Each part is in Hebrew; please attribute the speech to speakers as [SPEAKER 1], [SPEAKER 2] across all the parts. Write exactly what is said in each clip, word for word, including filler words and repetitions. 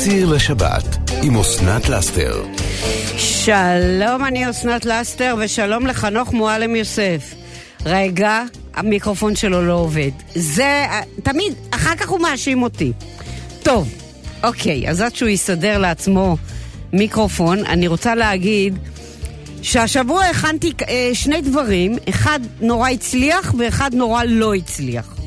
[SPEAKER 1] ציר לשבת עם אסנת לסטר.
[SPEAKER 2] שלום, אני אסנת לסטר ושלום לחנוך מועלם יוסף. רגע, המיקרופון שלו לא עובד. זה תמיד, אחר כך הוא מאשים אותי. טוב, אוקיי, אז עד שהוא יסדר לעצמו מיקרופון, אני רוצה להגיד שהשבוע הכנתי אה, שני דברים, אחד נורא הצליח ואחד נורא לא הצליח.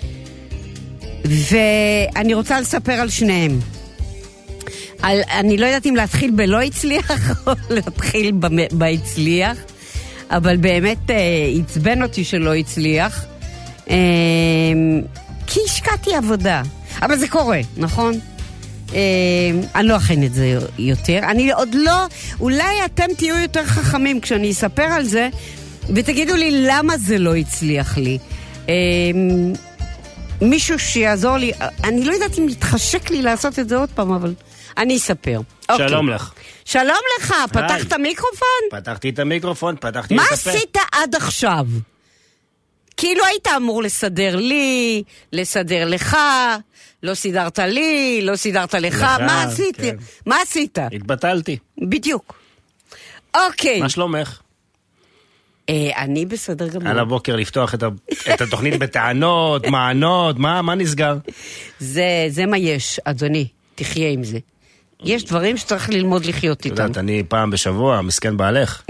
[SPEAKER 2] ואני רוצה לספר על שניהם. על, אני לא יודעת אם להתחיל בלא הצליח או להתחיל בהצליח, אבל באמת אה, הצבן אותי שלא הצליח, אה, כי השקעתי עבודה. אבל זה קורה, נכון? אה, אני לא אכן את זה יותר. אני עוד לא, אולי אתם תהיו יותר חכמים כשאני אספר על זה, ותגידו לי למה זה לא הצליח לי. אה, מישהו שיעזור לי, אני לא יודעת אם יתחשק לי לעשות את זה עוד פעם, אבל אני אספר.
[SPEAKER 3] שלום לך.
[SPEAKER 2] שלום לך, פתחת מיקרופון?
[SPEAKER 3] פתחתי את המיקרופון, פתחתי את
[SPEAKER 2] מה
[SPEAKER 3] הפה.
[SPEAKER 2] עשית עד עכשיו? כאילו היית אמור לסדר לי, לסדר לך, לא סידרת לי, לא סידרת לך, מה עשית? מה עשית?
[SPEAKER 3] התבטלתי.
[SPEAKER 2] בדיוק. אוקיי.
[SPEAKER 3] מה שלומך?
[SPEAKER 2] אני בסדר גמור.
[SPEAKER 3] על הבוקר לפתוח את התוכנית בטענות, מענות, מה נסגר?
[SPEAKER 2] זה מה יש, אדוני, תחיה עם זה. יש דברים שצריך ללמוד לחיות איתם.
[SPEAKER 3] יודעת, אני פעם בשבוע, מסכן בעלך.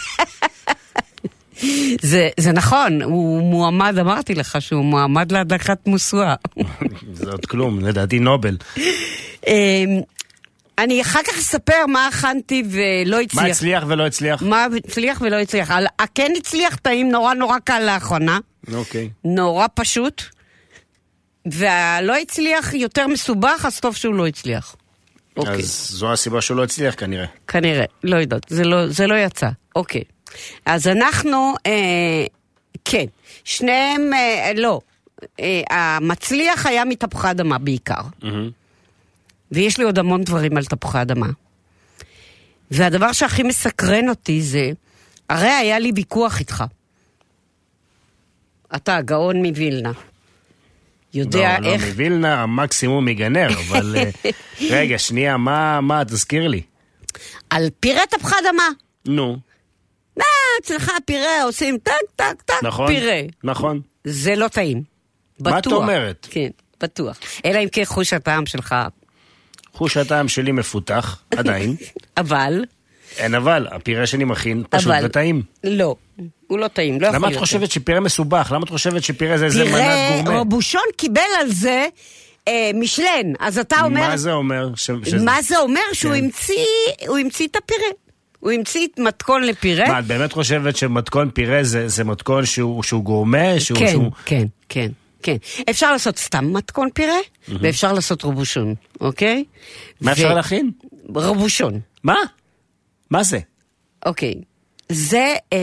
[SPEAKER 2] זה, זה נכון, הוא מועמד, אמרתי לך שהוא מועמד להדלקת משואה.
[SPEAKER 3] זה עוד כלום, לדעתי נובל.
[SPEAKER 2] אני אחר כך אספר מה הכנתי ולא הצליח.
[SPEAKER 3] מה הצליח ולא הצליח?
[SPEAKER 2] מה הצליח ולא הצליח. כן הצליח טעים נורא נורא קל לאחרונה.
[SPEAKER 3] אוקיי.
[SPEAKER 2] נורא פשוט. והלא הצליח יותר מסובך, אז טוב שהוא לא הצליח.
[SPEAKER 3] אז זו הסיבה שהוא לא הצליח כנראה.
[SPEAKER 2] כנראה, לא יודעת, זה לא, זה לא יצא. אוקיי. אז אנחנו, אה, כן, שניהם, אה, לא, אה, המצליח היה מתפוחי אדמה בעיקר. ויש לי עוד המון דברים על תפוחי אדמה. והדבר שהכי מסקרן אותי זה, הרי היה לי ויכוח איתך. אתה, גאון מווילנה. יודע
[SPEAKER 3] לא,
[SPEAKER 2] איך...
[SPEAKER 3] לא מווילנה, המקסימום מגנר, אבל רגע, שנייה, מה, מה, תזכיר לי?
[SPEAKER 2] על פירה תפוחי אדמה.
[SPEAKER 3] נו.
[SPEAKER 2] מה, אצלך פירה עושים טק, טק, טק,
[SPEAKER 3] נכון,
[SPEAKER 2] פירה.
[SPEAKER 3] נכון.
[SPEAKER 2] זה לא טעים. בטוח.
[SPEAKER 3] מה את אומרת?
[SPEAKER 2] כן, בטוח. אלא אם כן חוש הטעם שלך.
[SPEAKER 3] חוש הטעם שלי מפותח, עדיין.
[SPEAKER 2] אבל...
[SPEAKER 3] אין אבל, הפירה שאני מכין פשוט
[SPEAKER 2] אבל...
[SPEAKER 3] וטעים.
[SPEAKER 2] לא, הוא לא טעים, לא יכול להיות.
[SPEAKER 3] למה את חושבת שפירה מסובך? למה את חושבת שפירה זה איזה מנת גורמה?
[SPEAKER 2] פירה, רבושון קיבל על זה אה, משלן, אז אתה אומר...
[SPEAKER 3] מה זה אומר? ש...
[SPEAKER 2] מה זה אומר? שהוא המציא, הוא המציא את הפירה. הוא המציא את מתכון לפירה.
[SPEAKER 3] מה, את באמת חושבת שמתכון פירה זה, זה מתכון שהוא, שהוא גורמה? שהוא,
[SPEAKER 2] כן,
[SPEAKER 3] שהוא...
[SPEAKER 2] כן, כן, כן. אפשר לעשות סתם מתכון פירה, mm-hmm. ואפשר לעשות רבושון, אוקיי?
[SPEAKER 3] מה ו... אפשר להכין?
[SPEAKER 2] רבושון.
[SPEAKER 3] מה? מה זה?
[SPEAKER 2] אוקיי. זה, אה,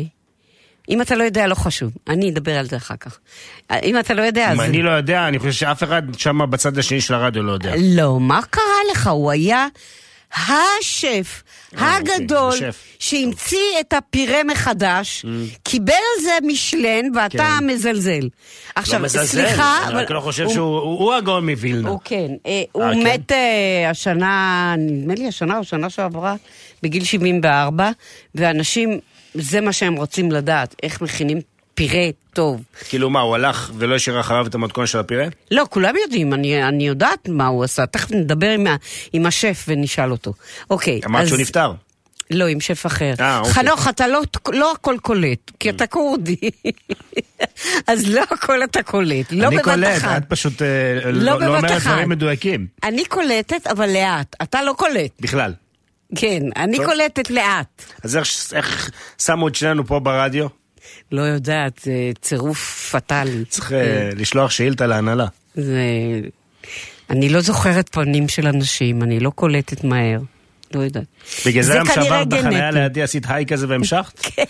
[SPEAKER 2] אם אתה לא יודע, לא חשוב. אני אדבר על זה אחר כך. אם אתה לא יודע,
[SPEAKER 3] אם
[SPEAKER 2] אז...
[SPEAKER 3] אני לא יודע, אני חושב שאף אחד שם בצד השני של הרדיו לא יודע.
[SPEAKER 2] לא, מה קרה לך? הוא היה השף הגדול שהמציא את הפירה מחדש, קיבל על זה משלן, ואתה מזלזל. עכשיו, סליחה...
[SPEAKER 3] אני רק לא חושב שהוא הגאון מווילנה.
[SPEAKER 2] הוא כן. הוא מת השנה, נדמה לי השנה או שנה שעברה, בגיל שבעים וארבע, ואנשים, זה מה שהם רוצים לדעת, איך מכינים פירה טוב.
[SPEAKER 3] כאילו מה, הוא הלך ולא השאיר אחריו את המתכון של הפירה?
[SPEAKER 2] לא, כולם יודעים, אני, אני יודעת מה הוא עשה. תכף נדבר עם, ה, עם השף ונשאל אותו. אוקיי.
[SPEAKER 3] אמרת אז... שהוא נפטר?
[SPEAKER 2] לא, עם שף אחר.
[SPEAKER 3] 아, אוקיי.
[SPEAKER 2] חנוך, אתה לא, לא הכל קולט, כי אתה קורדי. אז לא הכל אתה קולט. לא
[SPEAKER 3] אני קולט,
[SPEAKER 2] אחד.
[SPEAKER 3] את פשוט
[SPEAKER 2] לא,
[SPEAKER 3] לא, לא אומרת דברים מדויקים.
[SPEAKER 2] אני קולטת, אבל לאט. אתה לא קולט.
[SPEAKER 3] בכלל.
[SPEAKER 2] כן, אני טוב. קולטת לאט.
[SPEAKER 3] אז איך, איך שמו את שלנו פה ברדיו?
[SPEAKER 2] לא יודעת, זה צירוף פטלי.
[SPEAKER 3] צריך לשלוח שאילתה להנהלה.
[SPEAKER 2] זה... אני לא זוכרת פנים של אנשים, אני לא קולטת מהר. לא יודעת.
[SPEAKER 3] בגלל זה שעברת בחניה לידי עשית היי כזה והמשכת? כן.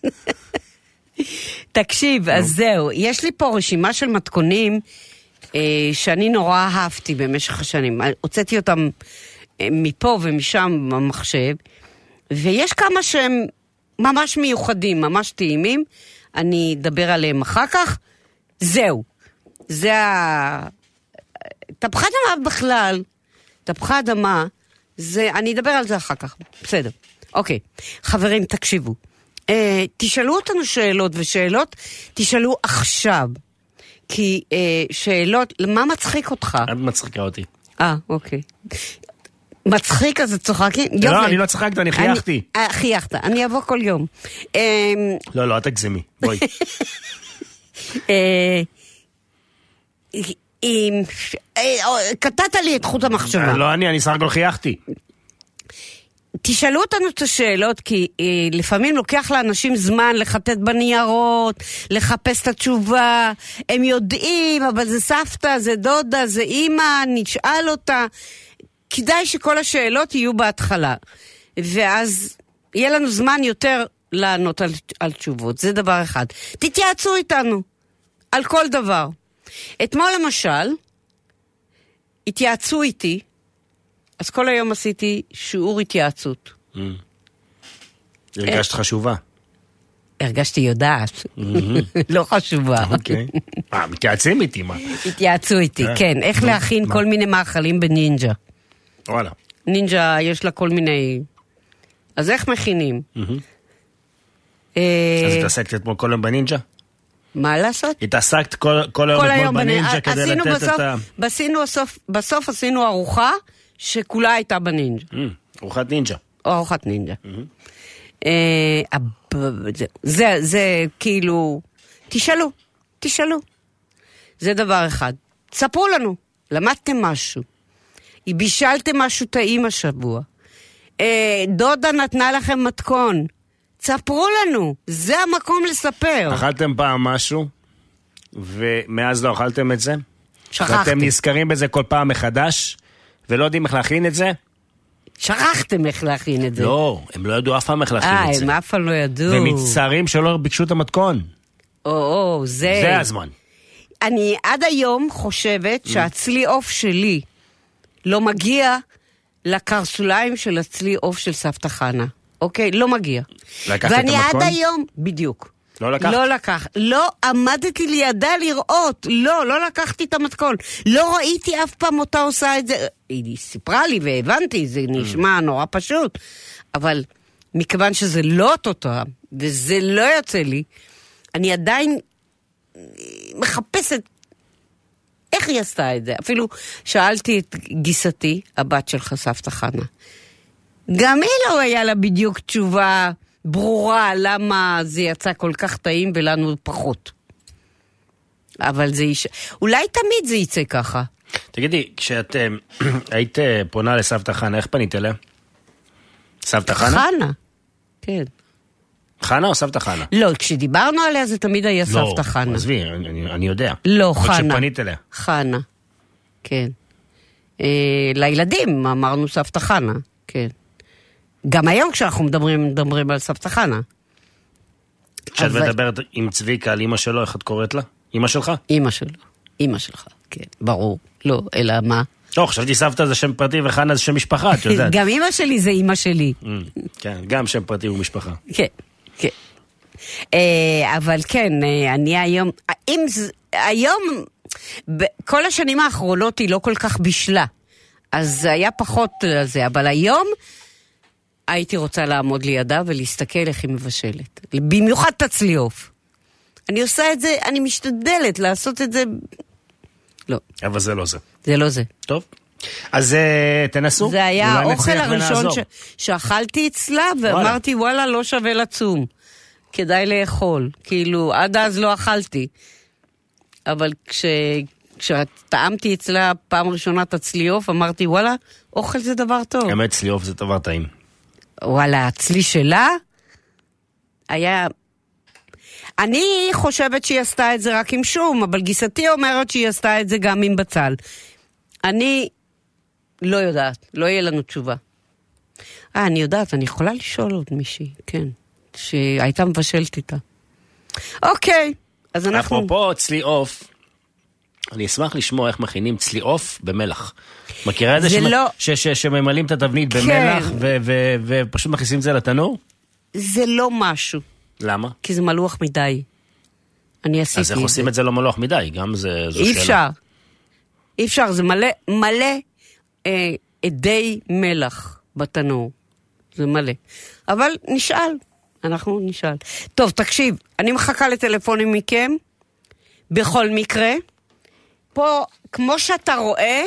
[SPEAKER 2] תקשיב, אז זהו, יש לי פה רשימה של מתכונים שאני נורא אהבתי במשך השנים. הוצאתי אותם מפה ומשם במחשב, ויש כמה שהם ממש מיוחדים, ממש טעימים, אני אדבר עליהם אחר כך. זהו, זה ה... תפוחי אדמה בכלל, תפוחי אדמה, זה, אני אדבר על זה אחר כך, בסדר. אוקיי, חברים, תקשיבו. אה, תשאלו אותנו שאלות, ושאלות תשאלו עכשיו. כי אה, שאלות, מה מצחיק אותך?
[SPEAKER 3] את מצחיקה אותי.
[SPEAKER 2] אה, אוקיי. מצחיק, אז את צוחקים?
[SPEAKER 3] לא, אני לא צחקת, אני חייכתי.
[SPEAKER 2] אני, אה, חייכת, אני אבוא כל יום. אה,
[SPEAKER 3] לא, לא, את תגזמי, בואי.
[SPEAKER 2] אה, אם... קטעת לי את חוט המחשבה.
[SPEAKER 3] לא אני, אני סך הכל חייכתי.
[SPEAKER 2] תשאלו אותנו את השאלות, כי אה, לפעמים לוקח לאנשים זמן לחטט בניירות, לחפש את התשובה, הם יודעים, אבל זה סבתא, זה דודה, זה אמא, נשאל אותה. כדאי שכל השאלות יהיו בהתחלה, ואז יהיה לנו זמן יותר לענות על, על תשובות, זה דבר אחד. תתייעצו איתנו, על כל דבר. אתמול למשל, התייעצו איתי, אז כל היום עשיתי שיעור התייעצות.
[SPEAKER 3] הרגשת חשובה.
[SPEAKER 2] הרגשתי יודעת. לא חשובה.
[SPEAKER 3] אוקיי. אה, מתייעצים איתי, מה?
[SPEAKER 2] התייעצו איתי, כן. איך להכין כל מיני מאכלים בנינג'ה.
[SPEAKER 3] וואלה.
[SPEAKER 2] נינג'ה יש לה כל מיני... אז איך מכינים?
[SPEAKER 3] אז התעסקת אתמול כל היום בנינג'ה?
[SPEAKER 2] מה לעשות?
[SPEAKER 3] התעסקת כל היום בנינג'ה כדי לתת את ה...
[SPEAKER 2] בסוף עשינו ארוחה שכולה הייתה בנינג'ה.
[SPEAKER 3] ארוחת נינג'ה.
[SPEAKER 2] או ארוחת נינג'ה. זה, זה כאילו... תשאלו, תשאלו. זה דבר אחד. ספרו לנו, למדתם משהו. בישלתם משהו טעים השבוע. דודה נתנה לכם מתכון. ספרו לנו, זה המקום לספר.
[SPEAKER 3] אכלתם פעם משהו, ומאז לא אכלתם את זה?
[SPEAKER 2] שכחתי.
[SPEAKER 3] ואתם נזכרים בזה כל פעם מחדש, ולא יודעים איך להכין את זה?
[SPEAKER 2] שכחתם איך להכין את זה.
[SPEAKER 3] לא, הם לא ידעו אף פעם איך להכין
[SPEAKER 2] אה,
[SPEAKER 3] את זה.
[SPEAKER 2] הם אף פעם לא ידעו.
[SPEAKER 3] ומצטערים שלא ביקשו את המתכון.
[SPEAKER 2] או, או, זה...
[SPEAKER 3] זה הזמן.
[SPEAKER 2] אני עד היום חושבת שהצלי עוף שלי לא מגיע לקרסוליים של הצלי עוף של סבתא חנה. אוקיי? לא מגיע.
[SPEAKER 3] לקחת את המתכון?
[SPEAKER 2] ואני עד היום... בדיוק.
[SPEAKER 3] לא לקחת?
[SPEAKER 2] לא לקח. לא עמדתי לידה לראות. לא, לא לקחתי את המתכון. לא ראיתי אף פעם אותה עושה את זה. היא סיפרה לי והבנתי, זה נשמע נורא פשוט. אבל מכיוון שזה לא אותו טעם, וזה לא יוצא לי, אני עדיין מחפשת איך היא עשתה את זה. אפילו שאלתי את גיסתי, הבת של סבתא חנה. גם היא לא היה לה בדיוק תשובה ברורה למה זה יצא כל כך טעים ולנו פחות. אבל זה יש... אולי תמיד זה יצא ככה.
[SPEAKER 3] תגידי, כשאת היית פונה לסבתא חנה, איך פנית אליה? סבתא חנה?
[SPEAKER 2] חנה, כן.
[SPEAKER 3] חנה או סבתא חנה?
[SPEAKER 2] לא, כשדיברנו עליה זה תמיד היה
[SPEAKER 3] לא,
[SPEAKER 2] סבתא חנה.
[SPEAKER 3] עזבי, אני, אני יודע.
[SPEAKER 2] לא, חנה.
[SPEAKER 3] וכשפנית אליה?
[SPEAKER 2] חנה, כן. אה, לילדים אמרנו סבתא חנה, כן. גם היום כשאנחנו מדברים, מדברים על סבתא חנה.
[SPEAKER 3] כשאת
[SPEAKER 2] אבל...
[SPEAKER 3] מדברת עם צביקה על אמא שלו, איך את קוראת לה? אמא שלך?
[SPEAKER 2] אמא שלו, אמא שלך, כן, ברור. לא, אלא מה?
[SPEAKER 3] לא, חשבתי סבתא זה שם פרטי וחנה זה שם משפחה, את יודעת.
[SPEAKER 2] גם אמא שלי זה אמא שלי.
[SPEAKER 3] כן, גם שם פרטי ומשפחה.
[SPEAKER 2] כן, כן. אבל כן, אני היום, אם זה, היום, כל השנים האחרונות היא לא כל כך בשלה, אז זה היה פחות זה, אבל היום הייתי רוצה לעמוד לידה ולהסתכל איך היא מבשלת. במיוחד תצלי עוף. אני עושה את זה, אני משתדלת לעשות את זה. לא.
[SPEAKER 3] אבל זה לא זה.
[SPEAKER 2] זה לא זה.
[SPEAKER 3] טוב. אז תנסו.
[SPEAKER 2] זה היה האוכל הראשון ש... שאכלתי אצלה, ואמרתי, וואלה. וואלה, לא שווה לצום. כדאי לאכול. כאילו, עד אז לא אכלתי. אבל כש... כשטעמתי אצלה פעם ראשונה תצלי עוף, אמרתי, וואלה, אוכל זה דבר טוב.
[SPEAKER 3] גם אצלי עוף זה דבר טעים.
[SPEAKER 2] וואלה, הצלי שלה היה... אני חושבת שהיא עשתה את זה רק עם שום, אבל גיסתי אומרת שהיא עשתה את זה גם עם בצל. אני לא יודעת, לא יהיה לנו תשובה. אה, אני יודעת, אני יכולה לשאול עוד מישהי, כן, שהייתה מבשלת איתה. אוקיי, אז אנחנו...
[SPEAKER 3] אפרופו צלי עוף, אני אשמח לשמוע איך מכינים צלי עוף במלח. מכירה את זה
[SPEAKER 2] זה לא...
[SPEAKER 3] שממלאים את התבנית במלח ופשוט מכניסים את זה לתנור?
[SPEAKER 2] זה לא משהו.
[SPEAKER 3] למה?
[SPEAKER 2] כי זה מלוח מדי. אני עשיתי את זה.
[SPEAKER 3] אז איך עושים את זה לא מלוח מדי? גם זו שאלה.
[SPEAKER 2] אי אפשר. אי אפשר, זה מלא, מלא אה, עדי מלח בתנור. זה מלא. אבל נשאל. אנחנו נשאל. טוב, תקשיב, אני מחכה לטלפונים מכם, בכל מקרה. פה, כמו שאתה רואה,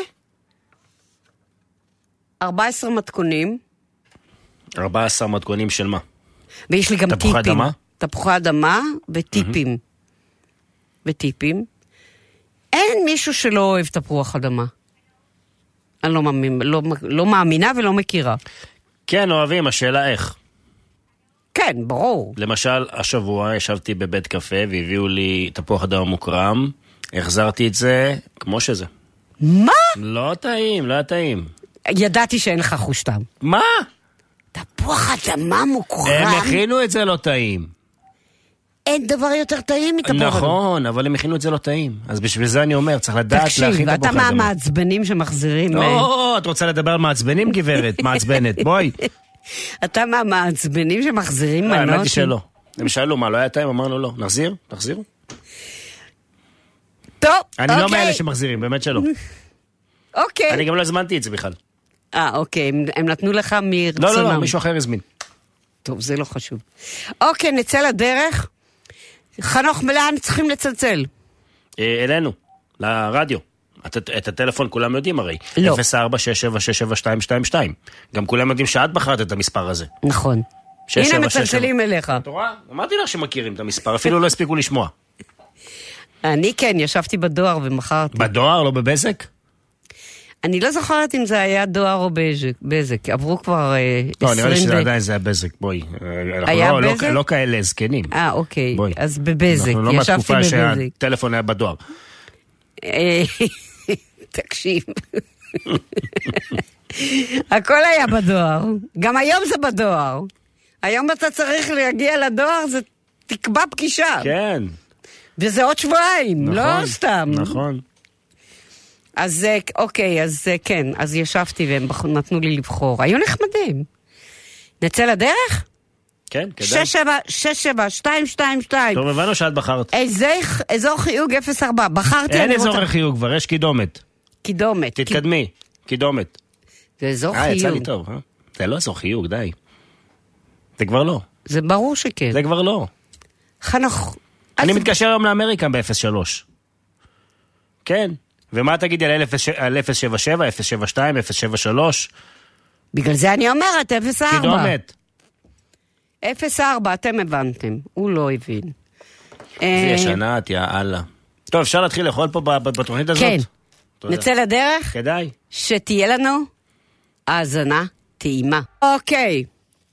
[SPEAKER 2] ארבעה עשר מתכונים.
[SPEAKER 3] ארבעה עשר מתכונים של מה?
[SPEAKER 2] ויש לי גם טיפים.
[SPEAKER 3] תפוחי אדמה?
[SPEAKER 2] תפוחי אדמה וטיפים. וטיפים. אין מישהו שלא אוהב תפוח אדמה. אני לא מאמינה, לא, לא מאמינה ולא מכירה.
[SPEAKER 3] כן, אוהבים, השאלה איך.
[SPEAKER 2] כן, ברור.
[SPEAKER 3] למשל, השבוע ישבתי בבית קפה והביאו לי תפוח אדמה מוקרם, החזרתי את זה כמו שזה.
[SPEAKER 2] מה?
[SPEAKER 3] לא טעים, לא טעים.
[SPEAKER 2] ידעתי שאין לך חוש טעם.
[SPEAKER 3] מה?
[SPEAKER 2] תפוח אדמה מוקרם?
[SPEAKER 3] הם הכינו את זה לא טעים.
[SPEAKER 2] אין דבר יותר טעים מתפוח אדמה.
[SPEAKER 3] נכון, אבל הם הכינו את זה לא טעים. אז בשביל זה אני אומר, צריך לדעת להכין תפוח אדמה.
[SPEAKER 2] תקשיב, אתה מהמעצבנים שמחזירים...
[SPEAKER 3] לא, את רוצה לדבר על מעצבנים, גברת? מעצבנת, בואי.
[SPEAKER 2] אתה מהמעצבנים שמחזירים מנות?
[SPEAKER 3] לא, האמת היא שלא. הם שאלו מה, לא היה טעים? אמרנו לא. נחזיר? תחזירו.
[SPEAKER 2] טוב, אוקיי.
[SPEAKER 3] אני לא מאלה שמחזירים, באמת שלא.
[SPEAKER 2] אוקיי.
[SPEAKER 3] אני גם לא הזמנתי את זה בכלל.
[SPEAKER 2] אה, אוקיי, הם נתנו לך מרצונם.
[SPEAKER 3] לא, לא, לא, מישהו אחר הזמין.
[SPEAKER 2] טוב, זה לא חשוב. אוקיי, נצא לדרך. חנוך, לאן צריכים לצלצל?
[SPEAKER 3] אלינו, לרדיו. את הטלפון כולם יודעים הרי.
[SPEAKER 2] לא.
[SPEAKER 3] אפס ארבע שש שבע שש שבע שתיים שתיים שתיים. גם כולם יודעים שאת בחרת את המספר הזה.
[SPEAKER 2] נכון. הנה מצלצלים אליך.
[SPEAKER 3] אתה רואה? אמרתי לך שמכירים את המספר, אפילו לא הספיקו לשמוע.
[SPEAKER 2] אני כן, ישבתי בדואר ומחרתי.
[SPEAKER 3] בדואר, לא בבזק?
[SPEAKER 2] אני לא זוכרת אם זה היה דואר או בזק. עברו כבר עשרים...
[SPEAKER 3] לא, נראה לי שזה עדיין זה היה בזק, בואי.
[SPEAKER 2] היה בזק?
[SPEAKER 3] לא כאלה זקנים.
[SPEAKER 2] אה, אוקיי. אז בבזק.
[SPEAKER 3] אנחנו לא מהתקופה שהטלפון היה בדואר.
[SPEAKER 2] תקשיב. הכל היה בדואר. גם היום זה בדואר. היום אתה צריך להגיע לדואר, זה תקבע פגישה.
[SPEAKER 3] כן.
[SPEAKER 2] וזה עוד שבועיים,
[SPEAKER 3] נכון,
[SPEAKER 2] לא סתם.
[SPEAKER 3] נכון.
[SPEAKER 2] אז אוקיי, אז כן, אז ישבתי והם נתנו לי לבחור. היו נחמדים. נצא לדרך?
[SPEAKER 3] כן, כדאי.
[SPEAKER 2] שש שבע שתיים שתיים שתיים.
[SPEAKER 3] טוב, הבנו שאת בחרת.
[SPEAKER 2] אזור חיוג אפס ארבע. בחרתי,
[SPEAKER 3] אין אזור חיוג כבר, יש קידומת.
[SPEAKER 2] קידומת.
[SPEAKER 3] תתקדמי, קידומת.
[SPEAKER 2] זה אזור
[SPEAKER 3] חיוג. אה, יצא לי
[SPEAKER 2] חיוג.
[SPEAKER 3] טוב, אה? זה לא אזור חיוג, די. זה כבר לא.
[SPEAKER 2] זה ברור שכן.
[SPEAKER 3] זה כבר לא.
[SPEAKER 2] חנוך.
[SPEAKER 3] אני מתקשר היום לאמריקה ב-אפס שלוש. כן. ומה תגידי על אפס שבע שבע, אפס שבע שתיים, אפס שבע שלוש?
[SPEAKER 2] בגלל זה אני אומרת, אפס ארבע.
[SPEAKER 3] קידומת.
[SPEAKER 2] אפס ארבע, אתם הבנתם. הוא לא הבין.
[SPEAKER 3] זה ישנה, תהיה אללה. טוב, אפשר להתחיל לאכול פה בתוכנית הזאת?
[SPEAKER 2] כן. נצא לדרך?
[SPEAKER 3] כדאי.
[SPEAKER 2] שתהיה לנו האזנה טעימה. אוקיי.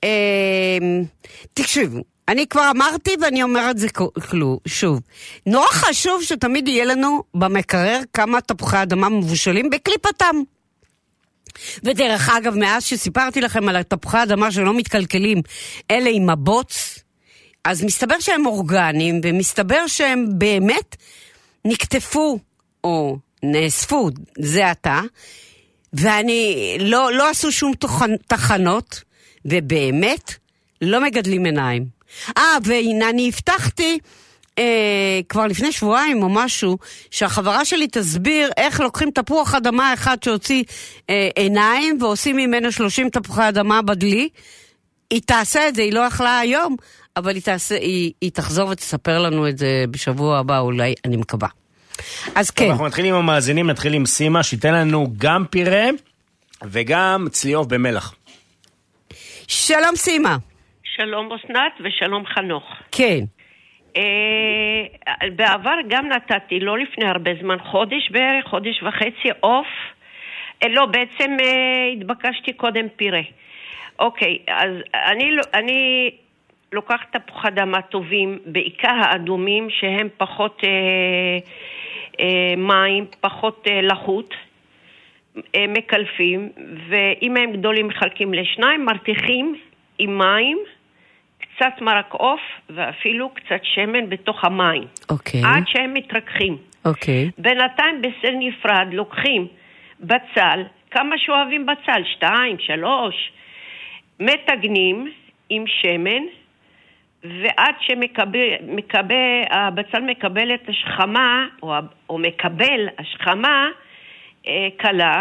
[SPEAKER 2] תקשיבו. אני כבר אמרתי ואני אומרת זה כלו, שוב. נורא חשוב שתמיד יהיה לנו במקרר כמה תפוחי אדמה מבושלים בקליפתם. ודרך אגב, מאז שסיפרתי לכם על התפוחי אדמה שלא מתקלקלים, אלה עם הבוץ, אז מסתבר שהם אורגניים, ומסתבר שהם באמת נקטפו, או נאספו, זה אתה, ואני, לא, לא עשו שום תחנות, ובאמת לא מגדלים עיניים. אה, והנה אני הבטחתי אה, כבר לפני שבועיים או משהו, שהחברה שלי תסביר איך לוקחים תפוח אדמה אחד שהוציא אה, עיניים, ועושים ממנו שלושים תפוחי אדמה בדלי. היא תעשה את זה, היא לא אכלה היום, אבל היא, תעשה, היא, היא תחזור ותספר לנו את זה בשבוע הבא, אולי, אני מקווה. אז כן.
[SPEAKER 3] אנחנו מתחילים עם המאזינים, נתחיל עם סימה, שייתן לנו גם פירה וגם צליוב במלח.
[SPEAKER 2] שלום סימה.
[SPEAKER 4] שלום אסנת ושלום חנוך.
[SPEAKER 2] כן.
[SPEAKER 4] אה, בעבר גם נתתי, לא לפני הרבה זמן, חודש בערך, חודש וחצי, עוף. אה, לא, בעצם אה, התבקשתי קודם פירה. אוקיי, אז אני, אני לוקחת תפוחי אדמה טובים, בעיקר האדומים שהם פחות אה, אה, מים, פחות אה, לחות, אה, מקלפים, ואם הם גדולים מחלקים לשניים, מרתיחים עם מים, קצת מרק עוף ואפילו קצת שמן בתוך המים.
[SPEAKER 2] אוקיי.
[SPEAKER 4] עד שהם מתרככים.
[SPEAKER 2] אוקיי.
[SPEAKER 4] בינתיים בסל נפרד לוקחים בצל, כמה שאוהבים בצל, שתיים, שלוש, מתגנים עם שמן, ועד שמקבל, הבצל מקבל את השכמה, או, או מקבל השכמה אה, קלה,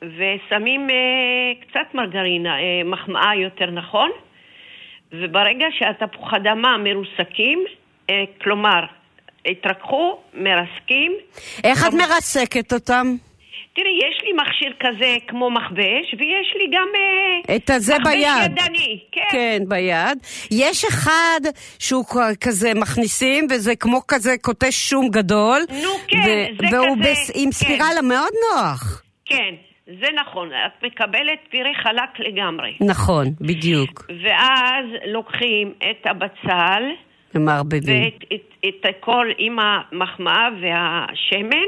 [SPEAKER 4] ושמים אה, קצת מרגרינה, אה, מחמאה יותר נכון, וברגע שהתפוח אדמה מרוסקים, אה, כלומר, התרככו, מרסקים.
[SPEAKER 2] איך
[SPEAKER 4] כמו...
[SPEAKER 2] את מרסקת אותם?
[SPEAKER 4] תראי, יש לי מכשיר כזה כמו מכבש, ויש לי גם
[SPEAKER 2] את הזה
[SPEAKER 4] מכבש
[SPEAKER 2] ביד.
[SPEAKER 4] ידני. כן.
[SPEAKER 2] כן, ביד. יש אחד שהוא כזה מכניסים, וזה כמו כזה קוטש שום גדול.
[SPEAKER 4] נו, כן,
[SPEAKER 2] ו-
[SPEAKER 4] זה
[SPEAKER 2] והוא
[SPEAKER 4] כזה.
[SPEAKER 2] בס- עם ספירלה
[SPEAKER 4] כן.
[SPEAKER 2] מאוד נוח.
[SPEAKER 4] כן, זה נכון. את מקבלת פירה חלק לגמרי.
[SPEAKER 2] נכון, בדיוק.
[SPEAKER 4] ואז לוקחים את הבצל,
[SPEAKER 2] ומערבבים.
[SPEAKER 4] ואת את, את הכל עם המחמאה והשמן,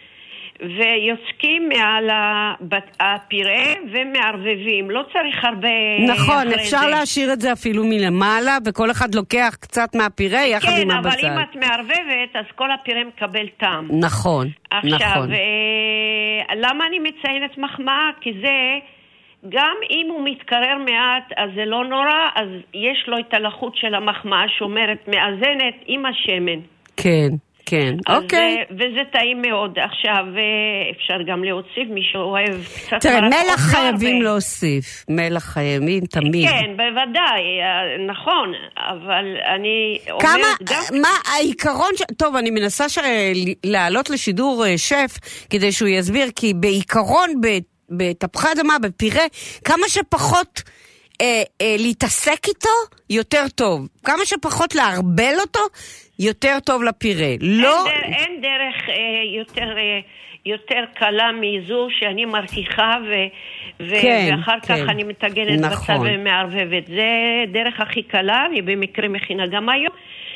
[SPEAKER 4] ויוצקים מעל הפירה ומערבבים. לא צריך הרבה...
[SPEAKER 2] נכון, אפשר
[SPEAKER 4] זה.
[SPEAKER 2] להשאיר את זה אפילו מלמעלה, וכל אחד לוקח קצת מהפירה יחד
[SPEAKER 4] כן,
[SPEAKER 2] עם הבצל.
[SPEAKER 4] כן, אבל אם את מערבבת, אז כל הפירה מקבל טעם.
[SPEAKER 2] נכון,
[SPEAKER 4] עכשיו,
[SPEAKER 2] נכון.
[SPEAKER 4] אה, למה אני מציינת מחמאה? כי זה, גם אם הוא מתקרר מעט, אז זה לא נורא, אז יש לו את הלחות של המחמאה שאומרת מאזנת עם השמן.
[SPEAKER 2] כן. כן, אוקיי.
[SPEAKER 4] וזה טעים מאוד. עכשיו, אפשר גם להוסיף, מי שאוהב קצת...
[SPEAKER 2] תראה, מלח חייבים להוסיף. מלח חייבים תמיד.
[SPEAKER 4] כן, בוודאי, נכון, אבל אני אומרת גם...
[SPEAKER 2] כמה, מה העיקרון... טוב, אני מנסה להעלות לשידור שף, כדי שהוא יסביר, כי בעיקרון, בתפוחי אדמה, בפירה, כמה שפחות... אה, אה, להתעסק איתו, יותר טוב. כמה שפחות להרבל אותו, יותר טוב לפירה. לא...
[SPEAKER 4] אין, דר, אין דרך אה, יותר, אה, יותר קלה מזו שאני מרתיחה ו, ו,
[SPEAKER 2] כן,
[SPEAKER 4] ואחר
[SPEAKER 2] כן.
[SPEAKER 4] כך אני מתגנת
[SPEAKER 2] נכון.
[SPEAKER 4] בצד ומערבבת. זה דרך הכי קלה, אני במקרה מכינה גם היום.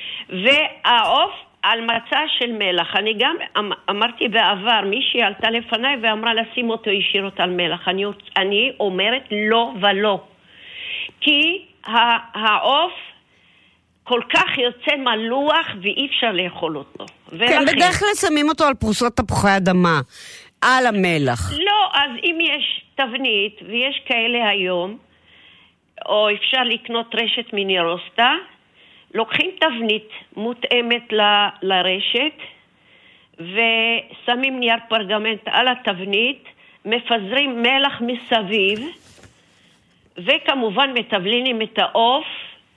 [SPEAKER 4] והעוף על מצע של מלח. אני גם אמרתי בעבר, מישהי עלתה לפניי ואמרה לשים אותו ישירות על מלח. אני, אני אומרת לא ולא. כי העוף כל כך יוצא מלוח ואי אפשר לאכול אותו.
[SPEAKER 2] כן, בדרך כלל שמים אותו על פרוסות תפוחי אדמה, על המלח.
[SPEAKER 4] לא, אז אם יש תבנית, ויש כאלה היום, או אפשר לקנות רשת מינירוסטה, לוקחים תבנית מותאמת ל- לרשת, ושמים נייר פרגמנט על התבנית, מפזרים מלח מסביב, וכמובן מטבלינים את העוף,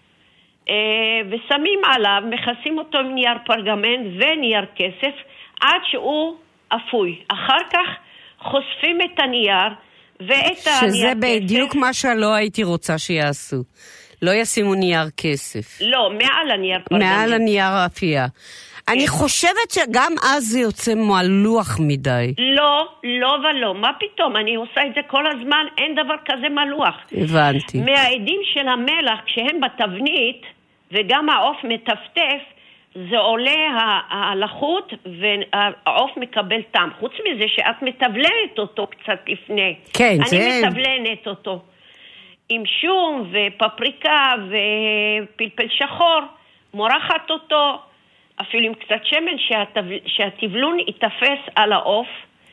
[SPEAKER 4] ושמים עליו, מכסים אותו עם נייר פרגמנט ונייר כסף, עד שהוא אפוי. אחר כך חושפים את הנייר ואת הנייר כסף.
[SPEAKER 2] שזה בדיוק מה שלא הייתי רוצה שיעשו. לא ישימו נייר כסף.
[SPEAKER 4] לא, מעל הנייר פרגמנט.
[SPEAKER 2] מעל הנייר האפייה. אני חושבת שגם אז זה יוצא מלוח מדי.
[SPEAKER 4] לא, לא ולא. מה פתאום? אני עושה את זה כל הזמן, אין דבר כזה מלוח.
[SPEAKER 2] הבנתי.
[SPEAKER 4] מהעדים של המלח, כשהם בתבנית, וגם העוף מטפטף, זה עולה הלחות, והעוף מקבל טעם. חוץ מזה שאת מטבלנת אותו קצת לפני.
[SPEAKER 2] כן, זה...
[SPEAKER 4] אני מטבלנת אותו. עם שום ופפריקה ופלפל שחור, מורחת אותו, אפילו עם קצת שמן, שהטבל... שהטבלון יתפס על העוף,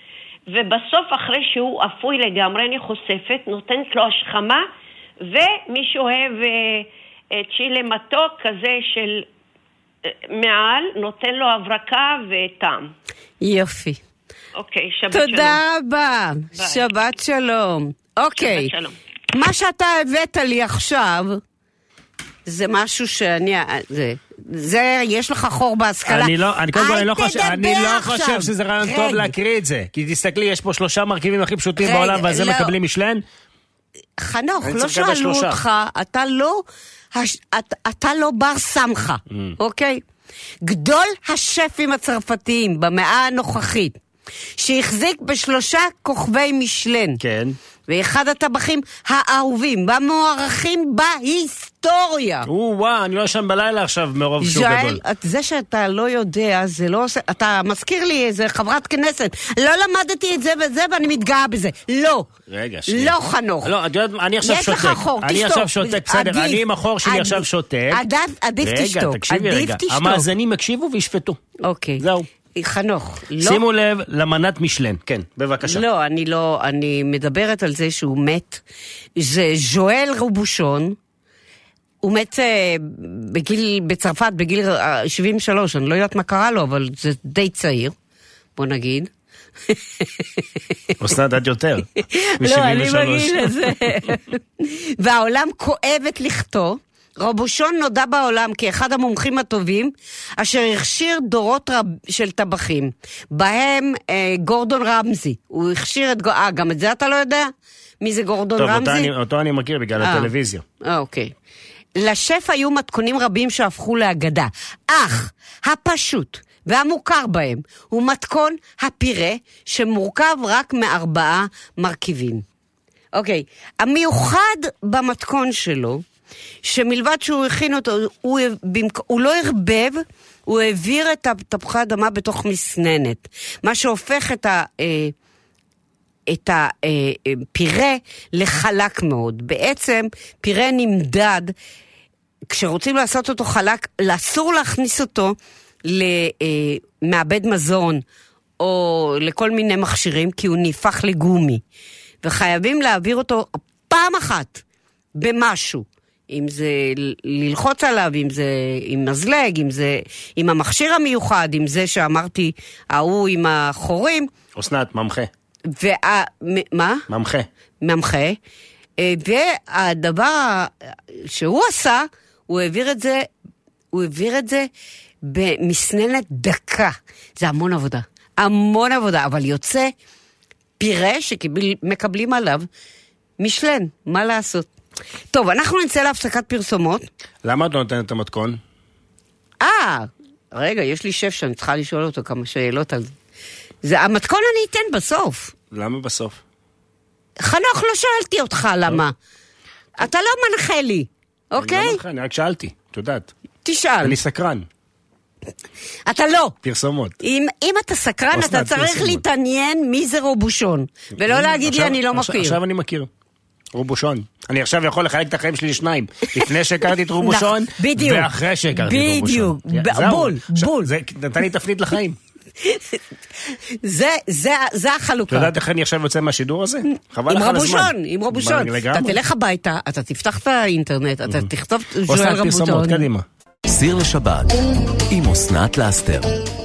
[SPEAKER 4] ובסוף אחרי שהוא אפוי לגמרי, אני חושפת, נותנת לו השכמה, ומי שאוהב אה, צ'ילה מתוק כזה של אה, מעל, נותן לו הברקה וטעם.
[SPEAKER 2] יופי.
[SPEAKER 4] אוקיי, שבת שלום.
[SPEAKER 2] תודה רבה. שבת שלום. אוקיי.
[SPEAKER 4] שבת שלום.
[SPEAKER 2] מה שאתה הבאת לי עכשיו, זה משהו שאני... זה, זה, יש לך חור בהשכלה.
[SPEAKER 3] אני לא, אני קודם כל, אני לא חושב, אני לא
[SPEAKER 2] עכשיו.
[SPEAKER 3] חושב שזה רעיון
[SPEAKER 2] רגע.
[SPEAKER 3] טוב להקריא את זה. כי תסתכלי, יש פה שלושה מרכיבים הכי פשוטים
[SPEAKER 2] רגע,
[SPEAKER 3] בעולם, ועל זה
[SPEAKER 2] לא.
[SPEAKER 3] מקבלים משלן.
[SPEAKER 2] חנוך,
[SPEAKER 3] אני
[SPEAKER 2] לא
[SPEAKER 3] צריך לקבל
[SPEAKER 2] שאלו
[SPEAKER 3] שלושה.
[SPEAKER 2] אותך, אתה לא, הש, אתה, אתה לא בר סמכה,
[SPEAKER 3] Mm.
[SPEAKER 2] אוקיי? גדול השפים הצרפתיים במאה הנוכחית, שהחזיק בשלושה כוכבי משלן,
[SPEAKER 3] כן.
[SPEAKER 2] ואחד הטבחים האהובים והמוערכים בהיסטוריה.
[SPEAKER 3] או, וואו, אני לא ישן בלילה עכשיו מרוב שהוא
[SPEAKER 2] ז'אל,
[SPEAKER 3] גדול.
[SPEAKER 2] את- זה שאתה לא יודע, זה לא עושה, אתה מזכיר לי איזה חברת כנסת, לא למדתי את זה וזה ואני מתגאה בזה. לא.
[SPEAKER 3] רגע, שנייה.
[SPEAKER 2] לא חנוך.
[SPEAKER 3] לא, את יודעת, אני עכשיו
[SPEAKER 2] יש לך
[SPEAKER 3] שותק.
[SPEAKER 2] חור,
[SPEAKER 3] אני
[SPEAKER 2] תשתוק.
[SPEAKER 3] עכשיו שותק, בסדר,
[SPEAKER 2] עדיף,
[SPEAKER 3] אני עם החור שלי
[SPEAKER 2] עדיף.
[SPEAKER 3] עכשיו שותק.
[SPEAKER 2] עדיף- עדיף תשתוק.
[SPEAKER 3] רגע, תקשיבי
[SPEAKER 2] עדיף
[SPEAKER 3] רגע.
[SPEAKER 2] תשתוק.
[SPEAKER 3] המאזינים יקשיבו וישפטו.
[SPEAKER 2] אוקיי.
[SPEAKER 3] זהו.
[SPEAKER 2] חנוך, לא...
[SPEAKER 3] שימו לב למנת משלן. כן, בבקשה.
[SPEAKER 2] לא, אני לא, אני מדברת על זה שהוא מת. זה ז'ואל רובושון, הוא מת אה, בגיל, בצרפת, בגיל אה, שבעים ושלוש, אני לא יודעת מה קרה לו, אבל זה די צעיר, בוא נגיד.
[SPEAKER 3] אסנת עד יותר.
[SPEAKER 2] לא, אני מגיל לזה. והעולם כואב את לכתו. רובושון נודע בעולם כאחד המומחים הטובים, אשר הכשיר דורות רב של טבחים. בהם אה, גורדון רמזי. הוא הכשיר את... אה, גם את זה אתה לא יודע? מי זה גורדון
[SPEAKER 3] טוב,
[SPEAKER 2] רמזי?
[SPEAKER 3] אותו אני, אותו אני מכיר בגלל
[SPEAKER 2] 아,
[SPEAKER 3] הטלוויזיה.
[SPEAKER 2] אה, אוקיי. לשף היו מתכונים רבים שהפכו לאגדה. אך הפשוט והמוכר בהם הוא מתכון הפירה שמורכב רק מארבעה מרכיבים. אוקיי. המיוחד במתכון שלו, שמלבד שהוא הכין אותו, הוא, הוא לא הרבב, הוא העביר את תפוחי האדמה בתוך מסננת. מה שהופך את ה... את הפירה לחלק מאוד. בעצם פירה נמדד, כשרוצים לעשות אותו חלק, אסור להכניס אותו למעבד מזון או לכל מיני מכשירים, כי הוא נהפך לגומי. וחייבים להעביר אותו פעם אחת במשהו. אם זה ללחוץ עליו, אם זה עם מזלג, אם זה עם המכשיר המיוחד, אם זה שאמרתי, ההוא עם החורים.
[SPEAKER 3] אסנת, ממחה.
[SPEAKER 2] וה... מה?
[SPEAKER 3] ממחה.
[SPEAKER 2] ממחה. והדבר שהוא עשה, הוא העביר את זה, הוא העביר את זה במסננת דקה. זה המון עבודה. המון עבודה, אבל יוצא פירה שמקבלים עליו משלן. מה לעשות? טוב, אנחנו נצא להפסקת פרסומות.
[SPEAKER 3] למה אתה נותן את המתכון?
[SPEAKER 2] אה, רגע, יש לי שף שאני צריכה לשאול אותו כמה שאלות על זה. זה המתכון אני אתן בסוף.
[SPEAKER 3] למה בסוף?
[SPEAKER 2] חנוך, לא שאלתי אותך למה. אתה לא מנחה לי, אוקיי?
[SPEAKER 3] אני לא מנחה, אני רק שאלתי, את יודעת.
[SPEAKER 2] תשאל.
[SPEAKER 3] אני סקרן.
[SPEAKER 2] אתה לא.
[SPEAKER 3] פרסומות.
[SPEAKER 2] אם, אם אתה סקרן, אתה צריך להתעניין מי זה רובושון. ולא להגיד לי אני לא מכיר.
[SPEAKER 3] עכשיו אני מכיר. רובושון. אני עכשיו יכול לחלק את החיים שלי לשניים. לפני שהכרתי את רובושון, ואחרי שהכרתי את רובושון.
[SPEAKER 2] בדיוק. בול, בול.
[SPEAKER 3] זה נתן לי תפנית לחיים.
[SPEAKER 2] זה, זה, זה החלוקה.
[SPEAKER 3] אתה יודעת איך אני עכשיו יוצא מהשידור הזה? חבל לך על הזמן.
[SPEAKER 2] עם רובושון, עם רובושון. אתה תלך הביתה, אתה תפתח את האינטרנט, אתה תכתוב ז'ואל רובושון.
[SPEAKER 3] קדימה.
[SPEAKER 1] סיר לשבת, עם אסנת לסטר.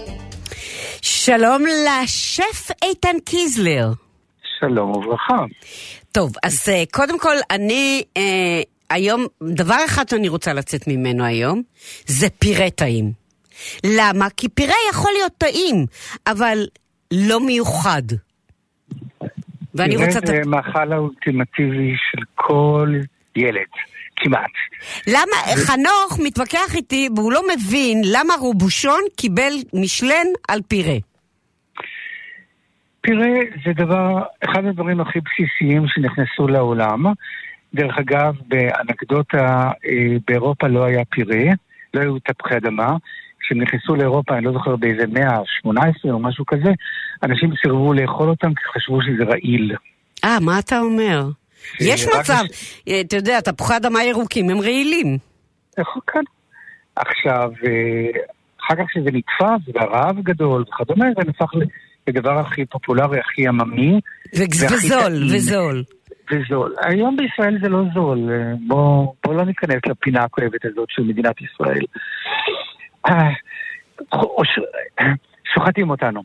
[SPEAKER 2] שלום לשף איתן קיזלר.
[SPEAKER 5] שלום וברכה.
[SPEAKER 2] טוב, אז קודם כל, אני אה, היום, דבר אחד שאני רוצה לצאת ממנו היום, זה פירה טעים. למה? כי פירה יכול להיות טעים, אבל לא מיוחד. ואני
[SPEAKER 5] פירה
[SPEAKER 2] רוצה...
[SPEAKER 5] זה מאכל האולטימטיבי של כל ילד, כמעט.
[SPEAKER 2] למה? חנוך מתווכח איתי, והוא לא מבין למה רובושון קיבל משלן על פירה.
[SPEAKER 5] פירה זה דבר, אחד הדברים הכי בסיסיים שנכנסו לעולם. דרך אגב, באנקדוטה, באירופה לא היה פירה, לא היו תפוחי אדמה. כשהם נכנסו לאירופה, אני לא זוכר באיזה מאה שמונה עשרה או משהו כזה, אנשים סירבו לאכול אותם כי חשבו שזה רעיל.
[SPEAKER 2] אה, מה אתה אומר? יש מצב, אתה יודע, תפוחי אדמה ירוקים הם רעילים.
[SPEAKER 5] נכון, כן. עכשיו, אחר כך שזה נתפס, והרעב גדול וכדומה, זה נפח לדבר הכי פופולרי, הכי עממי.
[SPEAKER 2] וזול, וזול.
[SPEAKER 5] וזול. היום בישראל זה לא זול. בוא, בוא לא ניכנס לפינה הכואבת הזאת של מדינת ישראל. שוחטים אותנו.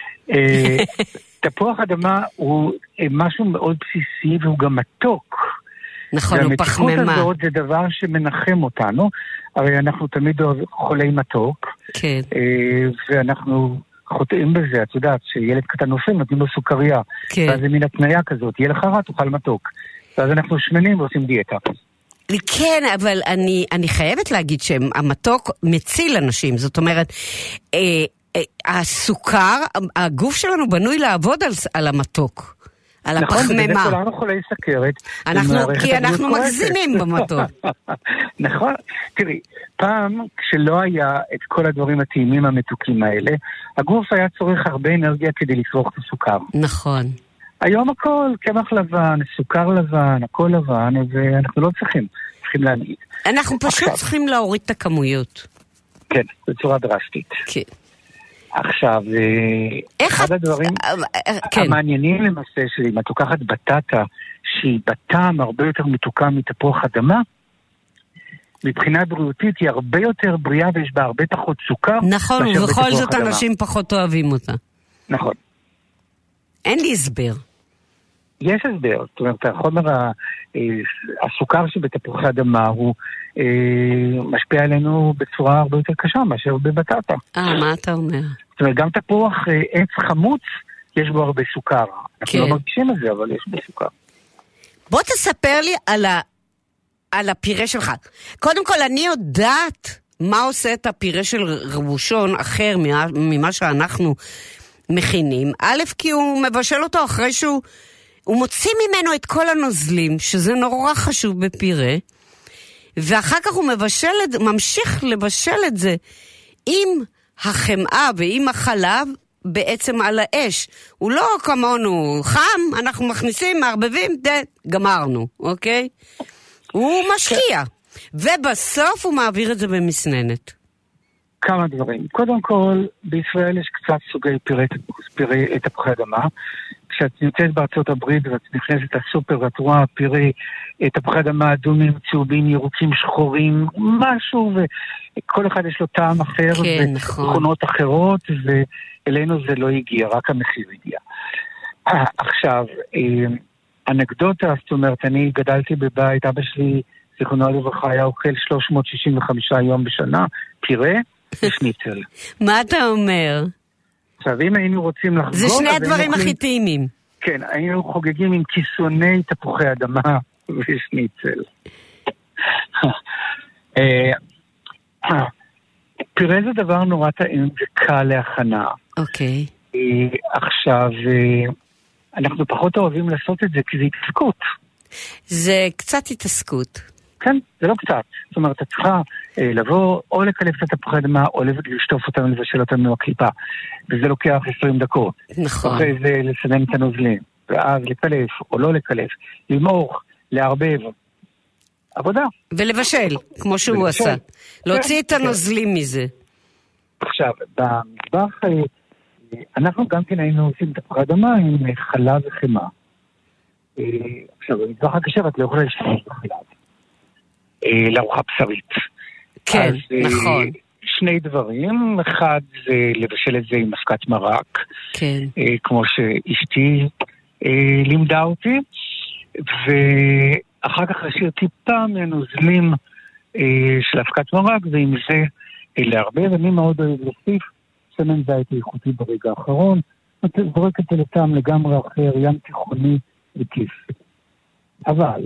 [SPEAKER 5] תפוח אדמה הוא משהו מאוד בסיסי והוא גם מתוק.
[SPEAKER 2] נכון, הוא פחמימה.
[SPEAKER 5] והמתיקות הזאת זה דבר שמנחם אותנו, הרי אנחנו תמיד חולי מתוק,
[SPEAKER 2] כן.
[SPEAKER 5] ואנחנו חוטאים בזה, את יודעת שילד קטן נופל, נותנים לו סוכריה, כן. ואז זה מין התניה כזאת, יהיה לך רע, תאכל מתוק. ואז אנחנו שמנים ועושים דיאטה.
[SPEAKER 2] כן, אבל אני, אני חייבת להגיד שהמתוק מציל אנשים, זאת אומרת, אה, אה, הסוכר, הגוף שלנו בנוי לעבוד על, על המתוק, על
[SPEAKER 5] נכון,
[SPEAKER 2] הפחמימה.
[SPEAKER 5] נכון, בזה כולנו חולי סכרת.
[SPEAKER 2] אנחנו, כי אנחנו מגזימים במתוק.
[SPEAKER 5] נכון, תראי, פעם כשלא היה את כל הדברים הטעימים המתוקים האלה, הגוף היה צורך הרבה אנרגיה כדי לצרוך את הסוכר.
[SPEAKER 2] נכון.
[SPEAKER 5] היום הכל, קמח לבן, סוכר לבן, הכל לבן, ואנחנו לא צריכים, צריכים להגיד.
[SPEAKER 2] אנחנו פשוט עכשיו, צריכים להוריד את הכמויות.
[SPEAKER 5] כן, בצורה דרסטית.
[SPEAKER 2] כן.
[SPEAKER 5] עכשיו, אחד את... הדברים כן. המעניינים למעשה שלי, אם את לוקחת בטטה, שהיא בטעם הרבה יותר מתוקה מתפוח אדמה, מבחינה בריאותית היא הרבה יותר בריאה ויש בה הרבה פחות סוכר.
[SPEAKER 2] נכון, ובכל זאת אנשים פחות אוהבים אותה.
[SPEAKER 5] נכון.
[SPEAKER 2] אין לי הסבר.
[SPEAKER 5] יש הסבר, זאת אומרת, החומר, הסוכר שבתפוחי אדמה הוא משפיע עלינו בצורה הרבה יותר קשה מאשר בבטטה.
[SPEAKER 2] אה, מה אתה אומר?
[SPEAKER 5] זאת אומרת, גם תפוח עץ חמוץ, יש בו הרבה סוכר. אנחנו לא מרגישים את זה, אבל יש בו סוכר.
[SPEAKER 2] בוא תספר לי על, ה... על הפירה שלך. קודם כל, אני יודעת מה עושה את הפירה של רבושון אחר ממה, ממה שאנחנו מכינים. א', כי הוא מבשל אותו אחרי שהוא הוא מוציא ממנו את כל הנוזלים, שזה נורא חשוב בפירה, ואחר כך הוא מבשל את, ממשיך לבשל את זה עם החמאה ועם החלב בעצם על האש. הוא לא כמונו חם, אנחנו מכניסים, מערבבים, דה, גמרנו, אוקיי? הוא משקיע. ובסוף הוא מעביר את זה במסננת.
[SPEAKER 5] כמה דברים. קודם כל, בישראל יש קצת סוגי פירי תפוחי אדמה. כשאת נמצאת בארצות הברית ואת נכנסת לסופר ואת רואה פירי תפוחי אדמה אדומים, צהובים, ירוקים, שחורים, משהו, וכל אחד יש לו טעם אחר,
[SPEAKER 2] כן, נכון.
[SPEAKER 5] ותכונות אחרות, ואלינו זה לא הגיע, רק המחיר הגיע. עכשיו, אנקדוטה, זאת אומרת, אני גדלתי בבית, אבא שלי, זיכרונו לברכה, היה אוכל שלוש מאות שישים וחמישה יום בשנה, פירה ושניצל.
[SPEAKER 2] מה אתה אומר?
[SPEAKER 5] עכשיו, אם היינו רוצים לחגוג...
[SPEAKER 2] זה שני הדברים הכי טעימים.
[SPEAKER 5] כן, היינו חוגגים עם כיסוני תפוחי אדמה ושניצל. פירה זה דבר נורא טעים וקל להכנה.
[SPEAKER 2] אוקיי.
[SPEAKER 5] עכשיו, אנחנו פחות אוהבים לעשות את זה, כי זה התעסקות.
[SPEAKER 2] זה קצת התעסקות.
[SPEAKER 5] כן, זה לא קצת. זאת אומרת, אתה צריכה אה, לבוא או לקלף את התפוחי אדמה, או לשטוף אותם ולבשל אותם מהקליפה. וזה לוקח עשרים דקות.
[SPEAKER 2] נכון.
[SPEAKER 5] אחרי זה לסנן את הנוזלים, ואז לקלף או לא לקלף, למעוך, לערבב. עבודה.
[SPEAKER 2] ולבשל, כמו שהוא
[SPEAKER 5] ולבשל.
[SPEAKER 2] עשה. להוציא
[SPEAKER 5] כן,
[SPEAKER 2] את הנוזלים
[SPEAKER 5] כן.
[SPEAKER 2] מזה.
[SPEAKER 5] עכשיו, במטבח, אה, אנחנו גם כן היינו עושים תפוחי אדמה עם חלב וחמאה. אה, עכשיו, במטבח הכשר את לא יכולה להשתמש בחלב. לארוחה בשרית.
[SPEAKER 2] כן,
[SPEAKER 5] אז,
[SPEAKER 2] נכון.
[SPEAKER 5] שני דברים, אחד זה לבשל את זה עם אבקת מרק,
[SPEAKER 2] כן.
[SPEAKER 5] כמו שאשתי לימדה אותי, ואחר כך להשאיר טיפה מנוזלים של אבקת מרק, ועם זה להרבה, ואני מאוד אוהב להוסיף שמן זית איכותי ברגע האחרון, זורק את זה לטעם לגמרי אחר, ים תיכוני וכיף. אבל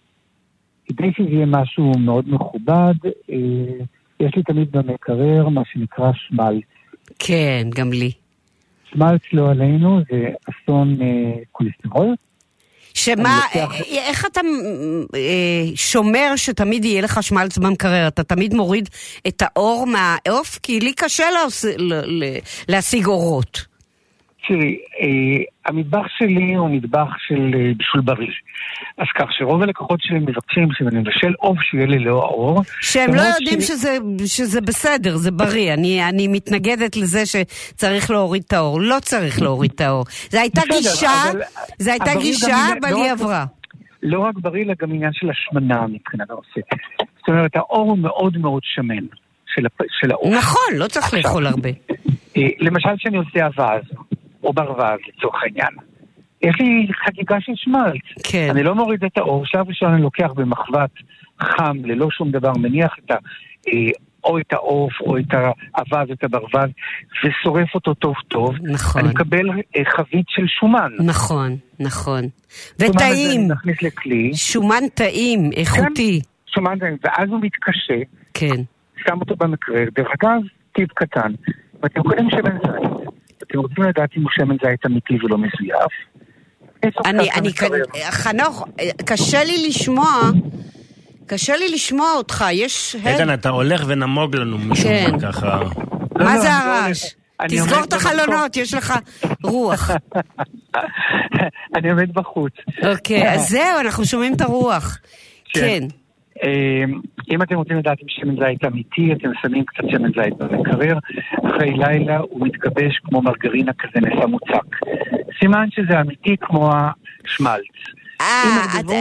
[SPEAKER 5] כדי שזה יהיה משהו מאוד מכובד, אה, יש לי תמיד במקרר מה שנקרא שמלץ.
[SPEAKER 2] כן, גם לי.
[SPEAKER 5] שמלץ לא עלינו, זה אסון אה, קולסטרול.
[SPEAKER 2] שמה,
[SPEAKER 5] לוקח...
[SPEAKER 2] איך אתה אה, שומר שתמיד יהיה לך שמלץ במקרר? אתה תמיד מוריד את האור מהעוף? כי לי קשה להוס... ל... ל... להשיג אורות.
[SPEAKER 5] תראי, אה, המטבח שלי הוא מטבח של אה, בישול בריא. אז כך שרוב הלקוחות שלי מבקשים שאני מבשל עוף שיהיה ללא האור.
[SPEAKER 2] שהם לא יודעים ש... שזה, שזה בסדר, זה בריא. אני, אני מתנגדת לזה שצריך להוריד את האור. לא צריך להוריד את האור. זה הייתה בסדר, גישה, אבל... זה הייתה גישה, אבל לא היא רק... עברה.
[SPEAKER 5] לא רק בריא, אלא גם עניין של השמנה מבחינת העושה. זאת אומרת, האור הוא מאוד מאוד שמן של, הפ... של העוף.
[SPEAKER 2] נכון, לא צריך לאכול הרבה.
[SPEAKER 5] אה, למשל שאני עושה אבז, או ברווז לצורך העניין. יש לי חגיגה של שמלץ.
[SPEAKER 2] כן.
[SPEAKER 5] אני לא מוריד את האור, שלב ראשון אני לוקח במחבת חם, ללא שום דבר, מניח את ה, או את העוף, או את האבז, את הברווז, ושורף אותו טוב טוב.
[SPEAKER 2] נכון.
[SPEAKER 5] אני מקבל חבית של שומן.
[SPEAKER 2] נכון, נכון. וטעים.
[SPEAKER 5] אני נכניס לכלי.
[SPEAKER 2] שומן טעים, איכותי.
[SPEAKER 5] כן, שומן טעים, ואז הוא מתקשה.
[SPEAKER 2] כן.
[SPEAKER 5] שם אותו במקרר. דרך אגב, טיפ קטן. ואתם קודם שמן זית. אתם רוצים לדעת אם הוא שמן זית אמיתי ולא מזויף?
[SPEAKER 2] אני, אני, חנוך, קשה לי לשמוע, קשה לי לשמוע אותך, יש...
[SPEAKER 3] איתן, אתה הולך ונמוג לנו משום מה ככה.
[SPEAKER 2] מה זה הרעש? תסגור את החלונות, יש לך רוח.
[SPEAKER 5] אני עומד בחוץ.
[SPEAKER 2] אוקיי, אז זהו, אנחנו שומעים את הרוח. כן.
[SPEAKER 5] אם אתם רוצים לדעת אם שמן זית אמיתי, אתם שמים קצת שמן זית במקרר, אחרי לילה הוא מתגבש כמו מרגרינה כזה, נעשה מוצק. סימן שזה אמיתי כמו השמלץ.
[SPEAKER 2] אה,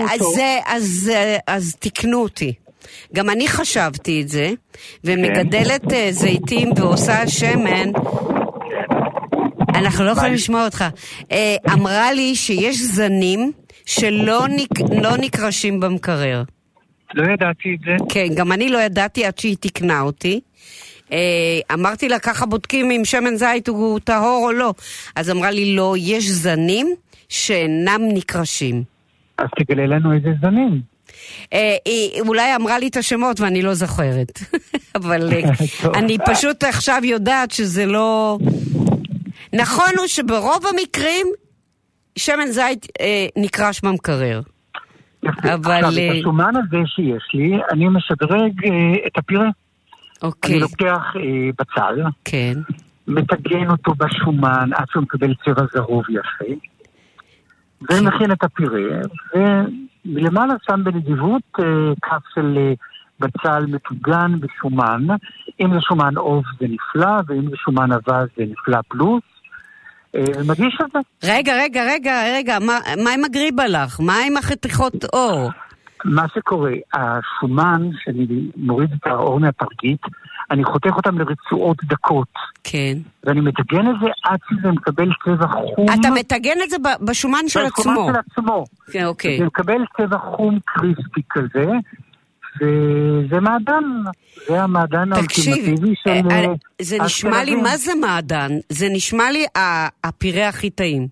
[SPEAKER 2] אז תקנו אותי. גם אני חשבתי את זה, ומגדלת זיתים ועושה שמן. אנחנו לא יכולים לשמוע אותך. אמרה לי שיש זנים שלא נקרשים במקרר.
[SPEAKER 5] לא ידעתי את זה.
[SPEAKER 2] כן, גם אני לא ידעתי עד שהיא תקנה אותי. אמרתי לה, ככה בודקים אם שמן זית הוא טהור או לא. אז אמרה לי, לא, יש זנים שאינם נקרשים.
[SPEAKER 5] אז תגלה לנו איזה זנים.
[SPEAKER 2] היא אולי אמרה לי את השמות ואני לא זוכרת. אבל אני פשוט עכשיו יודעת שזה לא... נכון הוא שברוב המקרים שמן זית נקרש במקרר.
[SPEAKER 5] אבל... עכשיו, את השומן הזה שיש לי, אני משדרג את הפירה.
[SPEAKER 2] אוקיי.
[SPEAKER 5] אני לוקח בצל.
[SPEAKER 2] כן.
[SPEAKER 5] מתגן אותו בשומן עד שהוא מקבל צבע זהוב יפה. ומכין את הפירה. ומלמעלה שם בנדיבות כף של בצל מתוגן בשומן. אם זה שומן עוף זה נפלא, ואם זה שומן אבז זה נפלא פלוס. מגיש את זה.
[SPEAKER 2] רגע, רגע, רגע, רגע, מה, מה עם הגריבה לך? מה עם החתיכות אור?
[SPEAKER 5] מה שקורה, השומן, שאני מוריד את האור מהפרגית, אני חותך אותם לרצועות דקות.
[SPEAKER 2] כן.
[SPEAKER 5] ואני מתגן את זה עד שזה מקבל צבע חום.
[SPEAKER 2] אתה מתגן את זה בשומן של עצמו?
[SPEAKER 5] בשומן של עצמו.
[SPEAKER 2] כן, אוקיי.
[SPEAKER 5] זה מקבל צבע חום קריספי כזה, וזה מעדן. זה המעדן האולטימטיבי של...
[SPEAKER 2] זה נשמע לי, מה זה מעדן? זה נשמע לי הפירה הכי טעים.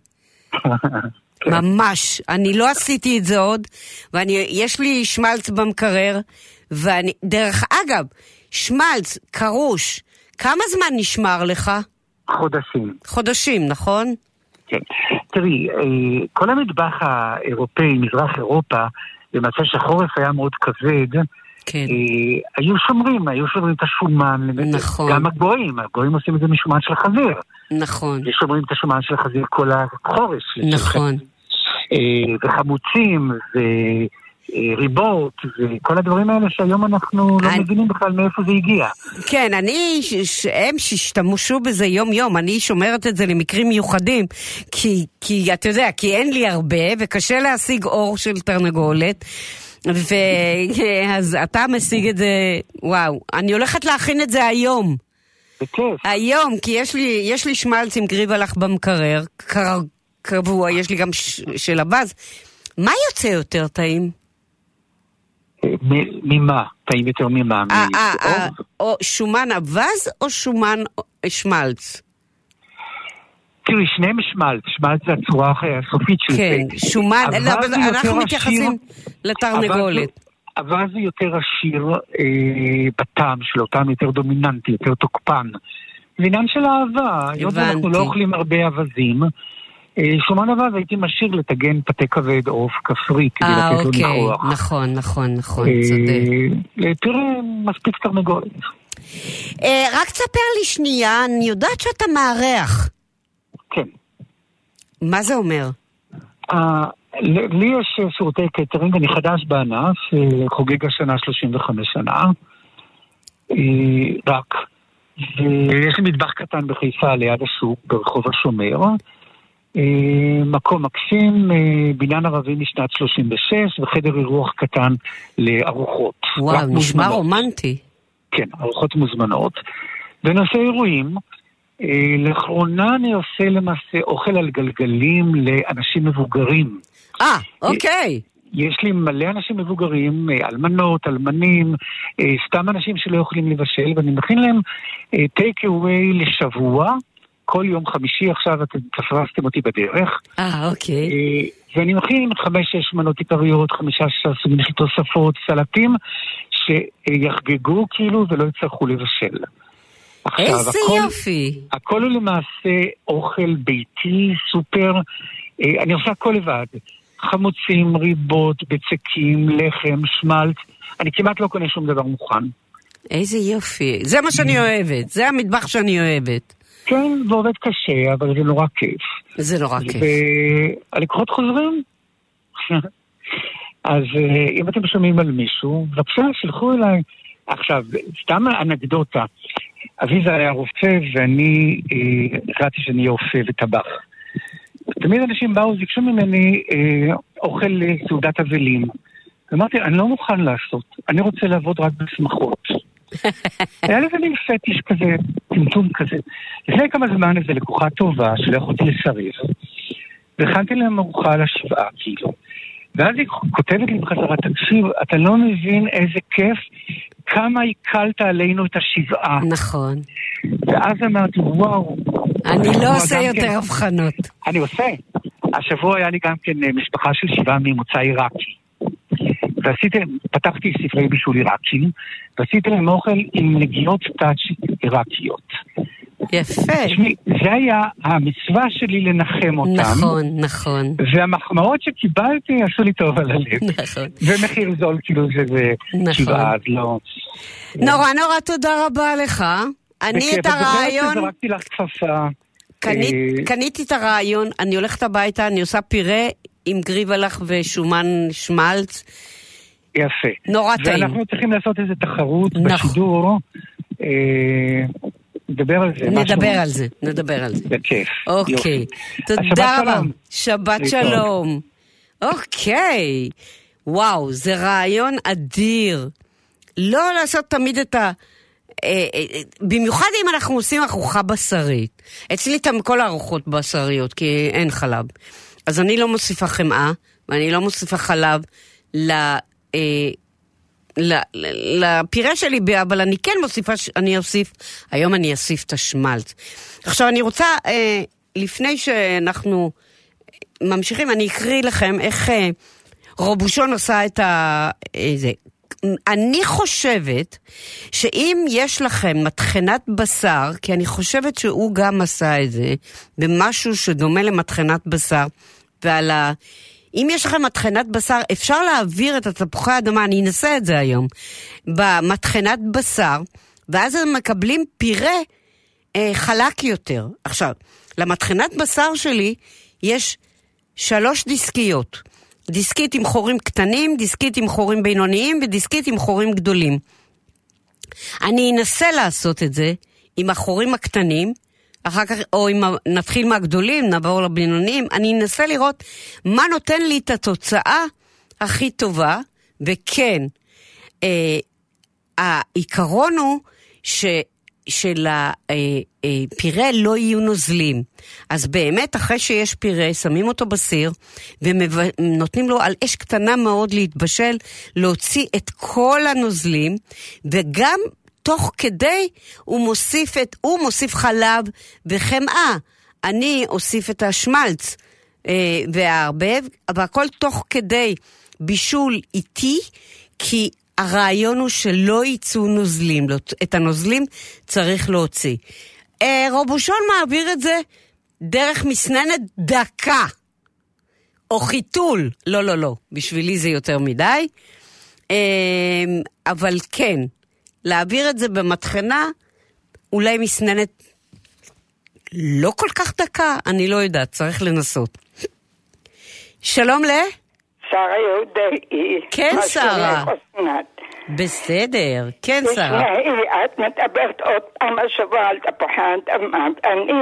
[SPEAKER 2] ממש. אני לא עשיתי את זה עוד, ויש לי שמלץ במקרר, ואני, דרך אגב, שמלץ, קרוש, כמה זמן נשמר לך?
[SPEAKER 5] חודשים.
[SPEAKER 2] חודשים, נכון?
[SPEAKER 5] כן. תראי, כל המטבח האירופאי, מזרח אירופה, במצב שהחורף היה מאוד כבד,
[SPEAKER 2] כן.
[SPEAKER 5] היו שומרים, היו שומרים את השומן.
[SPEAKER 2] נכון.
[SPEAKER 5] גם הגויים, הגויים עושים את זה משומן של חזיר.
[SPEAKER 2] נכון.
[SPEAKER 5] ושומרים את השומן של חזיר כל החורש.
[SPEAKER 2] נכון.
[SPEAKER 5] וחמוצים, וריבות, וכל הדברים האלה שהיום אנחנו לא מבינים בכלל מאיפה זה הגיע.
[SPEAKER 2] כן, אני, הם שהשתמשו בזה יום יום, אני שומרת את זה למקרים מיוחדים, כי, כי אתה יודע, כי אין לי הרבה, וקשה להשיג אור של תרנגולת, ואז אתה משיג את זה, וואו, אני הולכת להכין את זה היום.
[SPEAKER 5] בכיף.
[SPEAKER 2] היום, כי יש לי, יש לי שמלץ עם גריבה לך במקרר, קר, קבוע, יש לי גם ש, של הבאז. מה יוצא יותר טעים?
[SPEAKER 5] ממה? טעים יותר ממה?
[SPEAKER 2] או שומן אבז או שומן שמלץ?
[SPEAKER 5] תראי, שניהם שמלץ. שמלץ זה הצורה הסופית של זה.
[SPEAKER 2] כן, שומן, אנחנו מתייחסים לתרנגולת.
[SPEAKER 5] אבז זה יותר עשיר בטעם שלו, טעם יותר דומיננטי, יותר תוקפן. זה עניין של אהבה. הבנתי. אנחנו לא אוכלים הרבה אבזים. שומן אבז הייתי משאיר לתגן פתי כבד עוף כפרי כדי לתת לו ניחוח.
[SPEAKER 2] נכון, נכון, נכון, צודק.
[SPEAKER 5] תראה, מספיק תרנגולת.
[SPEAKER 2] רק תספר לי שנייה, אני יודעת שאתה מארח.
[SPEAKER 5] כן.
[SPEAKER 2] מה זה אומר?
[SPEAKER 5] לי יש שירותי קייטרינג, אני חדש בענף, חוגג השנה שלושים וחמש שנה. רק. ויש לי מטבח קטן בחיפה ליד השוק, ברחוב השומר. מקום מקסים, בניין ערבי משנת שלושים ושש, וחדר אירוח קטן לארוחות.
[SPEAKER 2] וואו, נשמע רומנטי.
[SPEAKER 5] כן, ארוחות מוזמנות. בנושא אירועים, לאחרונה אני עושה למעשה אוכל על גלגלים לאנשים מבוגרים.
[SPEAKER 2] אה, אוקיי.
[SPEAKER 5] יש לי מלא אנשים מבוגרים, אלמנות, אלמנים, סתם אנשים שלא יכולים לבשל, ואני מכין להם טייק אווי לשבוע, כל יום חמישי. עכשיו אתם תפרסתם אותי בדרך.
[SPEAKER 2] אה, אוקיי.
[SPEAKER 5] ואני מכין חמש, שש מנות עיקריות, חמישה, שש סוגים של תוספות, סלטים, שיחגגו כאילו ולא יצטרכו לבשל.
[SPEAKER 2] איזה
[SPEAKER 5] הכל,
[SPEAKER 2] יופי.
[SPEAKER 5] הכל הוא למעשה אוכל ביתי, סופר. אני עושה הכל לבד. חמוצים, ריבות, בצקים, לחם, שמלט. אני כמעט לא קונה שום דבר מוכן.
[SPEAKER 2] איזה יופי. זה מה שאני אוהבת. זה המטבח שאני אוהבת.
[SPEAKER 5] כן, זה עובד קשה, אבל זה נורא כיף.
[SPEAKER 2] זה נורא כיף.
[SPEAKER 5] והלקוחות חוזרים. אז אם אתם שומעים על מישהו, בבקשה, שלחו אליי. עכשיו, סתם אנקדוטה. אבי זה היה רופא, ואני החלטתי שאני אהיה אופה וטבח. תמיד אנשים באו, ביקשו ממני אוכל לסעודת אבלים. אמרתי, אני לא מוכן לעשות. אני רוצה לעבוד רק בשמחות. היה לזה מין פטיש כזה, טמטום כזה. לפני כמה זמן איזו לקוחה טובה שלא יכולתי לסריב, והכנתי להם ארוחה על השבעה קילו. ואז היא כותבת לי בחזרה, תקשיב, אתה לא מבין איזה כיף, כמה הקלת עלינו את השבעה.
[SPEAKER 2] נכון.
[SPEAKER 5] ואז אמרתי, וואו.
[SPEAKER 2] אני לא עושה יותר הבחנות.
[SPEAKER 5] אני עושה. השבוע היה לי גם כן משפחה של שבעה ממוצא עיראקי. ועשיתי, פתחתי ספרי בישול עיראקים, ועשיתי להם אוכל עם נגיעות טאץ' עיראקיות.
[SPEAKER 2] יפה.
[SPEAKER 5] תשמעי, זה היה המצווה שלי לנחם אותם.
[SPEAKER 2] נכון, נכון.
[SPEAKER 5] והמחמאות שקיבלתי עשו לי טוב על הלב.
[SPEAKER 2] נכון.
[SPEAKER 5] ומחיר זול, כאילו שזה שבעה, אז לא.
[SPEAKER 2] נורא נורא תודה רבה לך. אני את הרעיון...
[SPEAKER 5] זרקתי לך כפפה.
[SPEAKER 2] קניתי את הרעיון, אני הולכת הביתה, אני עושה פירה עם גריבלח ושומן שמלץ.
[SPEAKER 5] יפה.
[SPEAKER 2] נורא טעים.
[SPEAKER 5] ואנחנו צריכים לעשות איזו תחרות בשידור. נדבר על זה.
[SPEAKER 2] נדבר על זה, נדבר על זה.
[SPEAKER 5] בכיף.
[SPEAKER 2] אוקיי. תודה רבה. שבת שלום. אוקיי. וואו, זה רעיון אדיר. לא לעשות תמיד את ה... במיוחד אם אנחנו עושים ארוחה בשרית. אצלי איתם כל הארוחות בשריות, כי אין חלב. אז אני לא מוסיפה חמאה, ואני לא מוסיפה חלב לפירה שלי, אבל אני כן מוסיפה, אני אוסיף, היום אני אוסיף את השמלץ. עכשיו אני רוצה, לפני שאנחנו ממשיכים, אני אקריא לכם איך רובושון עושה את זה. אני חושבת שאם יש לכם מטחנת בשר, כי אני חושבת שהוא גם עשה את זה, במשהו שדומה למטחנת בשר, ועל ה... אם יש לכם מטחנת בשר, אפשר להעביר את התפוחי האדמה, אני אנסה את זה היום, במטחנת בשר, ואז הם מקבלים פירה אה, חלק יותר. עכשיו, למטחנת בשר שלי יש שלוש דיסקיות. דיסקית עם חורים קטנים, דיסקית עם חורים בינוניים, ודיסקית עם חורים גדולים. אני אנסה לעשות את זה עם החורים הקטנים, אחר כך, או אם נתחיל מהגדולים, נעבור לבינוניים, אני אנסה לראות מה נותן לי את התוצאה הכי טובה, וכן, אה, העיקרון הוא ש... של הפירה לא יהיו נוזלים. אז באמת, אחרי שיש פירה, שמים אותו בסיר, ונותנים לו על אש קטנה מאוד להתבשל, להוציא את כל הנוזלים, וגם תוך כדי הוא מוסיף, את, הוא מוסיף חלב וחמאה. אני אוסיף את השמלץ אה, והערבב, והכל תוך כדי בישול איטי, כי הרעיון הוא שלא ייצאו נוזלים, את הנוזלים צריך להוציא. אה, רובושון מעביר את זה דרך מסננת דקה, או חיתול, לא, לא, לא, בשבילי זה יותר מדי, אה, אבל כן, להעביר את זה במטחנה, אולי מסננת לא כל כך דקה, אני לא יודעת, צריך לנסות. שלום ל...
[SPEAKER 6] שרה יהודאי.
[SPEAKER 2] כן, שרה. בסדר, כן, שרה.
[SPEAKER 6] את מדברת עוד פעם השבוע על תפוחי אדמה. אני,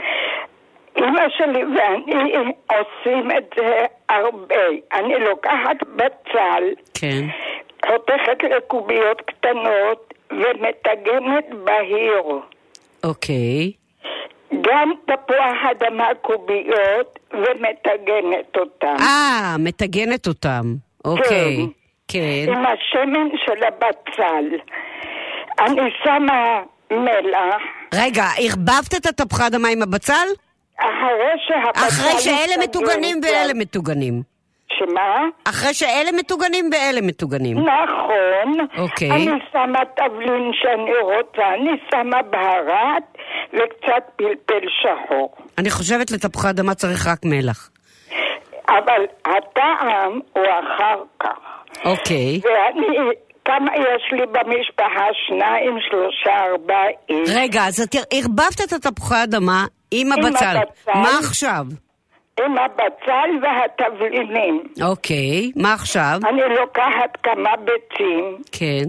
[SPEAKER 6] אמא שלי ואני עושים את זה הרבה. אני לוקחת בצל,
[SPEAKER 2] כן.
[SPEAKER 6] חותכת לקוביות קטנות ומתגנת בהיר.
[SPEAKER 2] אוקיי.
[SPEAKER 6] גם תפוח אדמה קוביות ומתגנת אותם.
[SPEAKER 2] אה, מתגנת אותם. אוקיי.
[SPEAKER 6] כן.
[SPEAKER 2] כן.
[SPEAKER 6] עם השמן של הבצל. אני שמה מלח.
[SPEAKER 2] רגע, הרבבת את התפוחי אדמה עם הבצל?
[SPEAKER 6] אחרי שהבצל...
[SPEAKER 2] אחרי שאלה מטוגנים ואלה מטוגנים.
[SPEAKER 6] שמה?
[SPEAKER 2] אחרי שאלה מטוגנים ואלה מטוגנים.
[SPEAKER 6] נכון.
[SPEAKER 2] אוקיי.
[SPEAKER 6] אני שמה תבלין שאני רוצה, אני שמה בהרת וקצת פלפל שחור.
[SPEAKER 2] אני חושבת לתפוחי אדמה צריך רק מלח.
[SPEAKER 6] אבל הטעם הוא אחר כך.
[SPEAKER 2] אוקיי.
[SPEAKER 6] ואני, כמה יש לי במשפחה? שניים, שלושה, ארבעים.
[SPEAKER 2] רגע, אז את הרבבת את התפוחי אדמה עם הבצל.
[SPEAKER 6] הבצל.
[SPEAKER 2] מה עכשיו?
[SPEAKER 6] עם הבצל והתבלינים.
[SPEAKER 2] אוקיי, מה עכשיו?
[SPEAKER 6] אני לוקחת כמה ביצים.
[SPEAKER 2] כן.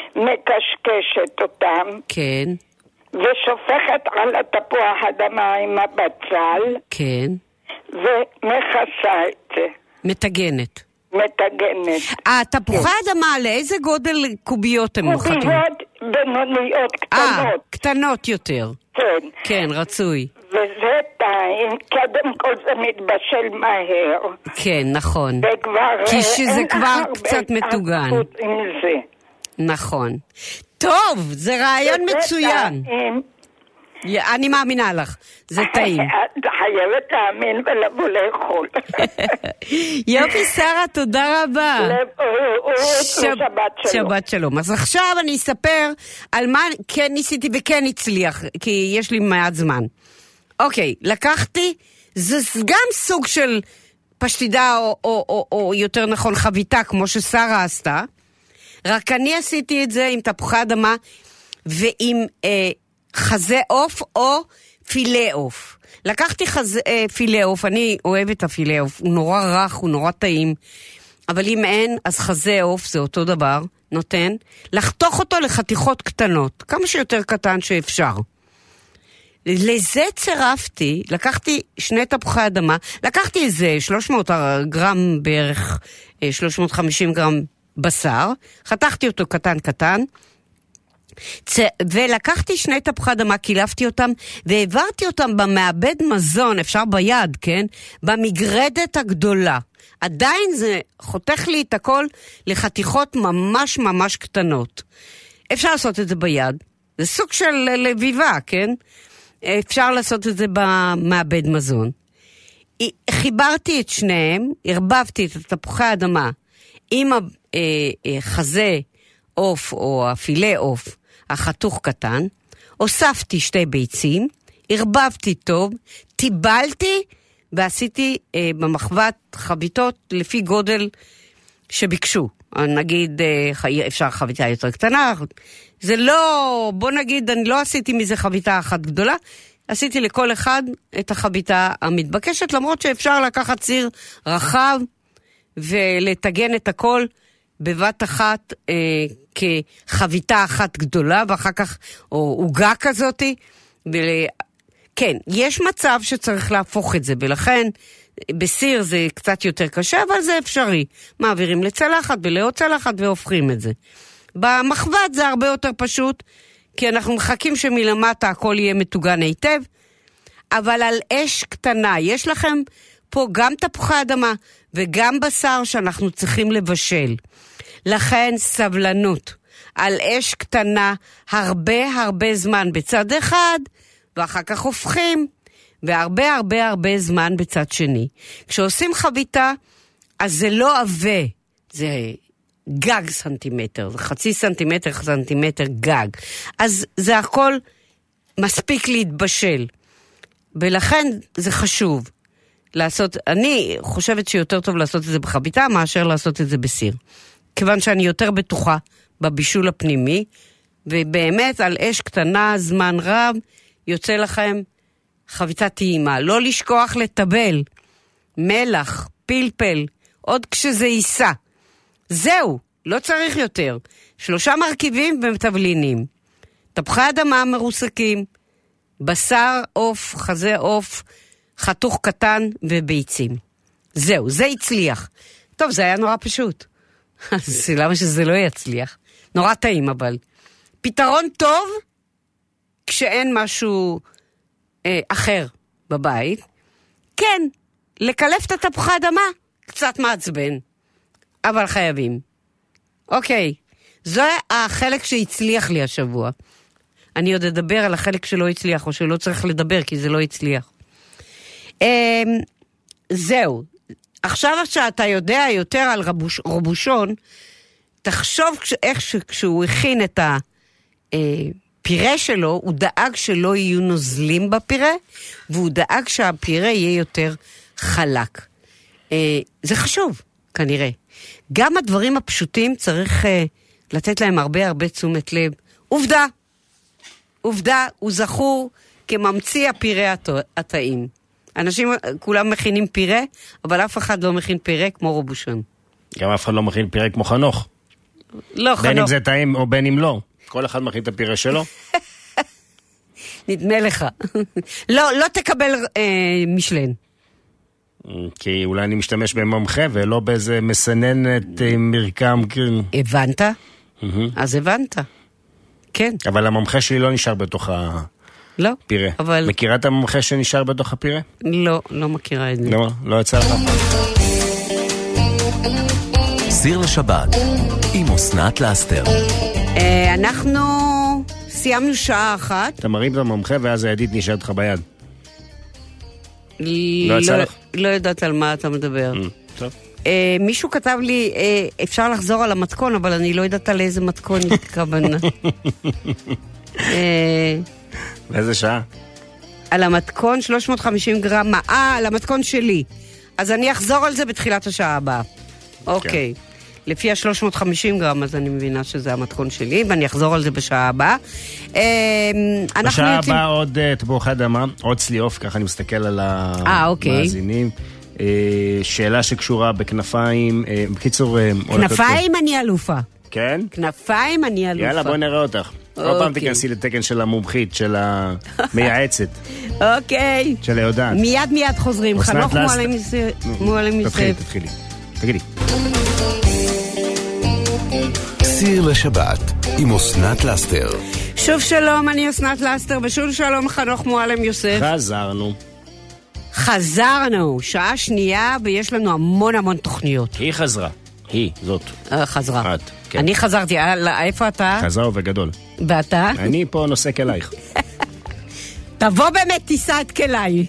[SPEAKER 6] מקשקשת אותם.
[SPEAKER 2] כן.
[SPEAKER 6] ושופכת על התפוח אדמה עם הבצל.
[SPEAKER 2] כן.
[SPEAKER 6] ומכסה את זה.
[SPEAKER 2] מטגנת.
[SPEAKER 6] מטגנת.
[SPEAKER 2] התפוחי אדמה, לאיזה גודל קוביות הם נוחתים?
[SPEAKER 6] קוביות בינוניות
[SPEAKER 2] אה,
[SPEAKER 6] קטנות.
[SPEAKER 2] קטנות יותר.
[SPEAKER 6] כן.
[SPEAKER 2] כן, רצוי.
[SPEAKER 6] וזה טעים, קודם כל זה מתבשל מהר.
[SPEAKER 2] כן, נכון.
[SPEAKER 6] וכבר
[SPEAKER 2] כי שזה
[SPEAKER 6] אין
[SPEAKER 2] כבר
[SPEAKER 6] הרבה
[SPEAKER 2] קצת מטוגן.
[SPEAKER 6] התעסקות עם זה.
[SPEAKER 2] נכון. טוב, זה רעיון
[SPEAKER 6] וזה
[SPEAKER 2] מצוין.
[SPEAKER 6] טעים.
[SPEAKER 2] י- אני מאמינה לך, זה טעים.
[SPEAKER 6] את חייבת להאמין ולבוא לאכול.
[SPEAKER 2] יופי, שרה, תודה רבה.
[SPEAKER 6] לבריאות ושבת שלום.
[SPEAKER 2] שבת שלום. אז עכשיו אני אספר על מה כן ניסיתי וכן הצליח, כי יש לי מעט זמן. אוקיי, לקחתי, זה גם סוג של פשטידה, או, או, או, או יותר נכון חביתה, כמו ששרה עשתה, רק אני עשיתי את זה עם תפוחי אדמה, ועם אה, חזה עוף או פילה עוף. לקחתי חזה, אה, פילה עוף, אני אוהבת את הפילה עוף, הוא נורא רך, הוא נורא טעים, אבל אם אין, אז חזה עוף זה אותו דבר, נותן, לחתוך אותו לחתיכות קטנות, כמה שיותר קטן שאפשר. לזה צירפתי, לקחתי שני תפוחי אדמה, לקחתי איזה שלוש מאות גרם בערך, שלוש מאות וחמישים גרם בשר, חתכתי אותו קטן קטן, צ... ולקחתי שני תפוחי אדמה, קילפתי אותם, והעברתי אותם במעבד מזון, אפשר ביד, כן? במגרדת הגדולה. עדיין זה חותך לי את הכל לחתיכות ממש ממש קטנות. אפשר לעשות את זה ביד. זה סוג של לביבה, כן? אפשר לעשות את זה במעבד מזון. חיברתי את שניהם, הרבבתי את תפוחי האדמה עם החזה עוף או הפילה עוף החתוך קטן, הוספתי שתי ביצים, הרבבתי טוב, טיבלתי ועשיתי אה, במחבת חביתות לפי גודל שביקשו. נגיד אה, אפשר חביתה יותר קטנה, זה לא, בוא נגיד, אני לא עשיתי מזה חביתה אחת גדולה, עשיתי לכל אחד את החביתה המתבקשת, למרות שאפשר לקחת ציר רחב ולתגן את הכל בבת אחת אה, כחביתה אחת גדולה, ואחר כך, או עוגה כזאת, ול... כן, יש מצב שצריך להפוך את זה, ולכן בסיר זה קצת יותר קשה, אבל זה אפשרי. מעבירים לצלחת ולעוד צלחת והופכים את זה. במחבת זה הרבה יותר פשוט, כי אנחנו מחכים שמלמטה הכל יהיה מטוגן היטב, אבל על אש קטנה, יש לכם פה גם תפוחי אדמה וגם בשר שאנחנו צריכים לבשל. לכן סבלנות, על אש קטנה הרבה הרבה זמן בצד אחד, ואחר כך הופכים, והרבה הרבה הרבה זמן בצד שני. כשעושים חביתה, אז זה לא עבה, זה גג סנטימטר, זה חצי סנטימטר, סנטימטר גג. אז זה הכל מספיק להתבשל. ולכן זה חשוב לעשות, אני חושבת שיותר טוב לעשות את זה בחביתה, מאשר לעשות את זה בסיר. כיוון שאני יותר בטוחה בבישול הפנימי, ובאמת על אש קטנה, זמן רב, יוצא לכם חביתה טעימה. לא לשכוח לטבל, מלח, פלפל, עוד כשזה ייסע. זהו, לא צריך יותר. שלושה מרכיבים ומטבלינים. תפוחי אדמה מרוסקים, בשר עוף, חזה עוף, חתוך קטן וביצים. זהו, זה הצליח. טוב, זה היה נורא פשוט. אז למה שזה לא יצליח? נורא טעים אבל. פתרון טוב כשאין משהו אה, אחר בבית. כן, לקלף את התפוחי אדמה, קצת מעצבן. אבל חייבים. אוקיי, זה החלק שהצליח לי השבוע. אני עוד אדבר על החלק שלא הצליח, או שלא צריך לדבר, כי זה לא הצליח. אה, זהו. עכשיו שאתה יודע יותר על רבוש, רבושון, תחשוב איך כשהוא הכין את הפירה שלו, הוא דאג שלא יהיו נוזלים בפירה, והוא דאג שהפירה יהיה יותר חלק. זה חשוב, כנראה. גם הדברים הפשוטים צריך לתת להם הרבה הרבה תשומת לב. עובדה, עובדה, הוא זכור כממציא הפירה הטעים. אנשים כולם מכינים פירה, אבל אף אחד לא מכין פירה כמו רבושון.
[SPEAKER 3] גם אף אחד לא מכין פירה כמו חנוך.
[SPEAKER 2] לא, חנוך.
[SPEAKER 3] בין אם זה טעים או בין אם לא. כל אחד מכין את הפירה שלו.
[SPEAKER 2] נדמה לך. לא, לא תקבל אה, משלן.
[SPEAKER 3] כי אולי אני משתמש במומחה ולא באיזה מסננת מרקם.
[SPEAKER 2] הבנת? אז הבנת. כן.
[SPEAKER 3] אבל המומחה שלי לא נשאר בתוך
[SPEAKER 2] לא,
[SPEAKER 3] הפירה.
[SPEAKER 2] אבל...
[SPEAKER 3] מכירה את המומחה שנשאר בתוך הפירה?
[SPEAKER 2] לא, לא מכירה את זה.
[SPEAKER 3] לא, לא יצא לך.
[SPEAKER 1] סיר לשבת עם אסנת לאסתר.
[SPEAKER 2] אנחנו סיימנו שעה אחת.
[SPEAKER 3] אתה מרים את המומחה ואז הידית נשארת לך ביד. לא יצא לך?
[SPEAKER 2] לא יודעת על מה אתה מדבר.
[SPEAKER 3] טוב.
[SPEAKER 2] מישהו כתב לי, אפשר לחזור על המתכון, אבל אני לא יודעת על איזה מתכון התכוונה.
[SPEAKER 3] באיזה שעה?
[SPEAKER 2] על המתכון שלוש מאות וחמישים גרם, אה, על המתכון שלי. אז אני אחזור על זה בתחילת השעה הבאה. אוקיי. לפי ה-שלוש מאות וחמישים גרם, אז אני מבינה שזה המתכון שלי, ואני אחזור על זה בשעה הבאה.
[SPEAKER 3] בשעה הבאה עוד תפוחי אדמה, עוד צליאוף, ככה אני מסתכל על המאזינים. שאלה שקשורה בכנפיים, בקיצור...
[SPEAKER 2] כנפיים אני אלופה.
[SPEAKER 3] כן?
[SPEAKER 2] כנפיים אני אלופה.
[SPEAKER 3] יאללה, בוא נראה אותך. עוד פעם תיכנסי לתקן של המומחית, של המייעצת.
[SPEAKER 2] אוקיי.
[SPEAKER 3] של היודעת.
[SPEAKER 2] מיד מיד חוזרים. חנוך מועלם יוסף.
[SPEAKER 3] תתחילי, תתחילי. תגידי.
[SPEAKER 1] סיר לשבת עם אסנת לאסתר.
[SPEAKER 2] שוב שלום, אני אסנת לאסתר, ושוב שלום חנוך מועלם יוסף.
[SPEAKER 3] חזרנו.
[SPEAKER 2] חזרנו, שעה שנייה, ויש לנו המון המון תוכניות.
[SPEAKER 3] היא חזרה. היא, זאת.
[SPEAKER 2] חזרה.
[SPEAKER 3] את, כן.
[SPEAKER 2] אני חזרתי, איפה אתה?
[SPEAKER 3] חזרה ובגדול.
[SPEAKER 2] ואתה?
[SPEAKER 3] אני פה נוסק אלייך.
[SPEAKER 2] תבוא באמת, תיסע את כליי.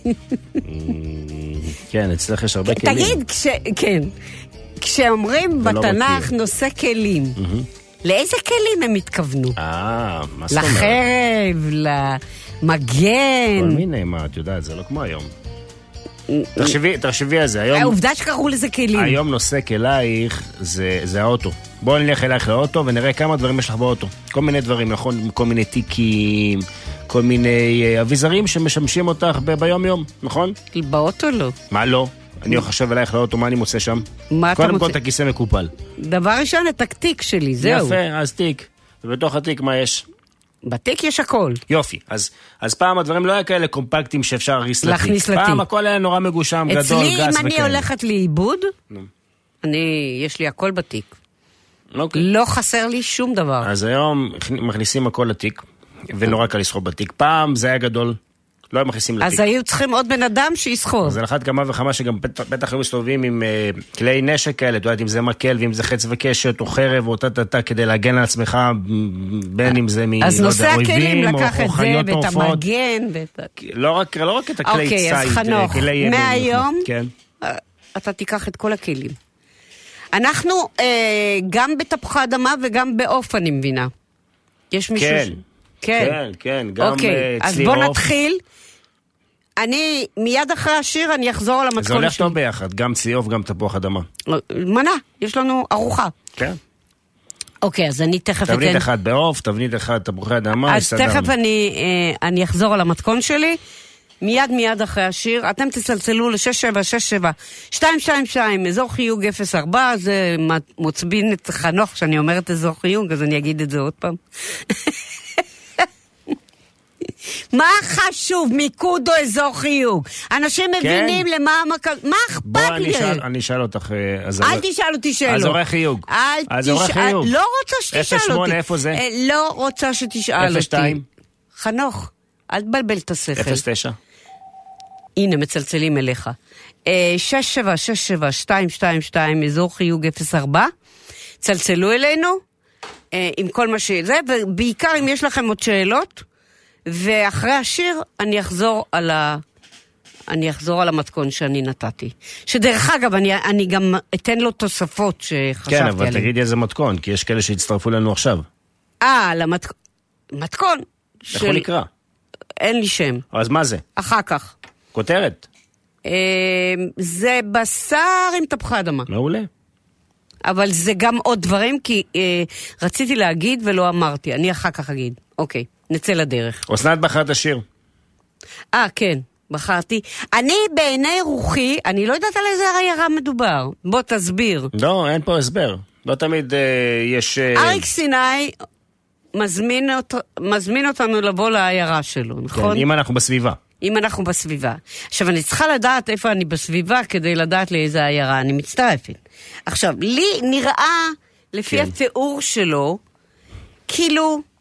[SPEAKER 3] כן, אצלך יש הרבה כלים.
[SPEAKER 2] תגיד, כן, כשאומרים בתנ"ך נושא כלים, לאיזה כלים הם התכוונו?
[SPEAKER 3] אה, מה זאת אומרת?
[SPEAKER 2] לחרב, למגן.
[SPEAKER 3] כל מיני, מה, את יודעת, זה לא כמו היום. תחשבי, תחשבי על זה, היום...
[SPEAKER 2] העובדה שקראו לזה כלים.
[SPEAKER 3] היום נוסק אלייך, זה, זה האוטו. בואו נלך אלייך לאוטו ונראה כמה דברים יש לך באוטו. כל מיני דברים, נכון? כל מיני תיקים, כל מיני אביזרים שמשמשים אותך ב- ביום יום, נכון?
[SPEAKER 2] באוטו לא.
[SPEAKER 3] מה לא? אני חושב אלייך לאוטו, מה אני מוצא שם?
[SPEAKER 2] מה אתה מוצא?
[SPEAKER 3] קודם כל את הכיסא מקופל.
[SPEAKER 2] דבר ראשון, את התיק שלי, זהו.
[SPEAKER 3] יפה, אז תיק. ובתוך התיק מה יש?
[SPEAKER 2] בתיק יש הכל.
[SPEAKER 3] יופי, אז, אז פעם הדברים לא היה כאלה קומפקטים שאפשר להכניס לתיק.
[SPEAKER 2] להכניס לתיק.
[SPEAKER 3] פעם הכל היה נורא מגושם, גדול, גס וכאלה.
[SPEAKER 2] אצלי, אם אני הולכת לאיבוד, אני, יש לי הכל בתיק.
[SPEAKER 3] אוקיי.
[SPEAKER 2] לא חסר לי שום דבר.
[SPEAKER 3] אז היום מכניסים הכל לתיק, ונורא קל לסחוב בתיק. פעם זה היה גדול, לא היו מכניסים לתיק.
[SPEAKER 2] אז היו צריכים עוד בן אדם שיסחוב.
[SPEAKER 3] אז על אחת כמה וכמה שגם בטח היו מסתובבים עם uh, כלי נשק כאלה, אתה יודעת, אם זה מקל, ואם זה חץ וקשת, או חרב, או תתתה, כדי להגן על עצמך, בין אם זה מ...
[SPEAKER 2] אז
[SPEAKER 3] לא
[SPEAKER 2] נושא
[SPEAKER 3] יודע,
[SPEAKER 2] הכלים
[SPEAKER 3] אויבים,
[SPEAKER 2] לקח
[SPEAKER 3] או,
[SPEAKER 2] את
[SPEAKER 3] או
[SPEAKER 2] זה, ואת
[SPEAKER 3] עופות.
[SPEAKER 2] המגן, ואת...
[SPEAKER 3] לא רק, לא רק את הכלי
[SPEAKER 2] אוקיי,
[SPEAKER 3] צייד,
[SPEAKER 2] אז חנוך,
[SPEAKER 3] כלי...
[SPEAKER 2] מהיום,
[SPEAKER 3] כן.
[SPEAKER 2] אתה תיקח את כל הכלים. אנחנו אה, גם בתפוחי אדמה וגם בעוף, אני מבינה. יש מישהו...
[SPEAKER 3] כן,
[SPEAKER 2] ש...
[SPEAKER 3] כן, כן, כן, גם
[SPEAKER 2] אוקיי,
[SPEAKER 3] אצלי
[SPEAKER 2] אז בוא
[SPEAKER 3] עוף.
[SPEAKER 2] נתחיל. אני, מיד אחרי השיר, אני אחזור על המתכון
[SPEAKER 3] זה
[SPEAKER 2] שלי.
[SPEAKER 3] הולך טוב ביחד, גם צליוף, גם תפוח אדמה.
[SPEAKER 2] מנה, יש לנו ארוחה.
[SPEAKER 3] כן.
[SPEAKER 2] אוקיי, אז אני תכף אתן...
[SPEAKER 3] תבנית אחד בעוף, תבנית אחד תפוחי אדמה,
[SPEAKER 2] אז תכף אני, אה, אני אחזור על המתכון שלי. מיד מיד אחרי השיר, אתם תצלצלו ל-שש שבע שש שבע שתיים שתיים שתיים, אזור חיוג אפס ארבע, זה מוצבין את חנוך, שאני אומרת אזור חיוג, אז אני אגיד את זה עוד פעם. מה חשוב, מיקוד או אזור חיוג? אנשים מבינים למה המקל... מה אכפת לי?
[SPEAKER 3] בוא, אני אשאל אותך...
[SPEAKER 2] אל תשאל אותי שאלות.
[SPEAKER 3] אזורי חיוג.
[SPEAKER 2] אל תשאל... לא רוצה שתשאל אותי.
[SPEAKER 3] אפס שמונה, איפה זה?
[SPEAKER 2] לא רוצה שתשאל אותי.
[SPEAKER 3] אפס שתיים.
[SPEAKER 2] חנוך, אל תבלבל את השכל.
[SPEAKER 3] אפס תשע.
[SPEAKER 2] הנה, מצלצלים אליך. שש שבע שש שבע שתיים שתיים שתיים, אזור חיוג אפס ארבע. צלצלו אלינו עם כל מה שזה, ובעיקר אם יש לכם עוד שאלות, ואחרי השיר אני אחזור על ה... אני אחזור על המתכון שאני נתתי. שדרך אגב, אני, אני גם אתן לו תוספות שחשבתי עליהן.
[SPEAKER 3] כן, אבל תגידי איזה מתכון, כי יש כאלה שהצטרפו לנו עכשיו.
[SPEAKER 2] אה, למתכון. מתכון.
[SPEAKER 3] איך הוא נקרא?
[SPEAKER 2] אין לי שם.
[SPEAKER 3] אז מה זה?
[SPEAKER 2] אחר כך.
[SPEAKER 3] כותרת?
[SPEAKER 2] זה בשר עם תפוחי אדמה.
[SPEAKER 3] מעולה.
[SPEAKER 2] אבל זה גם עוד דברים, כי רציתי להגיד ולא אמרתי. אני אחר כך אגיד. אוקיי, נצא לדרך.
[SPEAKER 3] אסנת בחרת השיר.
[SPEAKER 2] אה, כן. בחרתי. אני בעיני רוחי, אני לא יודעת על איזה עיירה מדובר. בוא תסביר.
[SPEAKER 3] לא, אין פה הסבר. לא תמיד אה, יש... אה...
[SPEAKER 2] אריק סיני מזמין, אות... מזמין אותנו לבוא לעיירה שלו, נכון?
[SPEAKER 3] כן, אם אנחנו בסביבה.
[SPEAKER 2] אם אנחנו בסביבה. עכשיו, אני צריכה לדעת איפה אני בסביבה כדי לדעת לאיזה עיירה אני מצטרפת. עכשיו, לי נראה, לפי
[SPEAKER 3] כן.
[SPEAKER 2] התיאור שלו, כאילו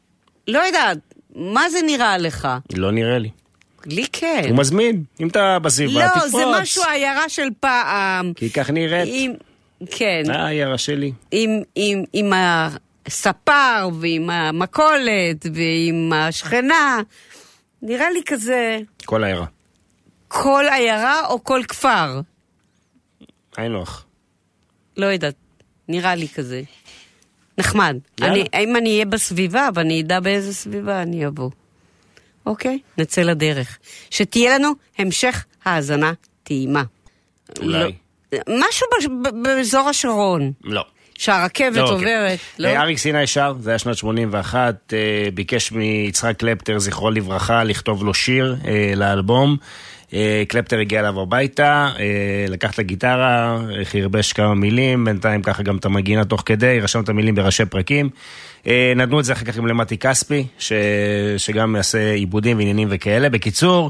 [SPEAKER 2] לא יודעת, מה זה נראה לך?
[SPEAKER 3] לא נראה לי.
[SPEAKER 2] לי כן.
[SPEAKER 3] הוא מזמין, אם אתה בסביבה, תקפוץ.
[SPEAKER 2] לא, זה משהו, העיירה של פעם.
[SPEAKER 3] כי כך נראית.
[SPEAKER 2] עם, כן.
[SPEAKER 3] העיירה שלי.
[SPEAKER 2] עם, עם, עם הספר, ועם המקולת, ועם השכנה. נראה לי כזה...
[SPEAKER 3] כל העיירה.
[SPEAKER 2] כל עיירה או כל כפר?
[SPEAKER 3] אין לך.
[SPEAKER 2] לא יודעת, נראה לי כזה. נחמד. אני, אם אני אהיה בסביבה, ואני אדע באיזה סביבה אני אבוא. אוקיי? נצא לדרך. שתהיה לנו המשך האזנה טעימה.
[SPEAKER 3] אולי.
[SPEAKER 2] לא, משהו באזור השרון.
[SPEAKER 3] לא.
[SPEAKER 2] שהרכבת
[SPEAKER 3] לא,
[SPEAKER 2] עוברת.
[SPEAKER 3] אוקיי.
[SPEAKER 2] לא?
[SPEAKER 3] אריק סיני שר, זה היה שנת שמונים ואחת, ביקש מיצחק קלפטר, זכרו לברכה, לכתוב לו שיר לאלבום. קלפטר הגיע אליו הביתה, לקח את הגיטרה, חרבש כמה מילים, בינתיים ככה גם את המגינה תוך כדי, רשם את המילים בראשי פרקים. נתנו את זה אחר כך עם למתי כספי, ש... שגם יעשה עיבודים ועניינים וכאלה. בקיצור,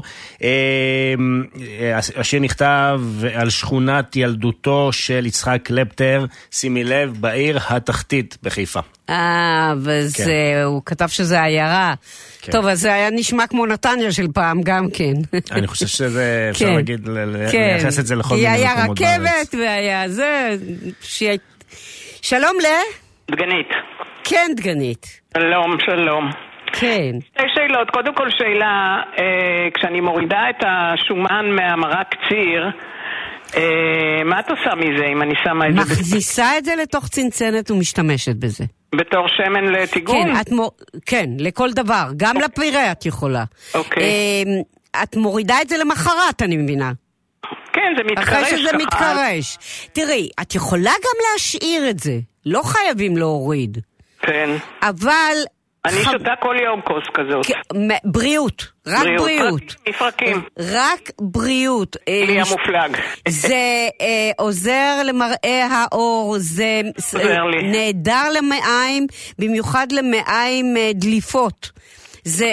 [SPEAKER 3] השיר נכתב על שכונת ילדותו של יצחק קלפטר, שימי לב, בעיר התחתית בחיפה.
[SPEAKER 2] אה, וזה, כן. הוא כתב שזה עיירה. כן. טוב, אז זה היה נשמע כמו נתניה של פעם גם כן. אני
[SPEAKER 3] חושב שזה, אפשר כן. להגיד, כן. לייחס את זה לכל מיני מקומות בארץ.
[SPEAKER 2] כי היה רכבת והיה זה, ש... שלום ל...
[SPEAKER 7] דגנית.
[SPEAKER 2] כן, דגנית.
[SPEAKER 7] שלום, שלום.
[SPEAKER 2] כן.
[SPEAKER 7] שתי שאלות. קודם כל שאלה, אה, כשאני מורידה את השומן מהמרק ציר, אה, מה את עושה מזה אם אני שמה את זה?
[SPEAKER 2] מכניסה את זה לתוך צנצנת ומשתמשת בזה.
[SPEAKER 7] בתור שמן לטיגון?
[SPEAKER 2] כן, את מור... כן, לכל דבר. גם אוקיי. לפירה את יכולה.
[SPEAKER 7] אוקיי.
[SPEAKER 2] אה, את מורידה את זה למחרת, אני מבינה.
[SPEAKER 7] כן, זה מתקרש.
[SPEAKER 2] אחרי שזה ככה. מתקרש. תראי, את יכולה גם להשאיר את זה. לא חייבים להוריד.
[SPEAKER 7] כן.
[SPEAKER 2] אבל...
[SPEAKER 7] אני ח... שותה כל יום כוס כזאת.
[SPEAKER 2] בריאות, רק בריאות. בריאות.
[SPEAKER 7] רק מפרקים.
[SPEAKER 2] רק בריאות.
[SPEAKER 7] לי המופלג.
[SPEAKER 2] זה אה, עוזר למראה האור, זה נהדר למעיים, במיוחד למעיים אה, דליפות. זה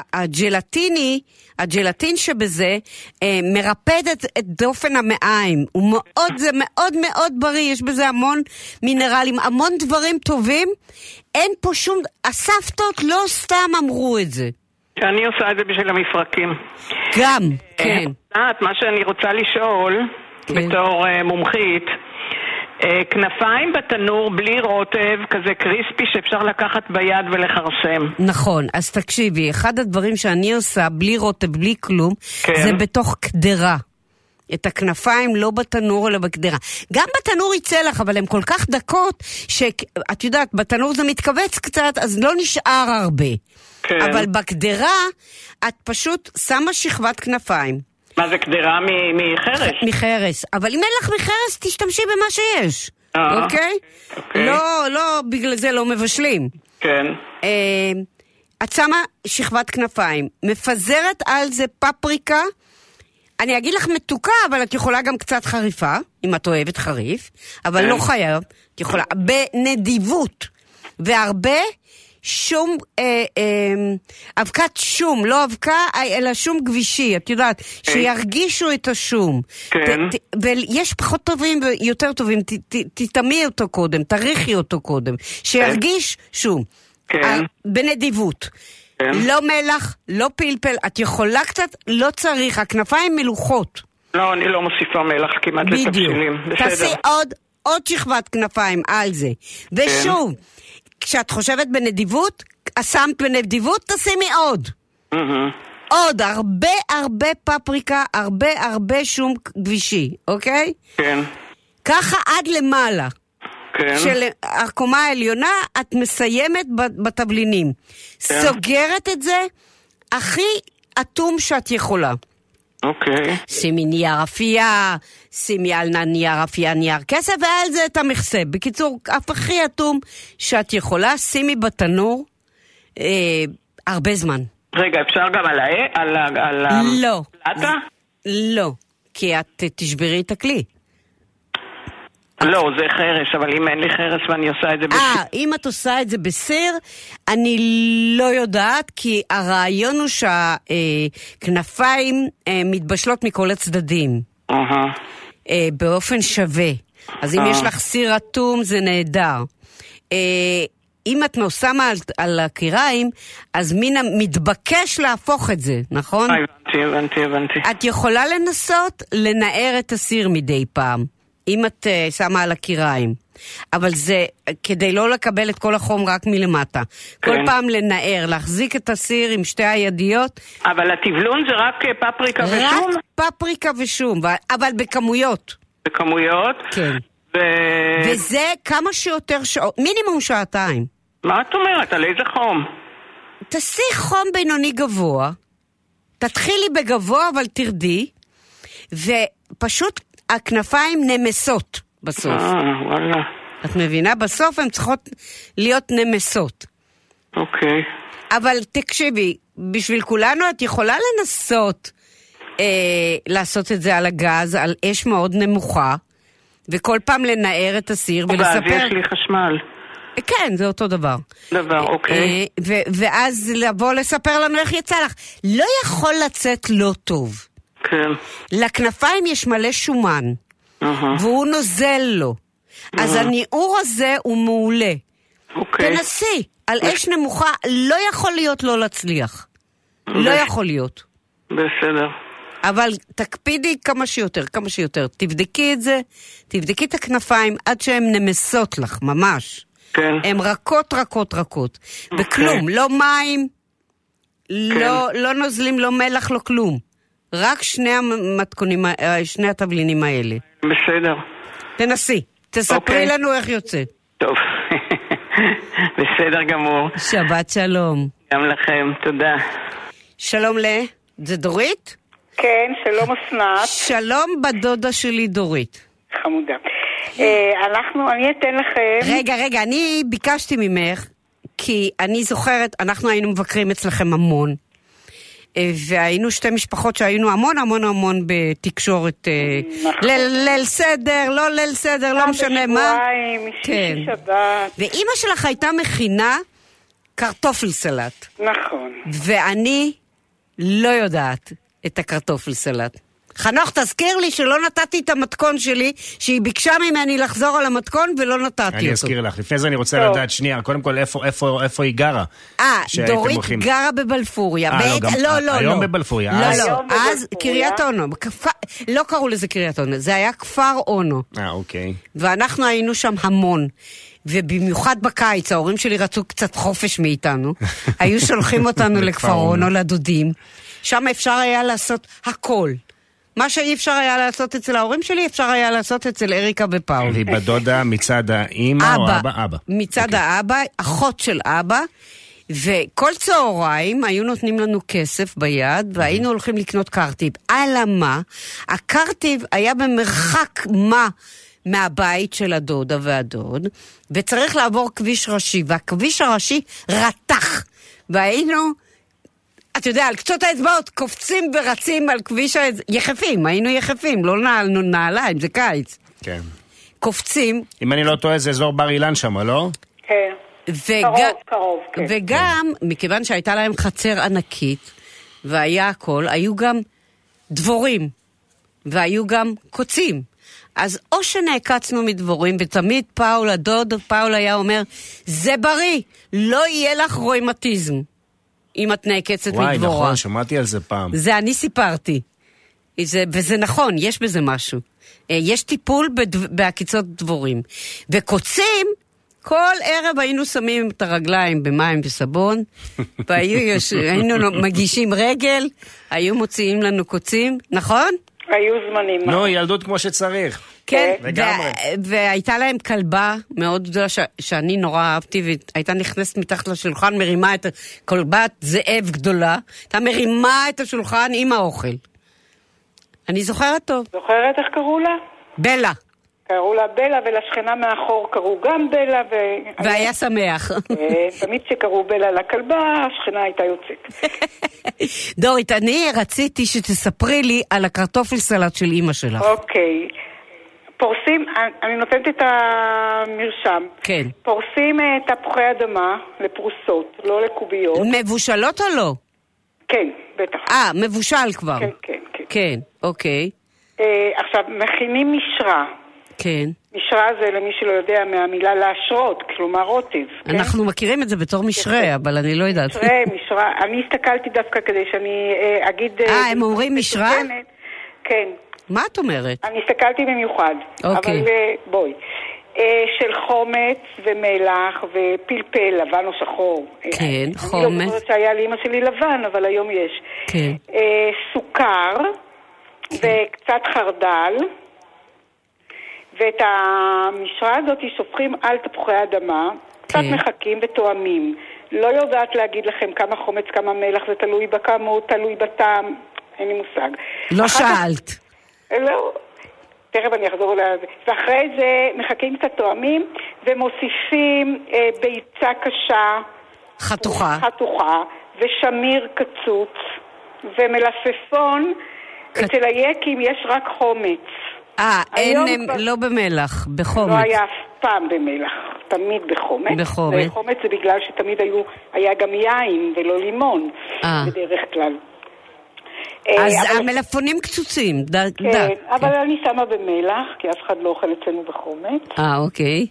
[SPEAKER 2] הג'לטיני, הג'לטין שבזה אה, מרפד את, את דופן המעיים. הוא מאוד, זה מאוד מאוד בריא, יש בזה המון מינרלים, המון דברים טובים. אין פה שום, הסבתות לא סתם אמרו את זה.
[SPEAKER 7] שאני עושה את זה בשביל המפרקים.
[SPEAKER 2] גם, כן.
[SPEAKER 7] את, מה שאני רוצה לשאול, כן. בתור uh, מומחית, uh, כנפיים בתנור בלי רוטב, כזה קריספי שאפשר לקחת ביד ולחרסם.
[SPEAKER 2] נכון, אז תקשיבי, אחד הדברים שאני עושה בלי רוטב, בלי כלום, כן. זה בתוך קדרה. את הכנפיים לא בתנור אלא בקדרה. גם בתנור יצא לך, אבל הן כל כך דקות, שאת יודעת, בתנור זה מתכווץ קצת, אז לא נשאר הרבה. כן. אבל בקדרה, את פשוט שמה שכבת כנפיים.
[SPEAKER 7] מה זה קדרה מחרס?
[SPEAKER 2] מחרס. אבל אם אין לך מחרס, תשתמשי במה שיש. אה, אוקיי? אוקיי. לא, לא, בגלל זה לא מבשלים.
[SPEAKER 7] כן.
[SPEAKER 2] אה, את שמה שכבת כנפיים, מפזרת על זה פפריקה, אני אגיד לך מתוקה, אבל את יכולה גם קצת חריפה, אם את אוהבת חריף, אבל לא חייב, את יכולה, בנדיבות, והרבה שום, אה, אה, אבקת שום, לא אבקה, אלא שום גבישי, את יודעת, שירגישו את השום.
[SPEAKER 7] כן.
[SPEAKER 2] ת, ת, ויש פחות טובים ויותר טובים, ת, ת, תתמי אותו קודם, תריחי אותו קודם, שירגיש שום.
[SPEAKER 7] כן.
[SPEAKER 2] בנדיבות. כן. לא מלח, לא פלפל, את יכולה קצת, לא צריך, הכנפיים מלוכות.
[SPEAKER 7] לא, אני לא מוסיפה מלח כמעט לתבשילים. בסדר.
[SPEAKER 2] תעשי עוד, עוד שכבת כנפיים על זה. ושוב, כן. כשאת חושבת בנדיבות, שמת בנדיבות, תשימי עוד. Mm-hmm. עוד, הרבה הרבה פפריקה, הרבה הרבה שום גבישי, אוקיי?
[SPEAKER 7] כן.
[SPEAKER 2] ככה עד למעלה.
[SPEAKER 7] כן.
[SPEAKER 2] של הקומה העליונה, את מסיימת בתבלינים. כן. סוגרת את זה הכי אטום שאת יכולה.
[SPEAKER 7] אוקיי.
[SPEAKER 2] שימי נייר אפייה, שימי על נייר אפייה, נייר כסף, ועל זה את המכסה. בקיצור, אף הכי אטום שאת יכולה, שימי בתנור אה, הרבה זמן.
[SPEAKER 7] רגע, אפשר גם על ה... על ה... על ה...
[SPEAKER 2] לא.
[SPEAKER 7] פלטה?
[SPEAKER 2] לא, כי את תשברי את הכלי.
[SPEAKER 7] לא, זה חרס, אבל אם אין לי חרס ואני עושה את זה בסיר...
[SPEAKER 2] אה, אם את עושה את זה בסיר, אני לא יודעת, כי הרעיון הוא שהכנפיים מתבשלות מכל הצדדים.
[SPEAKER 7] אהה.
[SPEAKER 2] באופן שווה. אז אם יש לך סיר אטום, זה נהדר. אם את שמה על, על הקיריים, אז מן המתבקש להפוך את זה, נכון?
[SPEAKER 7] הבנתי, הבנתי, הבנתי.
[SPEAKER 2] את יכולה לנסות לנער את הסיר מדי פעם, אם את uh, שמה על הקיריים. אבל זה כדי לא לקבל את כל החום רק מלמטה. כן. כל פעם לנער, להחזיק את הסיר עם שתי הידיות.
[SPEAKER 7] אבל הטבלון זה רק פפריקה רק ושום?
[SPEAKER 2] רק פפריקה ושום, אבל בכמויות.
[SPEAKER 7] בכמויות?
[SPEAKER 2] כן. ו... וזה כמה שיותר שעות, מינימום שעתיים.
[SPEAKER 7] מה את אומרת? על איזה חום?
[SPEAKER 2] תעשי חום בינוני גבוה, תתחילי בגבוה אבל תרדי, ופשוט הכנפיים נמסות בסוף.
[SPEAKER 7] אה, וואלה.
[SPEAKER 2] את מבינה? בסוף הן צריכות להיות נמסות.
[SPEAKER 7] אוקיי.
[SPEAKER 2] אבל תקשיבי, בשביל כולנו את יכולה לנסות אה, לעשות את זה על הגז, על אש מאוד נמוכה, וכל פעם לנער את הסיר ולספר...
[SPEAKER 7] ואז יש לי חשמל.
[SPEAKER 2] כן, זה אותו דבר.
[SPEAKER 7] דבר, אוקיי.
[SPEAKER 2] ו- ואז לבוא לספר לנו איך יצא לך. לא יכול לצאת לא טוב.
[SPEAKER 7] כן.
[SPEAKER 2] לכנפיים יש מלא שומן, והוא נוזל לו. אז הניעור הזה הוא מעולה.
[SPEAKER 7] אוקיי.
[SPEAKER 2] תנסי, על אש נמוכה לא יכול להיות לא להצליח. לא יכול להיות.
[SPEAKER 7] בסדר.
[SPEAKER 2] אבל תקפידי כמה שיותר, כמה שיותר. תבדקי את זה, תבדקי את הכנפיים עד שהן נמסות לך, ממש.
[SPEAKER 7] כן.
[SPEAKER 2] הן רכות, רכות, רכות. וכלום, לא מים, לא, לא נוזלים, לא מלח, לא כלום. רק שני המתכונים, שני התבלינים האלה.
[SPEAKER 7] בסדר.
[SPEAKER 2] תנסי, תספרי לנו איך יוצא.
[SPEAKER 7] טוב. בסדר גמור.
[SPEAKER 2] שבת שלום.
[SPEAKER 7] גם לכם, תודה.
[SPEAKER 2] שלום ל... זה דורית?
[SPEAKER 6] כן, שלום אסנת.
[SPEAKER 2] שלום בדודה שלי דורית.
[SPEAKER 6] חמודה. אנחנו, אני אתן לכם...
[SPEAKER 2] רגע, רגע, אני ביקשתי ממך, כי אני זוכרת, אנחנו היינו מבקרים אצלכם המון, והיינו שתי משפחות שהיינו המון המון המון בתקשורת, ליל סדר, לא ליל סדר, לא משנה מה.
[SPEAKER 6] כן. שבת.
[SPEAKER 2] ואימא שלך הייתה מכינה קרטופל סלט.
[SPEAKER 6] נכון.
[SPEAKER 2] ואני לא יודעת את הקרטופל סלט. חנוך, תזכיר לי שלא נתתי את המתכון שלי, שהיא ביקשה ממני לחזור על המתכון ולא נתתי אותו.
[SPEAKER 3] אני אזכיר לך. לפני זה אני רוצה לדעת שנייה, קודם כל איפה, איפה, איפה היא גרה?
[SPEAKER 2] אה, דורית גרה בבלפוריה.
[SPEAKER 3] אה, לא, גם,
[SPEAKER 2] לא, לא,
[SPEAKER 3] היום
[SPEAKER 2] לא.
[SPEAKER 3] בבלפוריה.
[SPEAKER 2] לא,
[SPEAKER 3] אז...
[SPEAKER 2] לא, אז קריית אונו. לא קראו לזה קריית אונו, זה היה כפר אונו.
[SPEAKER 3] אה, אוקיי.
[SPEAKER 2] ואנחנו היינו שם המון. ובמיוחד בקיץ, ההורים שלי רצו קצת חופש מאיתנו. היו שולחים אותנו לכפר אונו, לדודים. שם אפשר היה לעשות הכל. מה שאי אפשר היה לעשות אצל ההורים שלי, אפשר היה לעשות אצל אריקה ופאול.
[SPEAKER 3] והיא בדודה מצד האמא או אבא? אבא.
[SPEAKER 2] מצד האבא, אחות של אבא, וכל צהריים היו נותנים לנו כסף ביד, והיינו הולכים לקנות קרטיב. אלא מה? הקרטיב היה במרחק מה מהבית של הדודה והדוד, וצריך לעבור כביש ראשי, והכביש הראשי רתח, והיינו... אתה יודע, על קצות האצבעות קופצים ורצים על כביש יחפים, היינו יחפים, לא נעלנו נעליים, זה קיץ.
[SPEAKER 3] כן.
[SPEAKER 2] קופצים.
[SPEAKER 3] אם אני לא טועה, זה אזור בר אילן שם, לא?
[SPEAKER 6] כן.
[SPEAKER 2] וג...
[SPEAKER 6] קרוב, קרוב, כן.
[SPEAKER 2] וגם, כן. מכיוון שהייתה להם חצר ענקית, והיה הכל, היו גם דבורים, והיו גם קוצים. אז או שנעקצנו מדבורים, ותמיד פאול, הדוד פאול היה אומר, זה בריא, לא יהיה לך רוימטיזם. אם את נעקצת מדבורה.
[SPEAKER 3] וואי, נכון, שמעתי על זה פעם.
[SPEAKER 2] זה אני סיפרתי. זה, וזה נכון, יש בזה משהו. יש טיפול בדו, בעקיצות דבורים. וקוצים, כל ערב היינו שמים את הרגליים במים וסבון, והיינו מגישים רגל, היו מוציאים לנו קוצים, נכון?
[SPEAKER 6] היו זמנים.
[SPEAKER 3] נו, ילדות כמו שצריך.
[SPEAKER 2] כן, והייתה להם כלבה מאוד גדולה שאני נורא אהבתי, והייתה נכנסת מתחת לשולחן, מרימה את כלבת זאב גדולה, הייתה מרימה את השולחן עם האוכל. אני זוכרת טוב.
[SPEAKER 6] זוכרת איך קראו לה?
[SPEAKER 2] בלה.
[SPEAKER 6] קראו לה בלה, ולשכנה מאחור קראו גם בלה.
[SPEAKER 2] והיה שמח.
[SPEAKER 6] תמיד שקראו בלה לכלבה, השכנה הייתה יוצאת.
[SPEAKER 2] דורית, אני רציתי שתספרי לי על הקרטופל סלט של אמא שלך.
[SPEAKER 6] אוקיי. פורסים, אני נותנת את המרשם.
[SPEAKER 2] כן.
[SPEAKER 6] פורסים תפוחי אדמה לפרוסות, לא לקוביות.
[SPEAKER 2] מבושלות או לא?
[SPEAKER 6] כן, בטח.
[SPEAKER 2] אה, מבושל כבר.
[SPEAKER 6] כן, כן, כן.
[SPEAKER 2] כן, אוקיי.
[SPEAKER 6] עכשיו, מכינים משרה.
[SPEAKER 2] כן.
[SPEAKER 6] משרה זה למי שלא יודע מהמילה להשרות, כלומר רוטב.
[SPEAKER 2] אנחנו כן? מכירים את זה בתור משרה, אבל אני לא יודעת.
[SPEAKER 6] משרה, משרה. אני הסתכלתי דווקא כדי שאני אה, אגיד...
[SPEAKER 2] אה, הם אומרים משרה?
[SPEAKER 6] כן.
[SPEAKER 2] מה את אומרת?
[SPEAKER 6] אני הסתכלתי במיוחד.
[SPEAKER 2] אוקיי.
[SPEAKER 6] אבל אה, בואי. אה, של חומץ ומלח ופלפל, לבן או שחור.
[SPEAKER 2] כן,
[SPEAKER 6] אני
[SPEAKER 2] חומץ.
[SPEAKER 6] אני לא זוכרת שהיה לאמא שלי לבן, אבל היום יש.
[SPEAKER 2] כן.
[SPEAKER 6] אה, סוכר כן. וקצת חרדל. ואת המשרה הזאת שופכים על תפוחי אדמה, קצת כן. מחכים ותואמים. לא יודעת להגיד לכם כמה חומץ, כמה מלח, זה תלוי בכמות, תלוי בטעם, אין לי מושג.
[SPEAKER 2] לא שאלת.
[SPEAKER 6] כך... לא, תכף אני אחזור לזה. ואחרי זה מחכים קצת תואמים, ומוסיפים אה, ביצה קשה.
[SPEAKER 2] חתוכה.
[SPEAKER 6] חתוכה, ושמיר קצוץ, ומלפפון. כת... אצל היקים יש רק חומץ.
[SPEAKER 2] אה, אין, הם כבר... לא במלח, בחומץ. לא
[SPEAKER 6] היה אף פעם במלח, תמיד בחומץ.
[SPEAKER 2] בחומץ.
[SPEAKER 6] וחומץ זה בגלל שתמיד היו, היה גם יין ולא לימון, 아. בדרך כלל.
[SPEAKER 2] אז
[SPEAKER 6] אבל...
[SPEAKER 2] המלפפונים קצוצים, ד...
[SPEAKER 6] כן,
[SPEAKER 2] דק.
[SPEAKER 6] אבל
[SPEAKER 2] כן.
[SPEAKER 6] אני שמה במלח, כי אף אחד לא אוכל אצלנו בחומץ.
[SPEAKER 2] אה, אוקיי.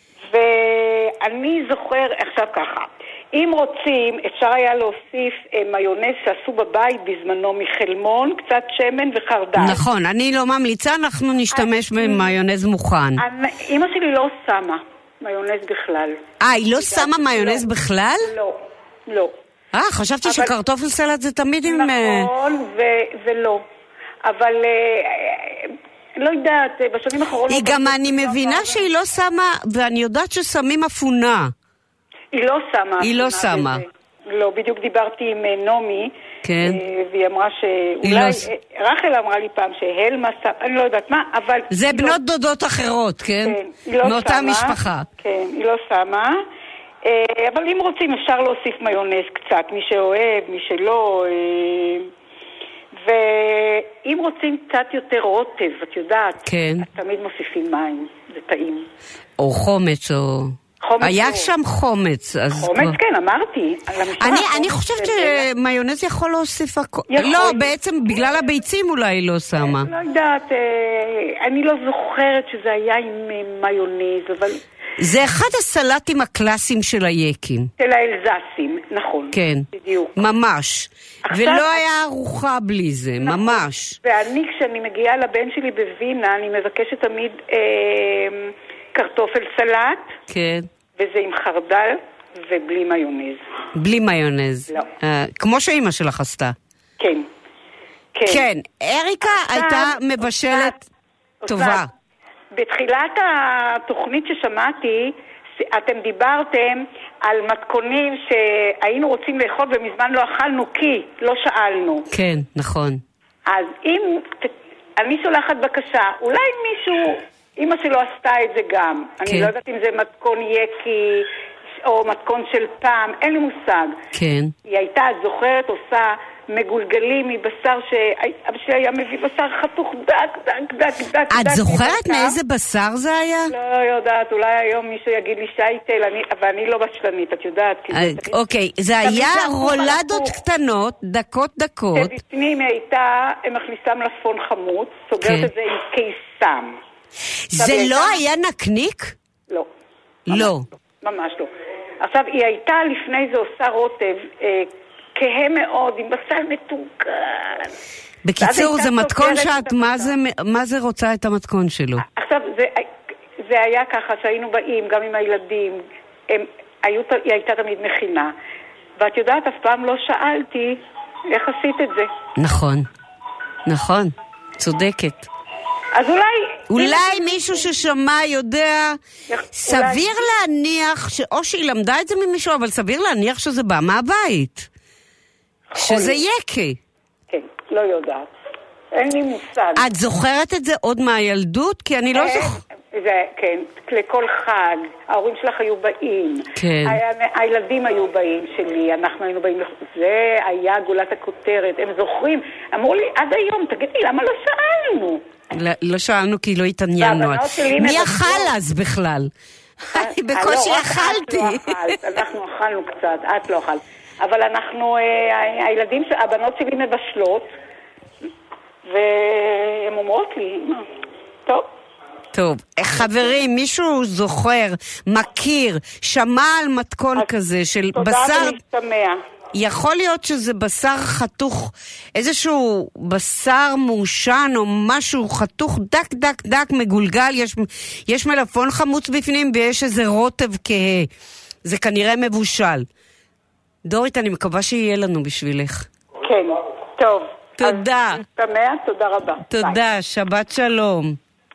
[SPEAKER 6] ואני זוכר, עכשיו ככה, אם רוצים, אפשר היה להוסיף אה, מיונז שעשו בבית בזמנו מחלמון, קצת שמן וחרדל.
[SPEAKER 2] נכון, אני לא ממליצה, אנחנו נשתמש אני, במיונז מוכן. אני,
[SPEAKER 6] אמא שלי לא שמה מיונז בכלל.
[SPEAKER 2] אה, היא לא שמה מיונז
[SPEAKER 6] לא,
[SPEAKER 2] בכלל?
[SPEAKER 6] לא, לא.
[SPEAKER 2] אה, חשבתי אבל... שקרטופל סלט זה תמיד עם...
[SPEAKER 6] נכון, ו- ולא. אבל... אה, לא יודעת, בשנים האחרונות...
[SPEAKER 2] היא גם, אני מבינה שהיא לא שמה, ואני יודעת ששמים אפונה.
[SPEAKER 6] היא לא שמה.
[SPEAKER 2] היא לא שמה.
[SPEAKER 6] לא, בדיוק דיברתי עם נומי,
[SPEAKER 2] כן.
[SPEAKER 6] והיא אמרה שאולי... רחל אמרה לי פעם שהלמה שמה, אני לא יודעת מה, אבל...
[SPEAKER 2] זה בנות דודות אחרות, כן?
[SPEAKER 6] כן, היא לא שמה.
[SPEAKER 2] מאותה משפחה.
[SPEAKER 6] כן, היא לא שמה. אבל אם רוצים אפשר להוסיף מיונז קצת, מי שאוהב, מי שלא... ואם רוצים קצת יותר רוטב, את יודעת,
[SPEAKER 2] כן.
[SPEAKER 6] תמיד מוסיפים מים, זה טעים.
[SPEAKER 2] או חומץ, או...
[SPEAKER 6] חומץ
[SPEAKER 2] היה
[SPEAKER 6] או...
[SPEAKER 2] שם חומץ. אז
[SPEAKER 6] חומץ, כבר... כן, אמרתי.
[SPEAKER 2] אני, אני חושבת שמיונז יכול להוסיף... יכול... לא, בעצם בגלל הביצים אולי היא לא שמה.
[SPEAKER 6] לא יודעת, אני לא זוכרת שזה היה עם מיונז, אבל...
[SPEAKER 2] זה אחד הסלטים הקלאסיים של היקים.
[SPEAKER 6] של האלזסים, נכון.
[SPEAKER 2] כן,
[SPEAKER 6] בדיוק.
[SPEAKER 2] ממש.
[SPEAKER 6] עכשיו...
[SPEAKER 2] ולא היה ארוחה בלי זה, נכון. ממש.
[SPEAKER 6] ואני, כשאני מגיעה לבן שלי בווינה, אני מבקשת תמיד אה, קרטופל סלט. כן. וזה עם חרדל ובלי מיונז.
[SPEAKER 2] בלי מיונז.
[SPEAKER 6] לא.
[SPEAKER 2] אה, כמו שאימא שלך עשתה.
[SPEAKER 6] כן. כן.
[SPEAKER 2] כן, אריקה עכשיו, הייתה מבשלת טובה. עכשיו,
[SPEAKER 6] בתחילת התוכנית ששמעתי, אתם דיברתם על מתכונים שהיינו רוצים לאכול ומזמן לא אכלנו כי לא שאלנו.
[SPEAKER 2] כן, נכון.
[SPEAKER 6] אז אם אני שולחת בקשה, אולי מישהו, אמא שלו עשתה את זה גם. כן. אני לא יודעת אם זה מתכון יקי או מתכון של פעם, אין לי מושג.
[SPEAKER 2] כן.
[SPEAKER 6] היא הייתה, את זוכרת, עושה מגולגלים מבשר שאבא שלי היה מביא בשר חתוך דק, דק, דק, דק.
[SPEAKER 2] את
[SPEAKER 6] דק
[SPEAKER 2] זוכרת מאיזה בשר זה היה?
[SPEAKER 6] לא יודעת, אולי היום מישהו יגיד לי שייטל, אבל אני לא בשלנית, את יודעת.
[SPEAKER 2] אוקיי, זה היה רולדות קטנות, דקות דקות.
[SPEAKER 6] ובפנים היא הייתה מכניסה מלפפון חמוץ, סוגרת את זה עם קיסם.
[SPEAKER 2] זה לא היה נקניק?
[SPEAKER 6] לא.
[SPEAKER 2] לא.
[SPEAKER 6] ממש לא. עכשיו, היא הייתה לפני זה עושה רוטב, כהה מאוד, עם בשר מתוקן.
[SPEAKER 2] בקיצור, זה מתכון שאת, מה זה, מה זה רוצה את המתכון שלו?
[SPEAKER 6] עכשיו, זה, זה היה ככה שהיינו באים, גם עם הילדים, הם, היו, היא הייתה תמיד מכינה. ואת יודעת, אף פעם לא שאלתי איך עשית את זה.
[SPEAKER 2] נכון, נכון, צודקת.
[SPEAKER 6] אז אולי...
[SPEAKER 2] אולי מישהו ששמע יודע, סביר להניח, או שהיא למדה את זה ממישהו, אבל סביר להניח שזה בא מהבית. שזה יקי.
[SPEAKER 6] כן, לא יודעת. אין לי מושג.
[SPEAKER 2] את זוכרת את זה עוד מהילדות? כי אני לא זוכרת.
[SPEAKER 6] זה, כן, לכל חג. ההורים שלך היו באים.
[SPEAKER 2] כן.
[SPEAKER 6] הילדים היו באים שלי, אנחנו היינו באים. זה היה גולת הכותרת. הם זוכרים. אמרו לי, עד היום, תגידי, למה לא שאלנו?
[SPEAKER 2] לא, לא שאלנו כי לא התעניינו. מי אכל אז בכלל? אני בקושי אכלתי.
[SPEAKER 6] אנחנו אכלנו קצת, את לא אכלת. אבל אנחנו, הילדים, הבנות שלי מבשלות, והן אומרות לי, טוב,
[SPEAKER 2] טוב, חברים, מישהו זוכר, מכיר, שמע על מתכון כזה של
[SPEAKER 6] תודה
[SPEAKER 2] בשר...
[SPEAKER 6] תודה ולהשתמע.
[SPEAKER 2] יכול להיות שזה בשר חתוך, איזשהו בשר מושן או משהו חתוך דק דק דק מגולגל, יש, יש מלפון חמוץ בפנים ויש איזה רוטב כהה. זה כנראה מבושל. דורית, אני מקווה שיהיה לנו בשבילך.
[SPEAKER 6] כן, טוב.
[SPEAKER 2] תודה.
[SPEAKER 6] תשתמע, תודה רבה.
[SPEAKER 2] תודה, ביי. שבת שלום.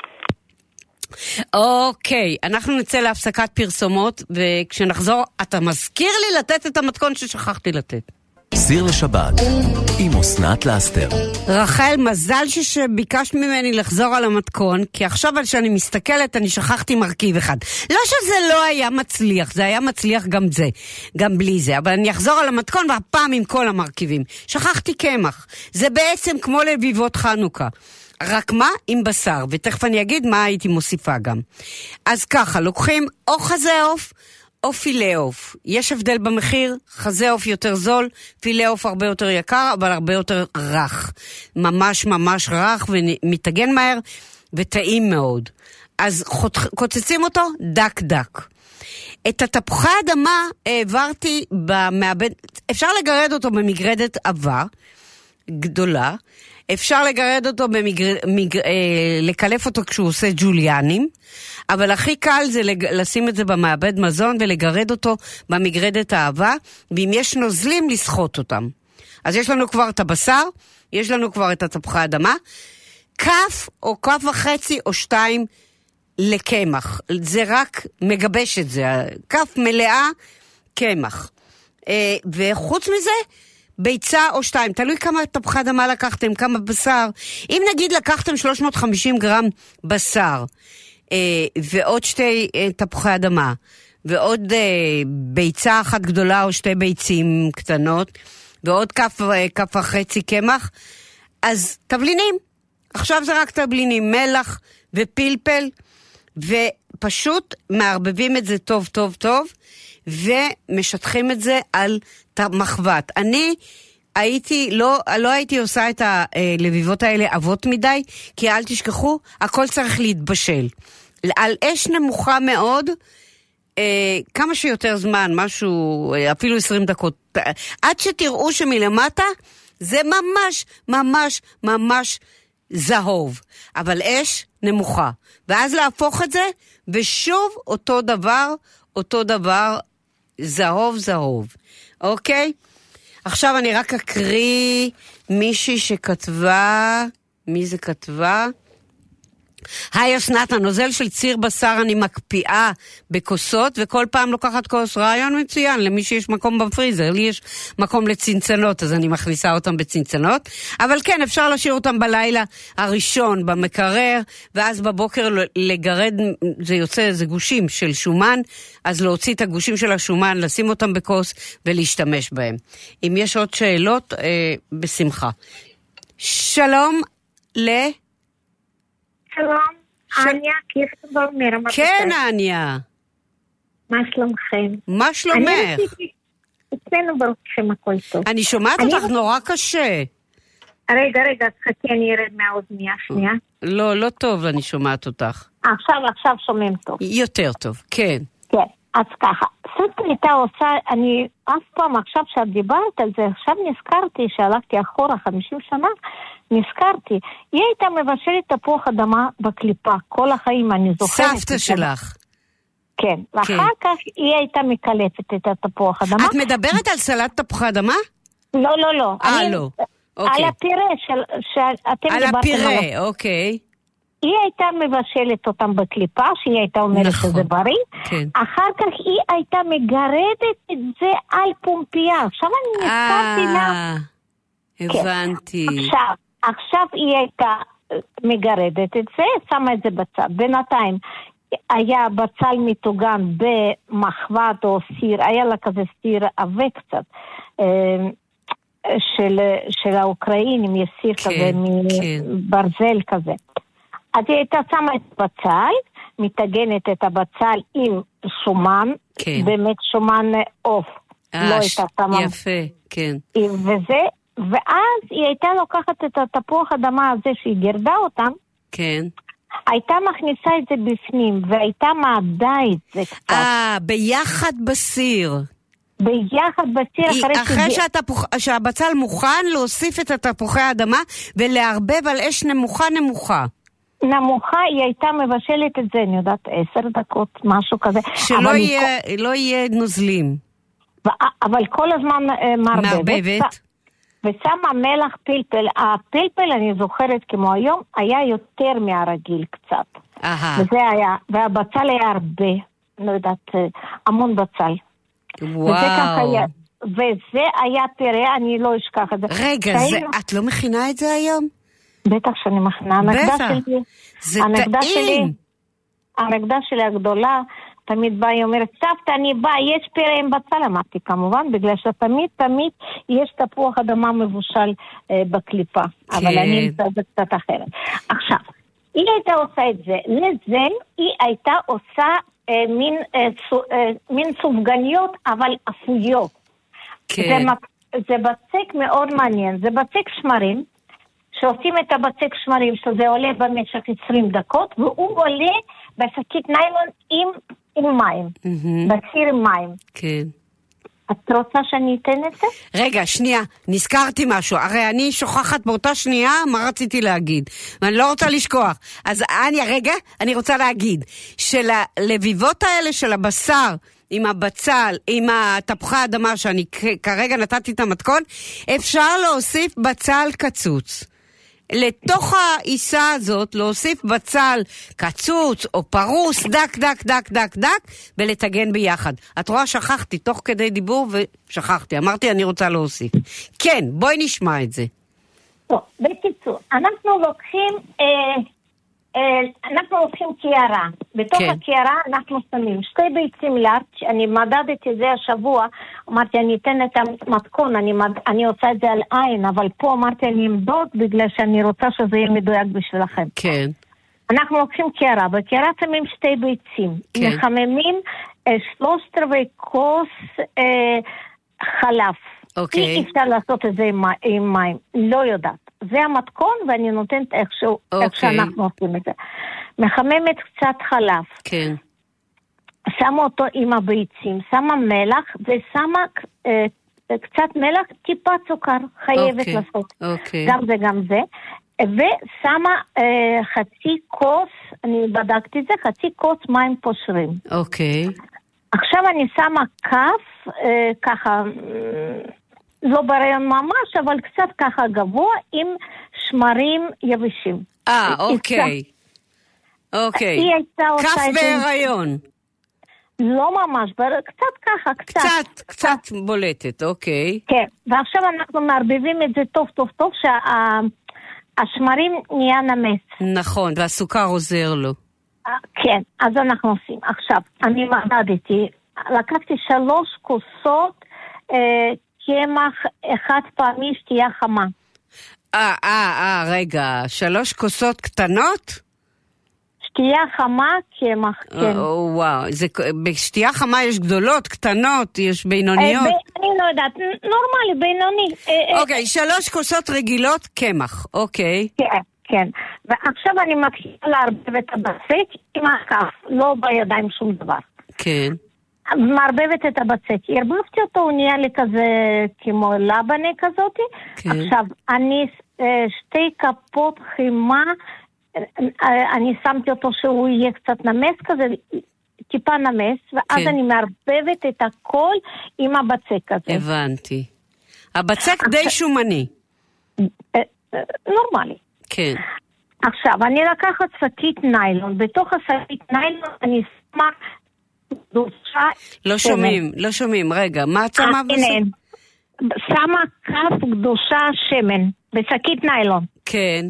[SPEAKER 2] אוקיי, אנחנו נצא להפסקת פרסומות, וכשנחזור, אתה מזכיר לי לתת את המתכון ששכחתי לתת.
[SPEAKER 1] סיר לשבת, עם אסנת לאסתר.
[SPEAKER 2] רחל, מזל שביקשת ממני לחזור על המתכון, כי עכשיו על שאני מסתכלת, אני שכחתי מרכיב אחד. לא שזה לא היה מצליח, זה היה מצליח גם זה, גם בלי זה, אבל אני אחזור על המתכון, והפעם עם כל המרכיבים. שכחתי קמח. זה בעצם כמו לביבות חנוכה. רק מה? עם בשר, ותכף אני אגיד מה הייתי מוסיפה גם. אז ככה, לוקחים או חזה עוף, או פילה עוף. יש הבדל במחיר, חזה עוף יותר זול, פילה עוף הרבה יותר יקר, אבל הרבה יותר רך. ממש ממש רך ומתגן מהר, וטעים מאוד. אז קוצצים אותו דק דק. את התפוחי אדמה העברתי במעבד, אפשר לגרד אותו במגרדת עבה גדולה, אפשר לגרד אותו, במגר... מג... אה, לקלף אותו כשהוא עושה ג'וליאנים, אבל הכי קל זה לג... לשים את זה במעבד מזון ולגרד אותו במגרדת האהבה, ואם יש נוזלים לסחוט אותם. אז יש לנו כבר את הבשר, יש לנו כבר את התפוחי אדמה, כף או כף וחצי או שתיים לקמח. זה רק מגבש את זה, כף מלאה קמח. אה, וחוץ מזה, ביצה או שתיים, תלוי כמה תפוחי אדמה לקחתם, כמה בשר. אם נגיד לקחתם שלוש מאות וחמישים גרם בשר, אה, ועוד שתי אה, תפוחי אדמה, ועוד אה, ביצה אחת גדולה או שתי ביצים קטנות, ועוד כף, אה, כף וחצי קמח, אז תבלינים. עכשיו זה רק תבלינים, מלח ופלפל, ופשוט מערבבים את זה טוב טוב טוב, ומשטחים את זה על מחבת. אני הייתי, לא, לא הייתי עושה את הלביבות האלה אבות מדי, כי אל תשכחו, הכל צריך להתבשל. על אש נמוכה מאוד, אה, כמה שיותר זמן, משהו, אפילו עשרים דקות, עד שתראו שמלמטה, זה ממש, ממש, ממש זהוב. אבל אש נמוכה. ואז להפוך את זה, ושוב אותו דבר, אותו דבר, זהוב זהוב. אוקיי? עכשיו אני רק אקריא מישהי שכתבה, מי זה כתבה? היי אסנת, הנוזל של ציר בשר אני מקפיאה בכוסות, וכל פעם לוקחת כוס. רעיון מצוין, למי שיש מקום בפריזר, לי יש מקום לצנצנות, אז אני מכניסה אותם בצנצנות, אבל כן, אפשר להשאיר אותם בלילה הראשון במקרר, ואז בבוקר לגרד, זה יוצא, זה גושים של שומן, אז להוציא את הגושים של השומן, לשים אותם בכוס ולהשתמש בהם. אם יש עוד שאלות, אה, בשמחה. שלום ל...
[SPEAKER 8] שלום, אניה קירסנבורג מרמת השרון.
[SPEAKER 2] כן, אניה.
[SPEAKER 8] מה שלומכם?
[SPEAKER 2] מה שלומך?
[SPEAKER 8] אצלנו ברוך השם הכל טוב.
[SPEAKER 2] אני שומעת אותך נורא קשה.
[SPEAKER 8] רגע, רגע, חכי, אני ארד מהאוזניה, שנייה.
[SPEAKER 2] לא, לא טוב, אני שומעת אותך.
[SPEAKER 8] עכשיו, עכשיו שומעים טוב.
[SPEAKER 2] יותר טוב, כן.
[SPEAKER 8] כן, אז ככה. סוטה הייתה עושה, אני אף פעם עכשיו שאת דיברת על זה, עכשיו נזכרתי שהלכתי אחורה חמישים שנה, נזכרתי, היא הייתה מבשלת תפוח אדמה בקליפה, כל החיים אני זוכרת.
[SPEAKER 2] סבתא שלך.
[SPEAKER 8] כן, ואחר כך היא הייתה מקלפת את התפוח אדמה.
[SPEAKER 2] את מדברת על סלט תפוח אדמה?
[SPEAKER 8] לא, לא, לא.
[SPEAKER 2] אה, לא.
[SPEAKER 8] על הפירה שאתם
[SPEAKER 2] דיברתם עליו. על הפירה, אוקיי.
[SPEAKER 8] היא הייתה מבשלת אותם בקליפה, שהיא הייתה אומרת שזה בריא. אחר כך היא הייתה מגרדת את זה על פומפייה. עכשיו אני נזכרתי לה...
[SPEAKER 2] הבנתי.
[SPEAKER 8] עכשיו, עכשיו היא הייתה מגרדת את זה, שמה את זה בצד. בינתיים היה בצל מטוגן במחבת או סיר, היה לה כזה סיר עבה קצת, של, של האוקראינים, יש סיר כזה מברזל כזה. אז היא הייתה שמה את בצל, מתגנת את הבצל עם שומן, באמת שומן עוף. לא הייתה שמה.
[SPEAKER 2] יפה, כן.
[SPEAKER 8] וזה, ואז היא הייתה לוקחת את התפוח אדמה הזה שהיא גרדה אותם,
[SPEAKER 2] כן.
[SPEAKER 8] הייתה מכניסה את זה בפנים, והייתה מעדה את זה קצת.
[SPEAKER 2] אה, ביחד בסיר.
[SPEAKER 8] ביחד בסיר, אחרי,
[SPEAKER 2] אחרי שהתפוח, שהבצל מוכן, להוסיף את התפוחי האדמה, ולהרבב על אש נמוכה נמוכה.
[SPEAKER 8] נמוכה, היא הייתה מבשלת את זה, אני יודעת, עשר דקות, משהו כזה.
[SPEAKER 2] שלא יהיה, כל... לא יהיה נוזלים.
[SPEAKER 8] ו... אבל כל הזמן uh, מערבבת.
[SPEAKER 2] מערבבת.
[SPEAKER 8] ושמה מלח פלפל. הפלפל, אני זוכרת כמו היום, היה יותר מהרגיל קצת.
[SPEAKER 2] אהה.
[SPEAKER 8] וזה היה, והבצל היה הרבה, לא יודעת, המון בצל.
[SPEAKER 2] וואו.
[SPEAKER 8] וזה ככה היה, וזה היה פירה, אני לא אשכח את זה.
[SPEAKER 2] רגע, זה, את לא מכינה את זה היום?
[SPEAKER 8] בטח שאני מכינה.
[SPEAKER 2] בטח, זה טעים.
[SPEAKER 8] הנגדה שלי הגדולה, תמיד באה, היא אומרת, סבתא, אני באה, יש פירה עם בצל, אמרתי כמובן, בגלל שתמיד, תמיד יש תפוח אדמה מבושל אה, בקליפה, כן. אבל אני אמצא את זה קצת אחרת. עכשיו, היא הייתה עושה את זה, לזה היא הייתה עושה אה, מין, אה, סו, אה, מין סופגניות, אבל אפויות. כן. זה, זה בצק מאוד מעניין, זה בצק שמרים, שעושים את הבצק שמרים, שזה עולה במשך עשרים דקות, והוא עולה בשקית ניילון עם, עם מים, mm-hmm. בסיר עם מים.
[SPEAKER 2] כן.
[SPEAKER 8] את רוצה שאני אתן את זה?
[SPEAKER 2] רגע, שנייה, נזכרתי משהו. הרי אני שוכחת באותה שנייה מה רציתי להגיד, ואני לא רוצה לשכוח. אז אני, רגע, אני רוצה להגיד, שללביבות האלה של הבשר, עם הבצל, עם התפוחי האדמה, שאני כרגע נתתי את המתכון, אפשר להוסיף בצל קצוץ. לתוך העיסה הזאת להוסיף בצל קצוץ או פרוס, דק דק דק דק דק, ולתגן ביחד. את רואה, שכחתי תוך כדי דיבור ושכחתי, אמרתי אני רוצה להוסיף. כן, בואי נשמע את זה.
[SPEAKER 8] טוב, בקיצור, אנחנו לוקחים אה, אה, אנחנו לוקחים קערה. בתוך כן. הקערה אנחנו שמים שתי ביצים לארץ', אני מדדתי את זה השבוע, אמרתי אני אתן את המתכון, אני, מד... אני עושה את זה על עין, אבל פה אמרתי אני אמדוד בגלל שאני רוצה שזה יהיה מדויק בשבילכם.
[SPEAKER 2] כן. אנחנו
[SPEAKER 8] לוקחים קערה, בקערה שמים שתי ביצים, כן. מחממים אה, שלושת רבעי כוס אה, חלב.
[SPEAKER 2] אוקיי.
[SPEAKER 8] אי אפשר לעשות את זה עם, עם מים, לא יודעת. זה המתכון ואני נותנת איכשהו,
[SPEAKER 2] אוקיי.
[SPEAKER 8] איך שאנחנו עושים את זה. מחממת קצת חלב.
[SPEAKER 2] כן.
[SPEAKER 8] שמה אותו עם הביצים, שמה מלח ושמה אה, קצת מלח, טיפה סוכר, חייבת
[SPEAKER 2] אוקיי.
[SPEAKER 8] לעשות.
[SPEAKER 2] אוקיי.
[SPEAKER 8] גם זה גם זה. ושמה אה, חצי כוס, אני בדקתי את זה, חצי כוס מים פושרים.
[SPEAKER 2] אוקיי.
[SPEAKER 8] עכשיו אני שמה כף, אה, ככה, לא ברעיון ממש, אבל קצת ככה גבוה, עם שמרים יבשים.
[SPEAKER 2] אה, אוקיי. אוקיי.
[SPEAKER 8] היא הייתה עושה
[SPEAKER 2] כף
[SPEAKER 8] את זה...
[SPEAKER 2] בהיריון.
[SPEAKER 8] לא ממש, קצת ככה, קצת.
[SPEAKER 2] קצת, קצת בולטת, אוקיי.
[SPEAKER 8] כן, ועכשיו אנחנו מערבבים את זה טוב טוב טוב, שהשמרים נהיה נמס. נכון,
[SPEAKER 2] והסוכר עוזר לו.
[SPEAKER 8] כן, אז אנחנו עושים. עכשיו, אני מדדתי, לקחתי שלוש כוסות אה, קמח אחד פעמי שתייה חמה.
[SPEAKER 2] אה, אה, אה, רגע, שלוש כוסות קטנות?
[SPEAKER 8] שתייה חמה, קמח, כן.
[SPEAKER 2] או, וואו, זה, בשתייה חמה יש גדולות, קטנות, יש בינוניות?
[SPEAKER 8] אה, ב, אני לא יודעת, נורמלי, בינוני.
[SPEAKER 2] אוקיי, אה, שלוש כוסות רגילות, קמח, אוקיי.
[SPEAKER 8] כן. כן, ועכשיו אני מתחילה לערבב את הבצק עם הכף, לא בידיים שום דבר.
[SPEAKER 2] כן.
[SPEAKER 8] מערבבת את הבצק, ערבבתי אותו, הוא נהיה לי כזה כמו לבנה כזאת. כן. עכשיו, אני שתי כפות חימה, אני שמתי אותו שהוא יהיה קצת נמס כזה, טיפה נמס, ואז כן. אני מערבבת את הכל עם הבצק הזה.
[SPEAKER 2] הבנתי. הבצק די שומני.
[SPEAKER 8] נורמלי.
[SPEAKER 2] כן.
[SPEAKER 8] עכשיו, אני לקחת שקית ניילון, בתוך השקית ניילון אני שמה קדושה...
[SPEAKER 2] לא שומעים, לא שומעים, רגע, מה את שמה?
[SPEAKER 8] הנה, שמה כף קדושה שמן, בשקית ניילון.
[SPEAKER 2] כן.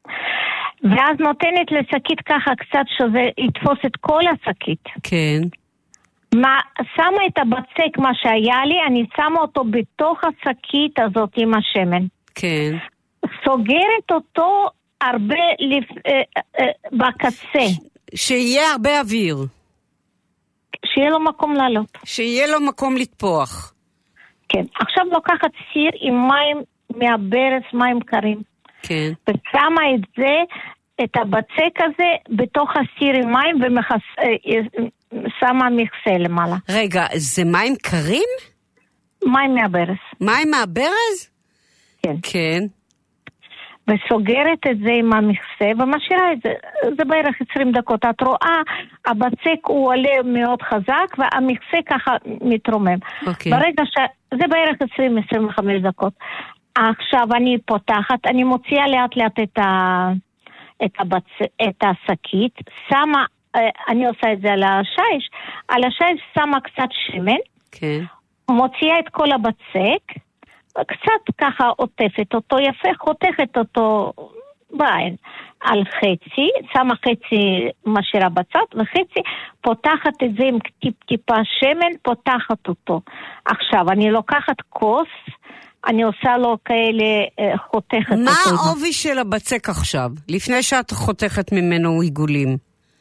[SPEAKER 8] ואז נותנת לשקית ככה קצת שזה יתפוס את כל השקית.
[SPEAKER 2] כן.
[SPEAKER 8] מה, שמה את הבצק, מה שהיה לי, אני שמה אותו בתוך השקית הזאת עם השמן.
[SPEAKER 2] כן.
[SPEAKER 8] סוגרת אותו הרבה לפ... אה, אה, בקצה.
[SPEAKER 2] שיהיה הרבה אוויר.
[SPEAKER 8] שיהיה לו מקום לעלות.
[SPEAKER 2] שיהיה לו מקום לטפוח.
[SPEAKER 8] כן. עכשיו לוקחת סיר עם מים מהברס, מים קרים.
[SPEAKER 2] כן.
[SPEAKER 8] ושמה את זה את הבצק הזה בתוך הסיר עם מים ושמה מכסה למעלה.
[SPEAKER 2] רגע, זה מים קרים?
[SPEAKER 8] מים מהברז.
[SPEAKER 2] מים מהברז?
[SPEAKER 8] כן.
[SPEAKER 2] כן.
[SPEAKER 8] וסוגרת את זה עם המכסה ומשאירה את זה. זה בערך עשרים דקות. את רואה, הבצק הוא עולה מאוד חזק והמכסה ככה מתרומם.
[SPEAKER 2] אוקיי.
[SPEAKER 8] ברגע ש... זה בערך עשרים עד עשרים וחמש דקות. עכשיו אני פותחת, אני מוציאה לאט לאט את, ה... את, הבצ... את השקית, שמה, אני עושה את זה על השיש, על השיש שמה קצת שמן,
[SPEAKER 2] כן.
[SPEAKER 8] מוציאה את כל הבצק, קצת ככה עוטפת אותו יפה, חותכת אותו בעין על חצי, שמה חצי משאירה בצד, וחצי פותחת את זה עם טיפ טיפה שמן, פותחת אותו. עכשיו, אני לוקחת כוס, אני עושה לו כאלה, חותכת
[SPEAKER 2] מה
[SPEAKER 8] אותו.
[SPEAKER 2] מה העובי של הבצק עכשיו? לפני שאת חותכת ממנו עיגולים?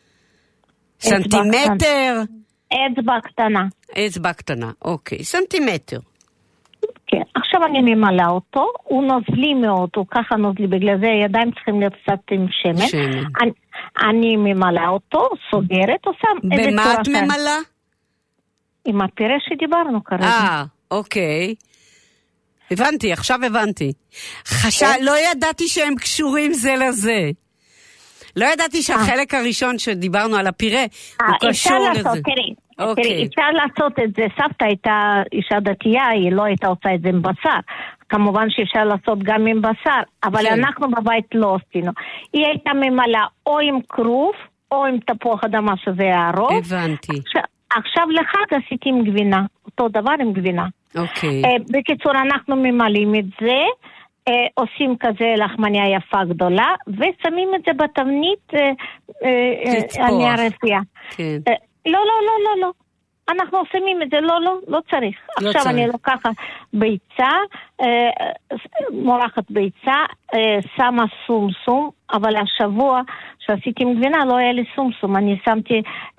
[SPEAKER 2] סנטימטר?
[SPEAKER 8] אצבע קטנה.
[SPEAKER 2] אצבע קטנה, אוקיי. סנטימטר.
[SPEAKER 8] כן, עכשיו אני ממלאה אותו, הוא נוזלי מאוד, הוא ככה נוזלי, בגלל זה הידיים צריכים להיות קצת עם שמן.
[SPEAKER 2] שמן.
[SPEAKER 8] אני, אני ממלאה אותו, סוגרת, עושה איזה צורה.
[SPEAKER 2] במה את ממלאה?
[SPEAKER 8] עם הפירה שדיברנו כרגע.
[SPEAKER 2] אה, אוקיי. הבנתי, עכשיו הבנתי. חשב, לא ידעתי שהם קשורים זה לזה. לא ידעתי שהחלק הראשון שדיברנו על הפירה, הוא קשור לזה.
[SPEAKER 8] לעשות, תראי, תראי, אפשר לעשות את זה. סבתא הייתה אישה דתייה, היא לא הייתה עושה את זה עם בשר. כמובן שאפשר לעשות גם עם בשר, אבל אנחנו בבית לא עשינו. היא הייתה ממלאה או עם כרוב, או עם תפוח אדמה שזה הרוב.
[SPEAKER 2] הבנתי.
[SPEAKER 8] עכשיו לחג עשיתי עם גבינה, אותו דבר עם גבינה.
[SPEAKER 2] אוקיי.
[SPEAKER 8] בקיצור, אנחנו ממלאים את זה, עושים כזה לחמניה יפה גדולה, ושמים את זה בתבנית הנייר רפייה. לא, לא, לא, לא, לא. אנחנו שמים את זה, לא, לא, לא צריך. עכשיו אני לוקחת ביצה, מורחת ביצה, שמה סום סום, אבל השבוע שעשיתי עם גבינה לא היה לי סום סום, אני שמתי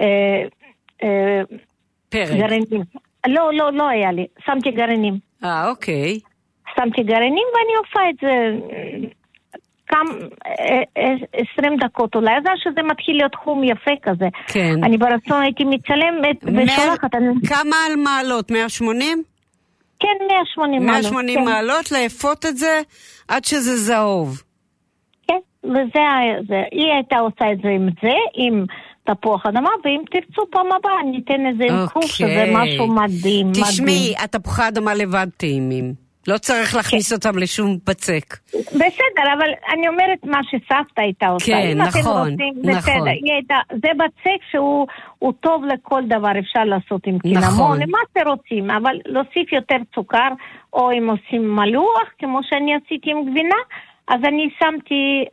[SPEAKER 8] גרעינים. לא, לא, לא היה לי. שמתי גרעינים.
[SPEAKER 2] אה, אוקיי.
[SPEAKER 8] שמתי גרעינים ואני עושה את זה כמה, עשרים דקות אולי. זה שזה מתחיל להיות חום יפה כזה. כן. אני ברצון הייתי מצלמת ושולחת.
[SPEAKER 2] כמה על מעלות? מאה ושמונים?
[SPEAKER 8] כן, מאה ושמונים מעלות.
[SPEAKER 2] מאה ושמונים מעלות, לאפות את זה עד שזה זהוב.
[SPEAKER 8] כן, וזה, היא הייתה עושה את זה עם זה, עם תפוח אדמה, ואם תרצו פעם הבאה, ניתן איזה עם כרוב, שזה משהו מדהים.
[SPEAKER 2] תשמעי, התפוח אדמה לבד טעימים. לא צריך להכניס אותם לשום בצק.
[SPEAKER 8] בסדר, אבל אני אומרת מה שסבתא הייתה עושה.
[SPEAKER 2] כן, נכון, נכון.
[SPEAKER 8] זה בצק שהוא טוב לכל דבר, אפשר לעשות עם קינמון, מה אתם רוצים, אבל להוסיף יותר סוכר, או אם עושים מלוח, כמו שאני עשיתי עם גבינה, אז אני שמתי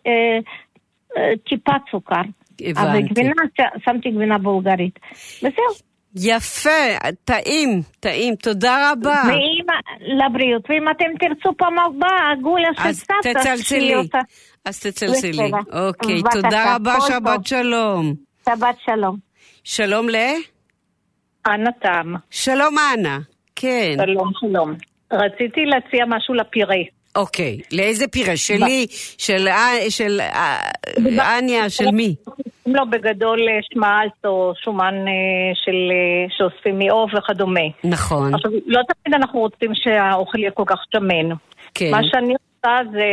[SPEAKER 8] טיפה סוכר. אבל גבינה, שמתי גבינה בולגרית. וזהו.
[SPEAKER 2] יפה, טעים, טעים, תודה רבה.
[SPEAKER 8] ואם, לבריאות, ואם אתם תרצו פעם הבאה, הגולה של סבתא.
[SPEAKER 2] אז תצלצלי, אז תצלצלי. אוקיי, תודה רבה, שבת שלום.
[SPEAKER 8] שבת שלום.
[SPEAKER 2] שלום ל?
[SPEAKER 7] אנה תם.
[SPEAKER 2] שלום אנה, כן.
[SPEAKER 7] שלום, שלום. רציתי להציע משהו לפירה.
[SPEAKER 2] אוקיי, לאיזה פירה? שלי, של אניה, של מי?
[SPEAKER 7] לא, בגדול שמאלט או שומן של שאוספים מעוף וכדומה.
[SPEAKER 2] נכון.
[SPEAKER 7] עכשיו, לא תמיד אנחנו רוצים שהאוכל יהיה כל כך שמן.
[SPEAKER 2] כן.
[SPEAKER 7] מה שאני עושה זה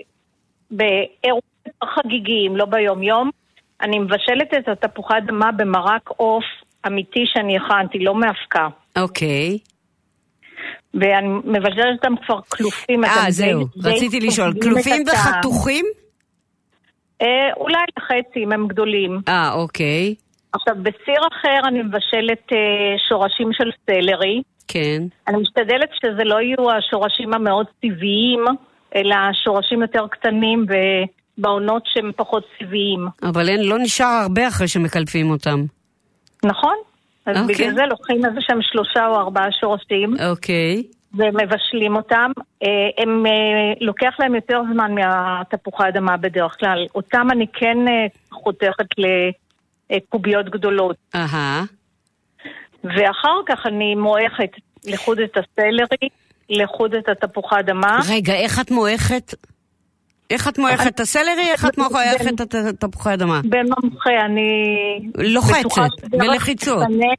[SPEAKER 7] באירועים חגיגיים, לא ביום יום, אני מבשלת את התפוחי אדמה במרק עוף אמיתי שאני הכנתי, לא מאפקה.
[SPEAKER 2] אוקיי.
[SPEAKER 7] ואני מבשלת אותם כבר כלופים.
[SPEAKER 2] אה, זהו, רציתי לשאול, כלופים וחתוכים?
[SPEAKER 7] אה, אולי לחצי, אם הם גדולים.
[SPEAKER 2] אה, אוקיי.
[SPEAKER 7] עכשיו, בסיר אחר אני מבשלת אה, שורשים של סלרי.
[SPEAKER 2] כן.
[SPEAKER 7] אני משתדלת שזה לא יהיו השורשים המאוד טבעיים, אלא שורשים יותר קטנים ובעונות שהם פחות טבעיים.
[SPEAKER 2] אבל אין, לא נשאר הרבה אחרי שמקלפים אותם.
[SPEAKER 7] נכון. אז אוקיי. בגלל זה לוקחים איזה שהם שלושה או ארבעה שורשים.
[SPEAKER 2] אוקיי.
[SPEAKER 7] ומבשלים אותם. הם לוקח להם יותר זמן מהתפוחי האדמה בדרך כלל. אותם אני כן חותכת לקוביות גדולות.
[SPEAKER 2] אהה.
[SPEAKER 7] ואחר כך אני מועכת לחוד את הסלרי, לחוד את התפוחי האדמה.
[SPEAKER 2] רגע, איך את מועכת? איך את מועכת את הסלרי? איך את מועכת את תפוחי אדמה?
[SPEAKER 8] במומחה, אני...
[SPEAKER 2] לוחצת, בלחיצות.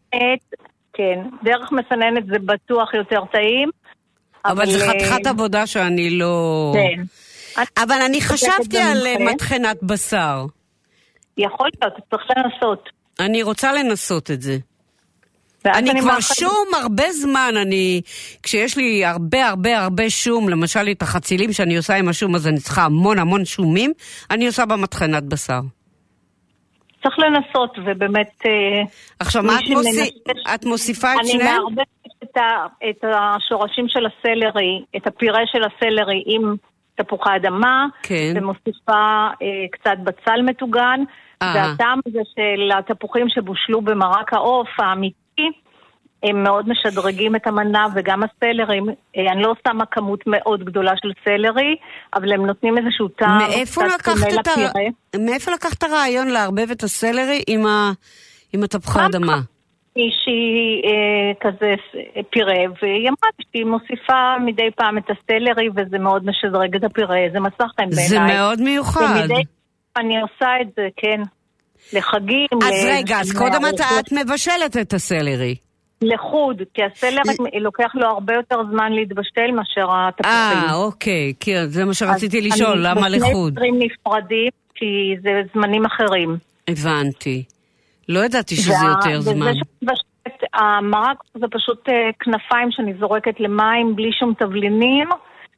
[SPEAKER 8] כן, דרך מסננת זה בטוח יותר טעים.
[SPEAKER 2] אבל זה חתיכת עבודה שאני לא...
[SPEAKER 8] כן.
[SPEAKER 2] אבל אני חשבתי על מטחנת בשר.
[SPEAKER 8] יכול להיות, צריך לנסות.
[SPEAKER 2] אני רוצה לנסות את זה. אני כבר שום הרבה זמן, אני, כשיש לי הרבה הרבה הרבה שום, למשל את החצילים שאני עושה עם השום, אז אני צריכה המון המון שומים, אני עושה במטחנת בשר.
[SPEAKER 8] צריך לנסות, ובאמת...
[SPEAKER 2] עכשיו, מה את, מוסיפ... את מוסיפה את שניהם?
[SPEAKER 8] אני מערבבת את, ה... את השורשים של הסלרי, את הפירה של הסלרי עם תפוחי אדמה,
[SPEAKER 2] כן.
[SPEAKER 8] ומוסיפה אה, קצת בצל מטוגן, אה. והטעם הזה של התפוחים שבושלו במרק העוף האמיתי, הם מאוד משדרגים את המנה, וגם הסלרים, אני לא שמה כמות מאוד גדולה של סלרי, אבל הם נותנים איזשהו טעם.
[SPEAKER 2] מאיפה לקחת את, הר... מאיפה לקחת הרעיון לערבב את הסלרי עם, ה... עם התפוחי אדמה?
[SPEAKER 8] מישהי אה, כזה פירה, והיא אמרה שהיא מוסיפה מדי פעם את הסלרי, וזה מאוד משדרג את הפירה, זה מסך חיים בעיניי.
[SPEAKER 2] זה מאוד מיוחד.
[SPEAKER 8] ומדי אני עושה את זה, כן. לחגים.
[SPEAKER 2] אז רגע, אז קודם את מבשלת את הסלרי.
[SPEAKER 8] לחוד, כי הסלרי לוקח לו הרבה יותר זמן להתבשל מאשר התפוחים.
[SPEAKER 2] אה, אוקיי, זה מה שרציתי לשאול, למה לחוד?
[SPEAKER 8] אני בשני דברים נפרדים, כי זה זמנים אחרים.
[SPEAKER 2] הבנתי. לא ידעתי שזה יותר זמן.
[SPEAKER 8] וזה שבשלת, המרק זה פשוט כנפיים שאני זורקת למים בלי שום תבלינים,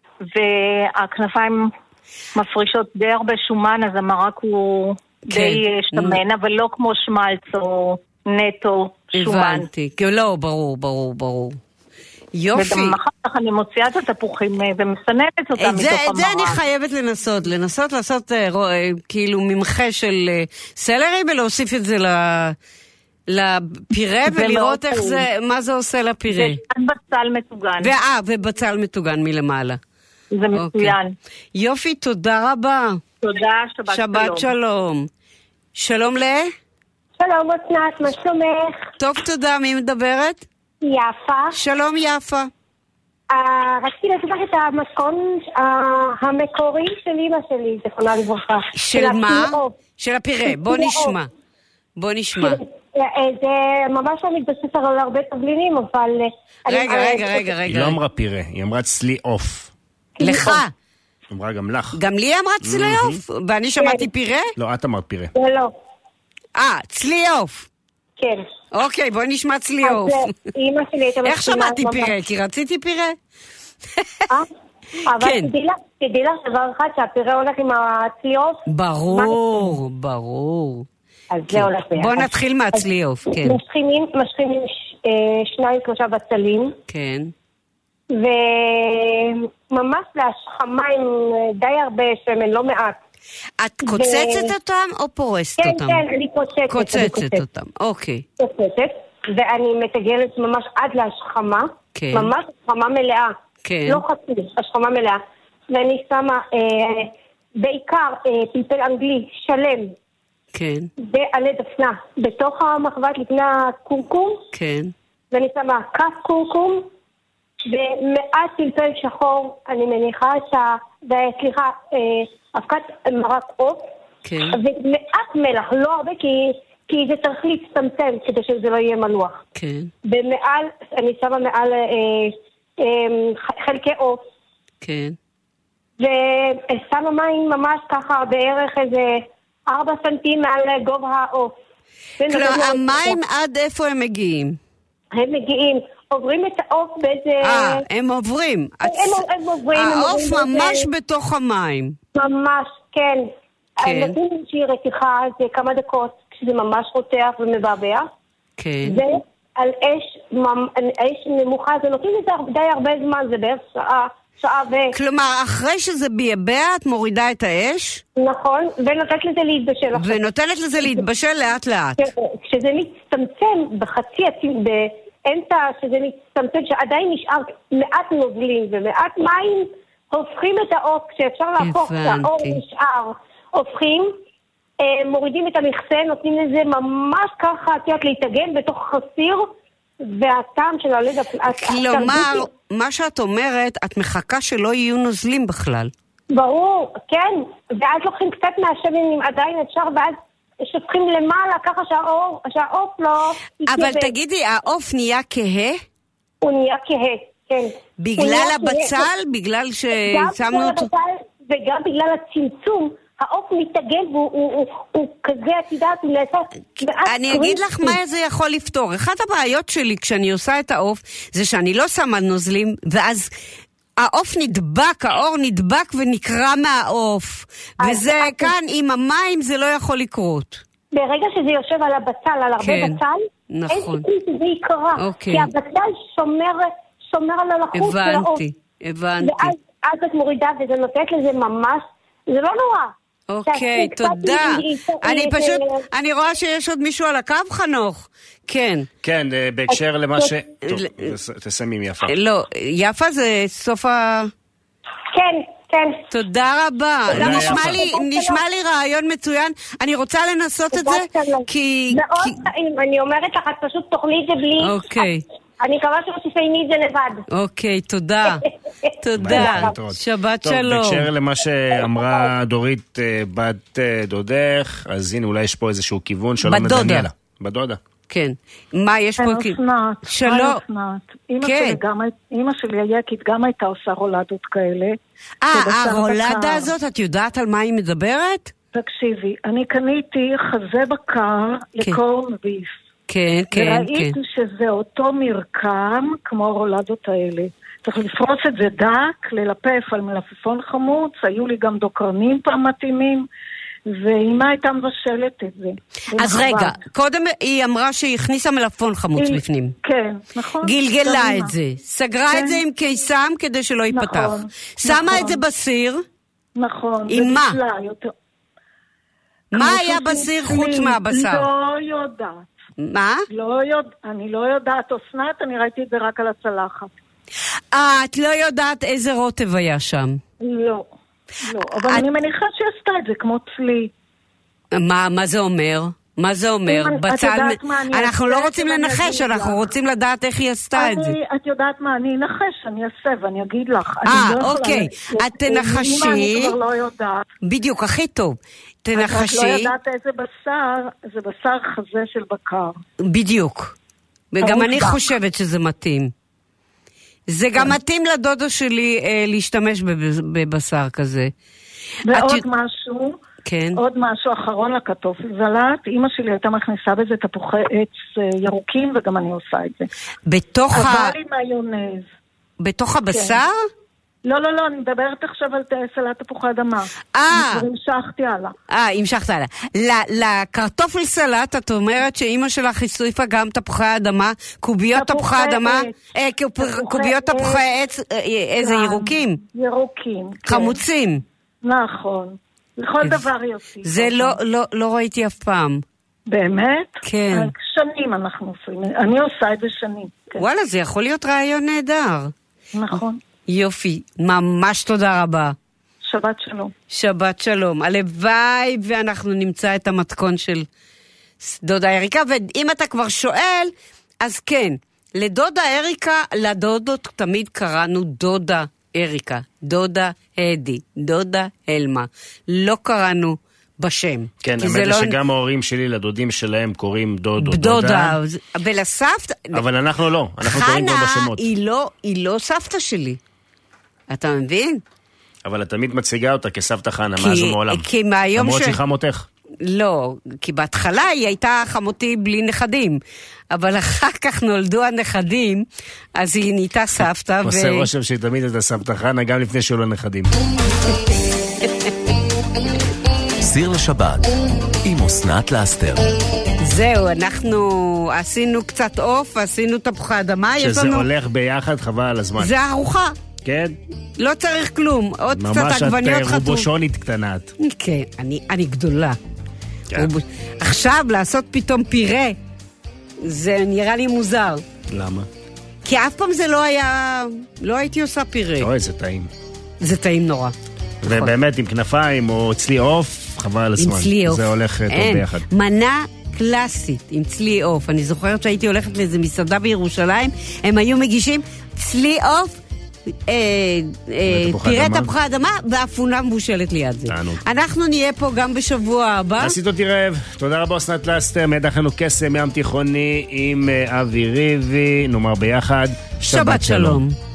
[SPEAKER 8] והכנפיים מפרישות די הרבה שומן, אז המרק הוא די שתמן, אבל לא כמו שמלץ או נטו שומן.
[SPEAKER 2] הבנתי, לא, ברור, ברור, ברור. יופי.
[SPEAKER 8] וגם אחר כך אני מוציאה את התפוחים ומסננת אותם מתוך המרק.
[SPEAKER 2] את זה אני חייבת לנסות, לנסות לעשות כאילו ממחה של סלרי ולהוסיף את זה לפירה ולראות איך זה, מה זה עושה לפירה.
[SPEAKER 8] ובצל מטוגן.
[SPEAKER 2] ואה, ובצל מטוגן מלמעלה.
[SPEAKER 8] זה מצוין.
[SPEAKER 2] יופי, תודה רבה.
[SPEAKER 8] תודה, שבת שלום.
[SPEAKER 2] שבת שלום. שלום ל...
[SPEAKER 9] שלום אסנת, מה שלומך?
[SPEAKER 2] טוב, תודה, מי מדברת?
[SPEAKER 9] יפה.
[SPEAKER 2] שלום יפה.
[SPEAKER 9] רציתי לספר את המתכון המקורי של אמא שלי, זכרונה לברכה.
[SPEAKER 2] של מה? של הפירה, בוא נשמע. בוא נשמע.
[SPEAKER 9] זה ממש לא מתבסס על הרבה תבלינים, אבל...
[SPEAKER 2] רגע, רגע, רגע, רגע.
[SPEAKER 3] היא לא אמרה פירה, היא אמרה צלי עוף.
[SPEAKER 2] לך.
[SPEAKER 3] היא אמרה גם לך.
[SPEAKER 2] גם לי אמרה צלי עוף? ואני שמעתי פירה?
[SPEAKER 3] לא, את אמרת פירה.
[SPEAKER 9] לא.
[SPEAKER 2] אה, צלי עוף.
[SPEAKER 9] כן.
[SPEAKER 2] אוקיי, בואי נשמע צלי עוף.
[SPEAKER 9] אמא שלי הייתה...
[SPEAKER 2] איך שמעתי פירה? כי רציתי פירה.
[SPEAKER 9] אה? אבל תדעי לך דבר אחד שהפירה הולך עם הצלי עוף?
[SPEAKER 2] ברור, ברור.
[SPEAKER 9] אז זה הולך ביחד.
[SPEAKER 2] בוא נתחיל מהצלי עוף, כן.
[SPEAKER 9] משכימים שניים שלושה בצלים.
[SPEAKER 2] כן.
[SPEAKER 9] וממש להשחמה עם די הרבה שמן, לא מעט.
[SPEAKER 2] את קוצצת אותם או פורסת אותם?
[SPEAKER 9] כן, כן, אני קוצצת.
[SPEAKER 2] קוצצת אותם, אוקיי.
[SPEAKER 9] קוצצת, ואני מתגלת ממש עד להשחמה.
[SPEAKER 2] כן.
[SPEAKER 9] ממש השחמה מלאה.
[SPEAKER 2] כן.
[SPEAKER 9] לא חצי, השחמה מלאה. ואני שמה בעיקר פלפל אנגלי שלם.
[SPEAKER 2] כן.
[SPEAKER 9] ועלי דפנה. בתוך המחבת לפני הקורקום.
[SPEAKER 2] כן.
[SPEAKER 9] ואני שמה כף קורקום. ומעט פלפל שחור, אני מניחה שה... סליחה, אבקת מרק עוף.
[SPEAKER 2] כן.
[SPEAKER 9] ומעט מלח, לא הרבה, כי, כי זה צריך להצטמצם כדי שזה לא יהיה מלוח.
[SPEAKER 2] כן.
[SPEAKER 9] ומעל, אני שמה מעל אה, אה, חלקי עוף.
[SPEAKER 2] כן.
[SPEAKER 9] ושמה מים ממש ככה בערך איזה ארבע סנטים מעל גובה העוף.
[SPEAKER 2] כלומר, המים עד איפה הם מגיעים?
[SPEAKER 9] הם מגיעים. עוברים את העוף באיזה...
[SPEAKER 2] אה, הם עוברים.
[SPEAKER 9] הם, הם עוברים.
[SPEAKER 2] העוף ממש בתוך המים.
[SPEAKER 9] ממש, כן.
[SPEAKER 2] כן.
[SPEAKER 9] נתנו שהיא רתיחה, זה כמה דקות, כשזה ממש רותח ומבעבע.
[SPEAKER 2] כן.
[SPEAKER 9] ועל אש, אש נמוכה, זה נותנים לזה די הרבה זמן, זה בערך שעה, שעה ו...
[SPEAKER 2] כלומר, אחרי שזה ביבע, את מורידה את האש?
[SPEAKER 9] נכון, ונותנת לזה להתבשל.
[SPEAKER 2] ונותנת לזה להתבשל לאט לאט.
[SPEAKER 9] כשזה מצטמצם בחצי עצים, באמצע שזה מצטמצם, שעדיין נשאר מעט נוזלים ומעט מים, הופכים את העוף, כשאפשר להפוך את העור נשאר, הופכים, מורידים את המכסה, נותנים לזה ממש ככה, תיאת להתאגן בתוך חסיר, והטעם של הלד...
[SPEAKER 2] כלומר, מה שאת אומרת, את מחכה שלא יהיו נוזלים בכלל.
[SPEAKER 9] ברור, כן. ואז לוקחים קצת מהשמן, עדיין אפשר, ואז שופכים למעלה, ככה שהעוף, שהעוף לא...
[SPEAKER 2] אבל תגידי, העוף נהיה כהה?
[SPEAKER 9] הוא נהיה כהה, כן.
[SPEAKER 2] בגלל הבצל? בגלל ששמנו אותו...
[SPEAKER 9] וגם בגלל הצמצום. העוף מתעגל והוא כזה, את יודעת, הוא נעשה...
[SPEAKER 2] אני אגיד לך מה זה יכול לפתור. אחת הבעיות שלי כשאני עושה את העוף, זה שאני לא שמה נוזלים, ואז העוף נדבק, האור נדבק ונקרא מהעוף. וזה כאן, עם המים זה לא יכול לקרות.
[SPEAKER 9] ברגע שזה יושב על הבצל, על הרבה בצל, אין סיכוי שזה יקרה. כי הבצל שומר על הלחות של העוף.
[SPEAKER 2] הבנתי, הבנתי.
[SPEAKER 9] ואז את מורידה וזה נותנת לזה ממש, זה לא נורא.
[SPEAKER 2] אוקיי, תודה. אני פשוט, אני רואה שיש עוד מישהו על הקו, חנוך. כן.
[SPEAKER 3] כן, בהקשר למה ש... טוב, תסיימים יפה.
[SPEAKER 2] לא, יפה זה סוף ה...
[SPEAKER 9] כן, כן.
[SPEAKER 2] תודה רבה. נשמע לי רעיון מצוין. אני רוצה לנסות את זה, כי...
[SPEAKER 9] אני אומרת לך, את פשוט תאכלי את זה בלי...
[SPEAKER 2] אוקיי.
[SPEAKER 9] אני מקווה שתסיימי את זה לבד.
[SPEAKER 2] אוקיי, תודה. תודה. שבת שלום.
[SPEAKER 3] טוב, בקשר למה שאמרה דורית בת דודך, אז הנה אולי יש פה איזשהו כיוון שלום לדניאלה. בדודה.
[SPEAKER 2] כן. מה יש פה?
[SPEAKER 10] שלום. אמא שלי היקית גם הייתה עושה רולדות כאלה.
[SPEAKER 2] אה, הרולדה הזאת, את יודעת על מה היא מדברת?
[SPEAKER 10] תקשיבי, אני קניתי חזה בקר לקורן ביף.
[SPEAKER 2] כן, כן,
[SPEAKER 10] וראיתי
[SPEAKER 2] כן.
[SPEAKER 10] שזה אותו מרקם כמו הרולדות האלה. צריך לפרוס את זה דק, ללפף על מלפפון חמוץ, היו לי גם דוקרנים פעם מתאימים, ואימא הייתה מבשלת את זה.
[SPEAKER 2] אז רגע, קודם היא אמרה שהיא הכניסה מלפפון חמוץ בפנים.
[SPEAKER 10] כן, נכון.
[SPEAKER 2] גלגלה את זה, סגרה את זה עם קיסם כדי שלא ייפתח. שמה את זה בסיר.
[SPEAKER 10] נכון.
[SPEAKER 2] עם מה? מה היה בסיר חוץ מהבשר?
[SPEAKER 10] לא יודעת.
[SPEAKER 2] מה?
[SPEAKER 10] לא יודע, אני לא יודעת, אסנת, אני ראיתי את זה רק על הצלחת.
[SPEAKER 2] אה, את לא יודעת איזה רוטב היה שם?
[SPEAKER 10] לא, לא, אבל אני מניחה שעשתה את זה כמו צלי.
[SPEAKER 2] מה, מה זה אומר? מה זה אומר? בצל... אנחנו לא רוצים לנחש, אנחנו רוצים לדעת איך היא עשתה את זה.
[SPEAKER 10] את יודעת מה, אני אנחש, אני אעשה ואני אגיד לך.
[SPEAKER 2] אה, אוקיי, את תנחשי.
[SPEAKER 10] אני כבר לא יודעת.
[SPEAKER 2] בדיוק, הכי טוב. תנחשי.
[SPEAKER 10] את לא יודעת איזה בשר, זה בשר חזה של בקר.
[SPEAKER 2] בדיוק. וגם אני חושבת שזה מתאים. זה גם מתאים לדודו שלי להשתמש בבשר כזה.
[SPEAKER 10] ועוד משהו,
[SPEAKER 2] כן.
[SPEAKER 10] עוד משהו אחרון לקטופל זלת, אמא שלי הייתה מכניסה בזה תפוחי עץ ירוקים, וגם אני עושה את זה.
[SPEAKER 2] בתוך ה...
[SPEAKER 10] חבל עם מיונז.
[SPEAKER 2] בתוך הבשר?
[SPEAKER 10] לא, לא, לא, אני מדברת עכשיו על סלט תפוחי אדמה.
[SPEAKER 2] אה.
[SPEAKER 10] המשכתי הלאה.
[SPEAKER 2] אה, המשכת הלאה. לקרטופל סלט, את אומרת שאמא שלך הוסיפה גם תפוחי אדמה, קוביות תפוחי אדמה, קוביות תפוחי עץ, איזה ירוקים?
[SPEAKER 10] ירוקים.
[SPEAKER 2] חמוצים.
[SPEAKER 10] נכון. לכל דבר יוצאים.
[SPEAKER 2] זה לא, לא, לא ראיתי אף פעם.
[SPEAKER 10] באמת?
[SPEAKER 2] כן.
[SPEAKER 10] שנים אנחנו עושים. אני עושה את זה שנים.
[SPEAKER 2] וואלה, זה יכול להיות רעיון נהדר.
[SPEAKER 10] נכון.
[SPEAKER 2] יופי, ממש תודה רבה.
[SPEAKER 10] שבת שלום.
[SPEAKER 2] שבת שלום. הלוואי ואנחנו נמצא את המתכון של דודה אריקה, ואם אתה כבר שואל, אז כן, לדודה אריקה, לדודות תמיד קראנו דודה אריקה, דודה הדי, דודה אלמה. לא קראנו בשם.
[SPEAKER 3] כן, האמת
[SPEAKER 2] לא...
[SPEAKER 3] שגם ההורים שלי לדודים שלהם קוראים דודו,
[SPEAKER 2] דודה.
[SPEAKER 3] דודה.
[SPEAKER 2] ולסבתא...
[SPEAKER 3] אבל אנחנו לא, אנחנו קוראים כבר בשמות.
[SPEAKER 2] חנה היא לא, היא לא סבתא שלי. אתה מבין?
[SPEAKER 3] אבל את תמיד מציגה אותה כסבתא חנה, מאז ומעולם.
[SPEAKER 2] כי מהיום
[SPEAKER 3] למרות
[SPEAKER 2] ש...
[SPEAKER 3] שהיא חמותך.
[SPEAKER 2] לא, כי בהתחלה היא הייתה חמותי בלי נכדים, אבל אחר כך נולדו הנכדים, אז היא נהייתה סבתא.
[SPEAKER 3] עושה רושם שהיא תמיד הייתה סבתא חנה, גם לפני שהיו לה נכדים.
[SPEAKER 1] סיר לשבת, עם אסנת לאסתר.
[SPEAKER 2] זהו, אנחנו עשינו קצת עוף, עשינו תפוחי אדמה.
[SPEAKER 3] שזה לנו... הולך ביחד, חבל על הזמן.
[SPEAKER 2] זה ארוחה.
[SPEAKER 3] כן.
[SPEAKER 2] לא צריך כלום, עוד קצת עגבניות חטוף.
[SPEAKER 3] ממש את רובושונית קטנת.
[SPEAKER 2] כן, אני, אני גדולה. כן. רובוש... עכשיו, לעשות פתאום פירה, זה נראה לי מוזר.
[SPEAKER 3] למה?
[SPEAKER 2] כי אף פעם זה לא היה, לא הייתי עושה פירה.
[SPEAKER 3] אוי, זה טעים.
[SPEAKER 2] זה טעים נורא.
[SPEAKER 3] ובאמת עם כנפיים או צלי עוף, חבל על הזמן.
[SPEAKER 2] עם צלי עוף.
[SPEAKER 3] זה הולך טוב
[SPEAKER 2] אין.
[SPEAKER 3] ביחד.
[SPEAKER 2] מנה קלאסית עם צלי עוף. אני זוכרת שהייתי הולכת לאיזה מסעדה בירושלים, הם היו מגישים צלי עוף, תראה תפוחי אדמה ואפונה מבושלת ליד זה. אנחנו נהיה פה גם בשבוע הבא.
[SPEAKER 3] עשית אותי רעב. תודה רבה אסנת לסטר, מידע לנו קסם ים תיכוני עם אבי ריבי. נאמר ביחד
[SPEAKER 2] שבת שלום.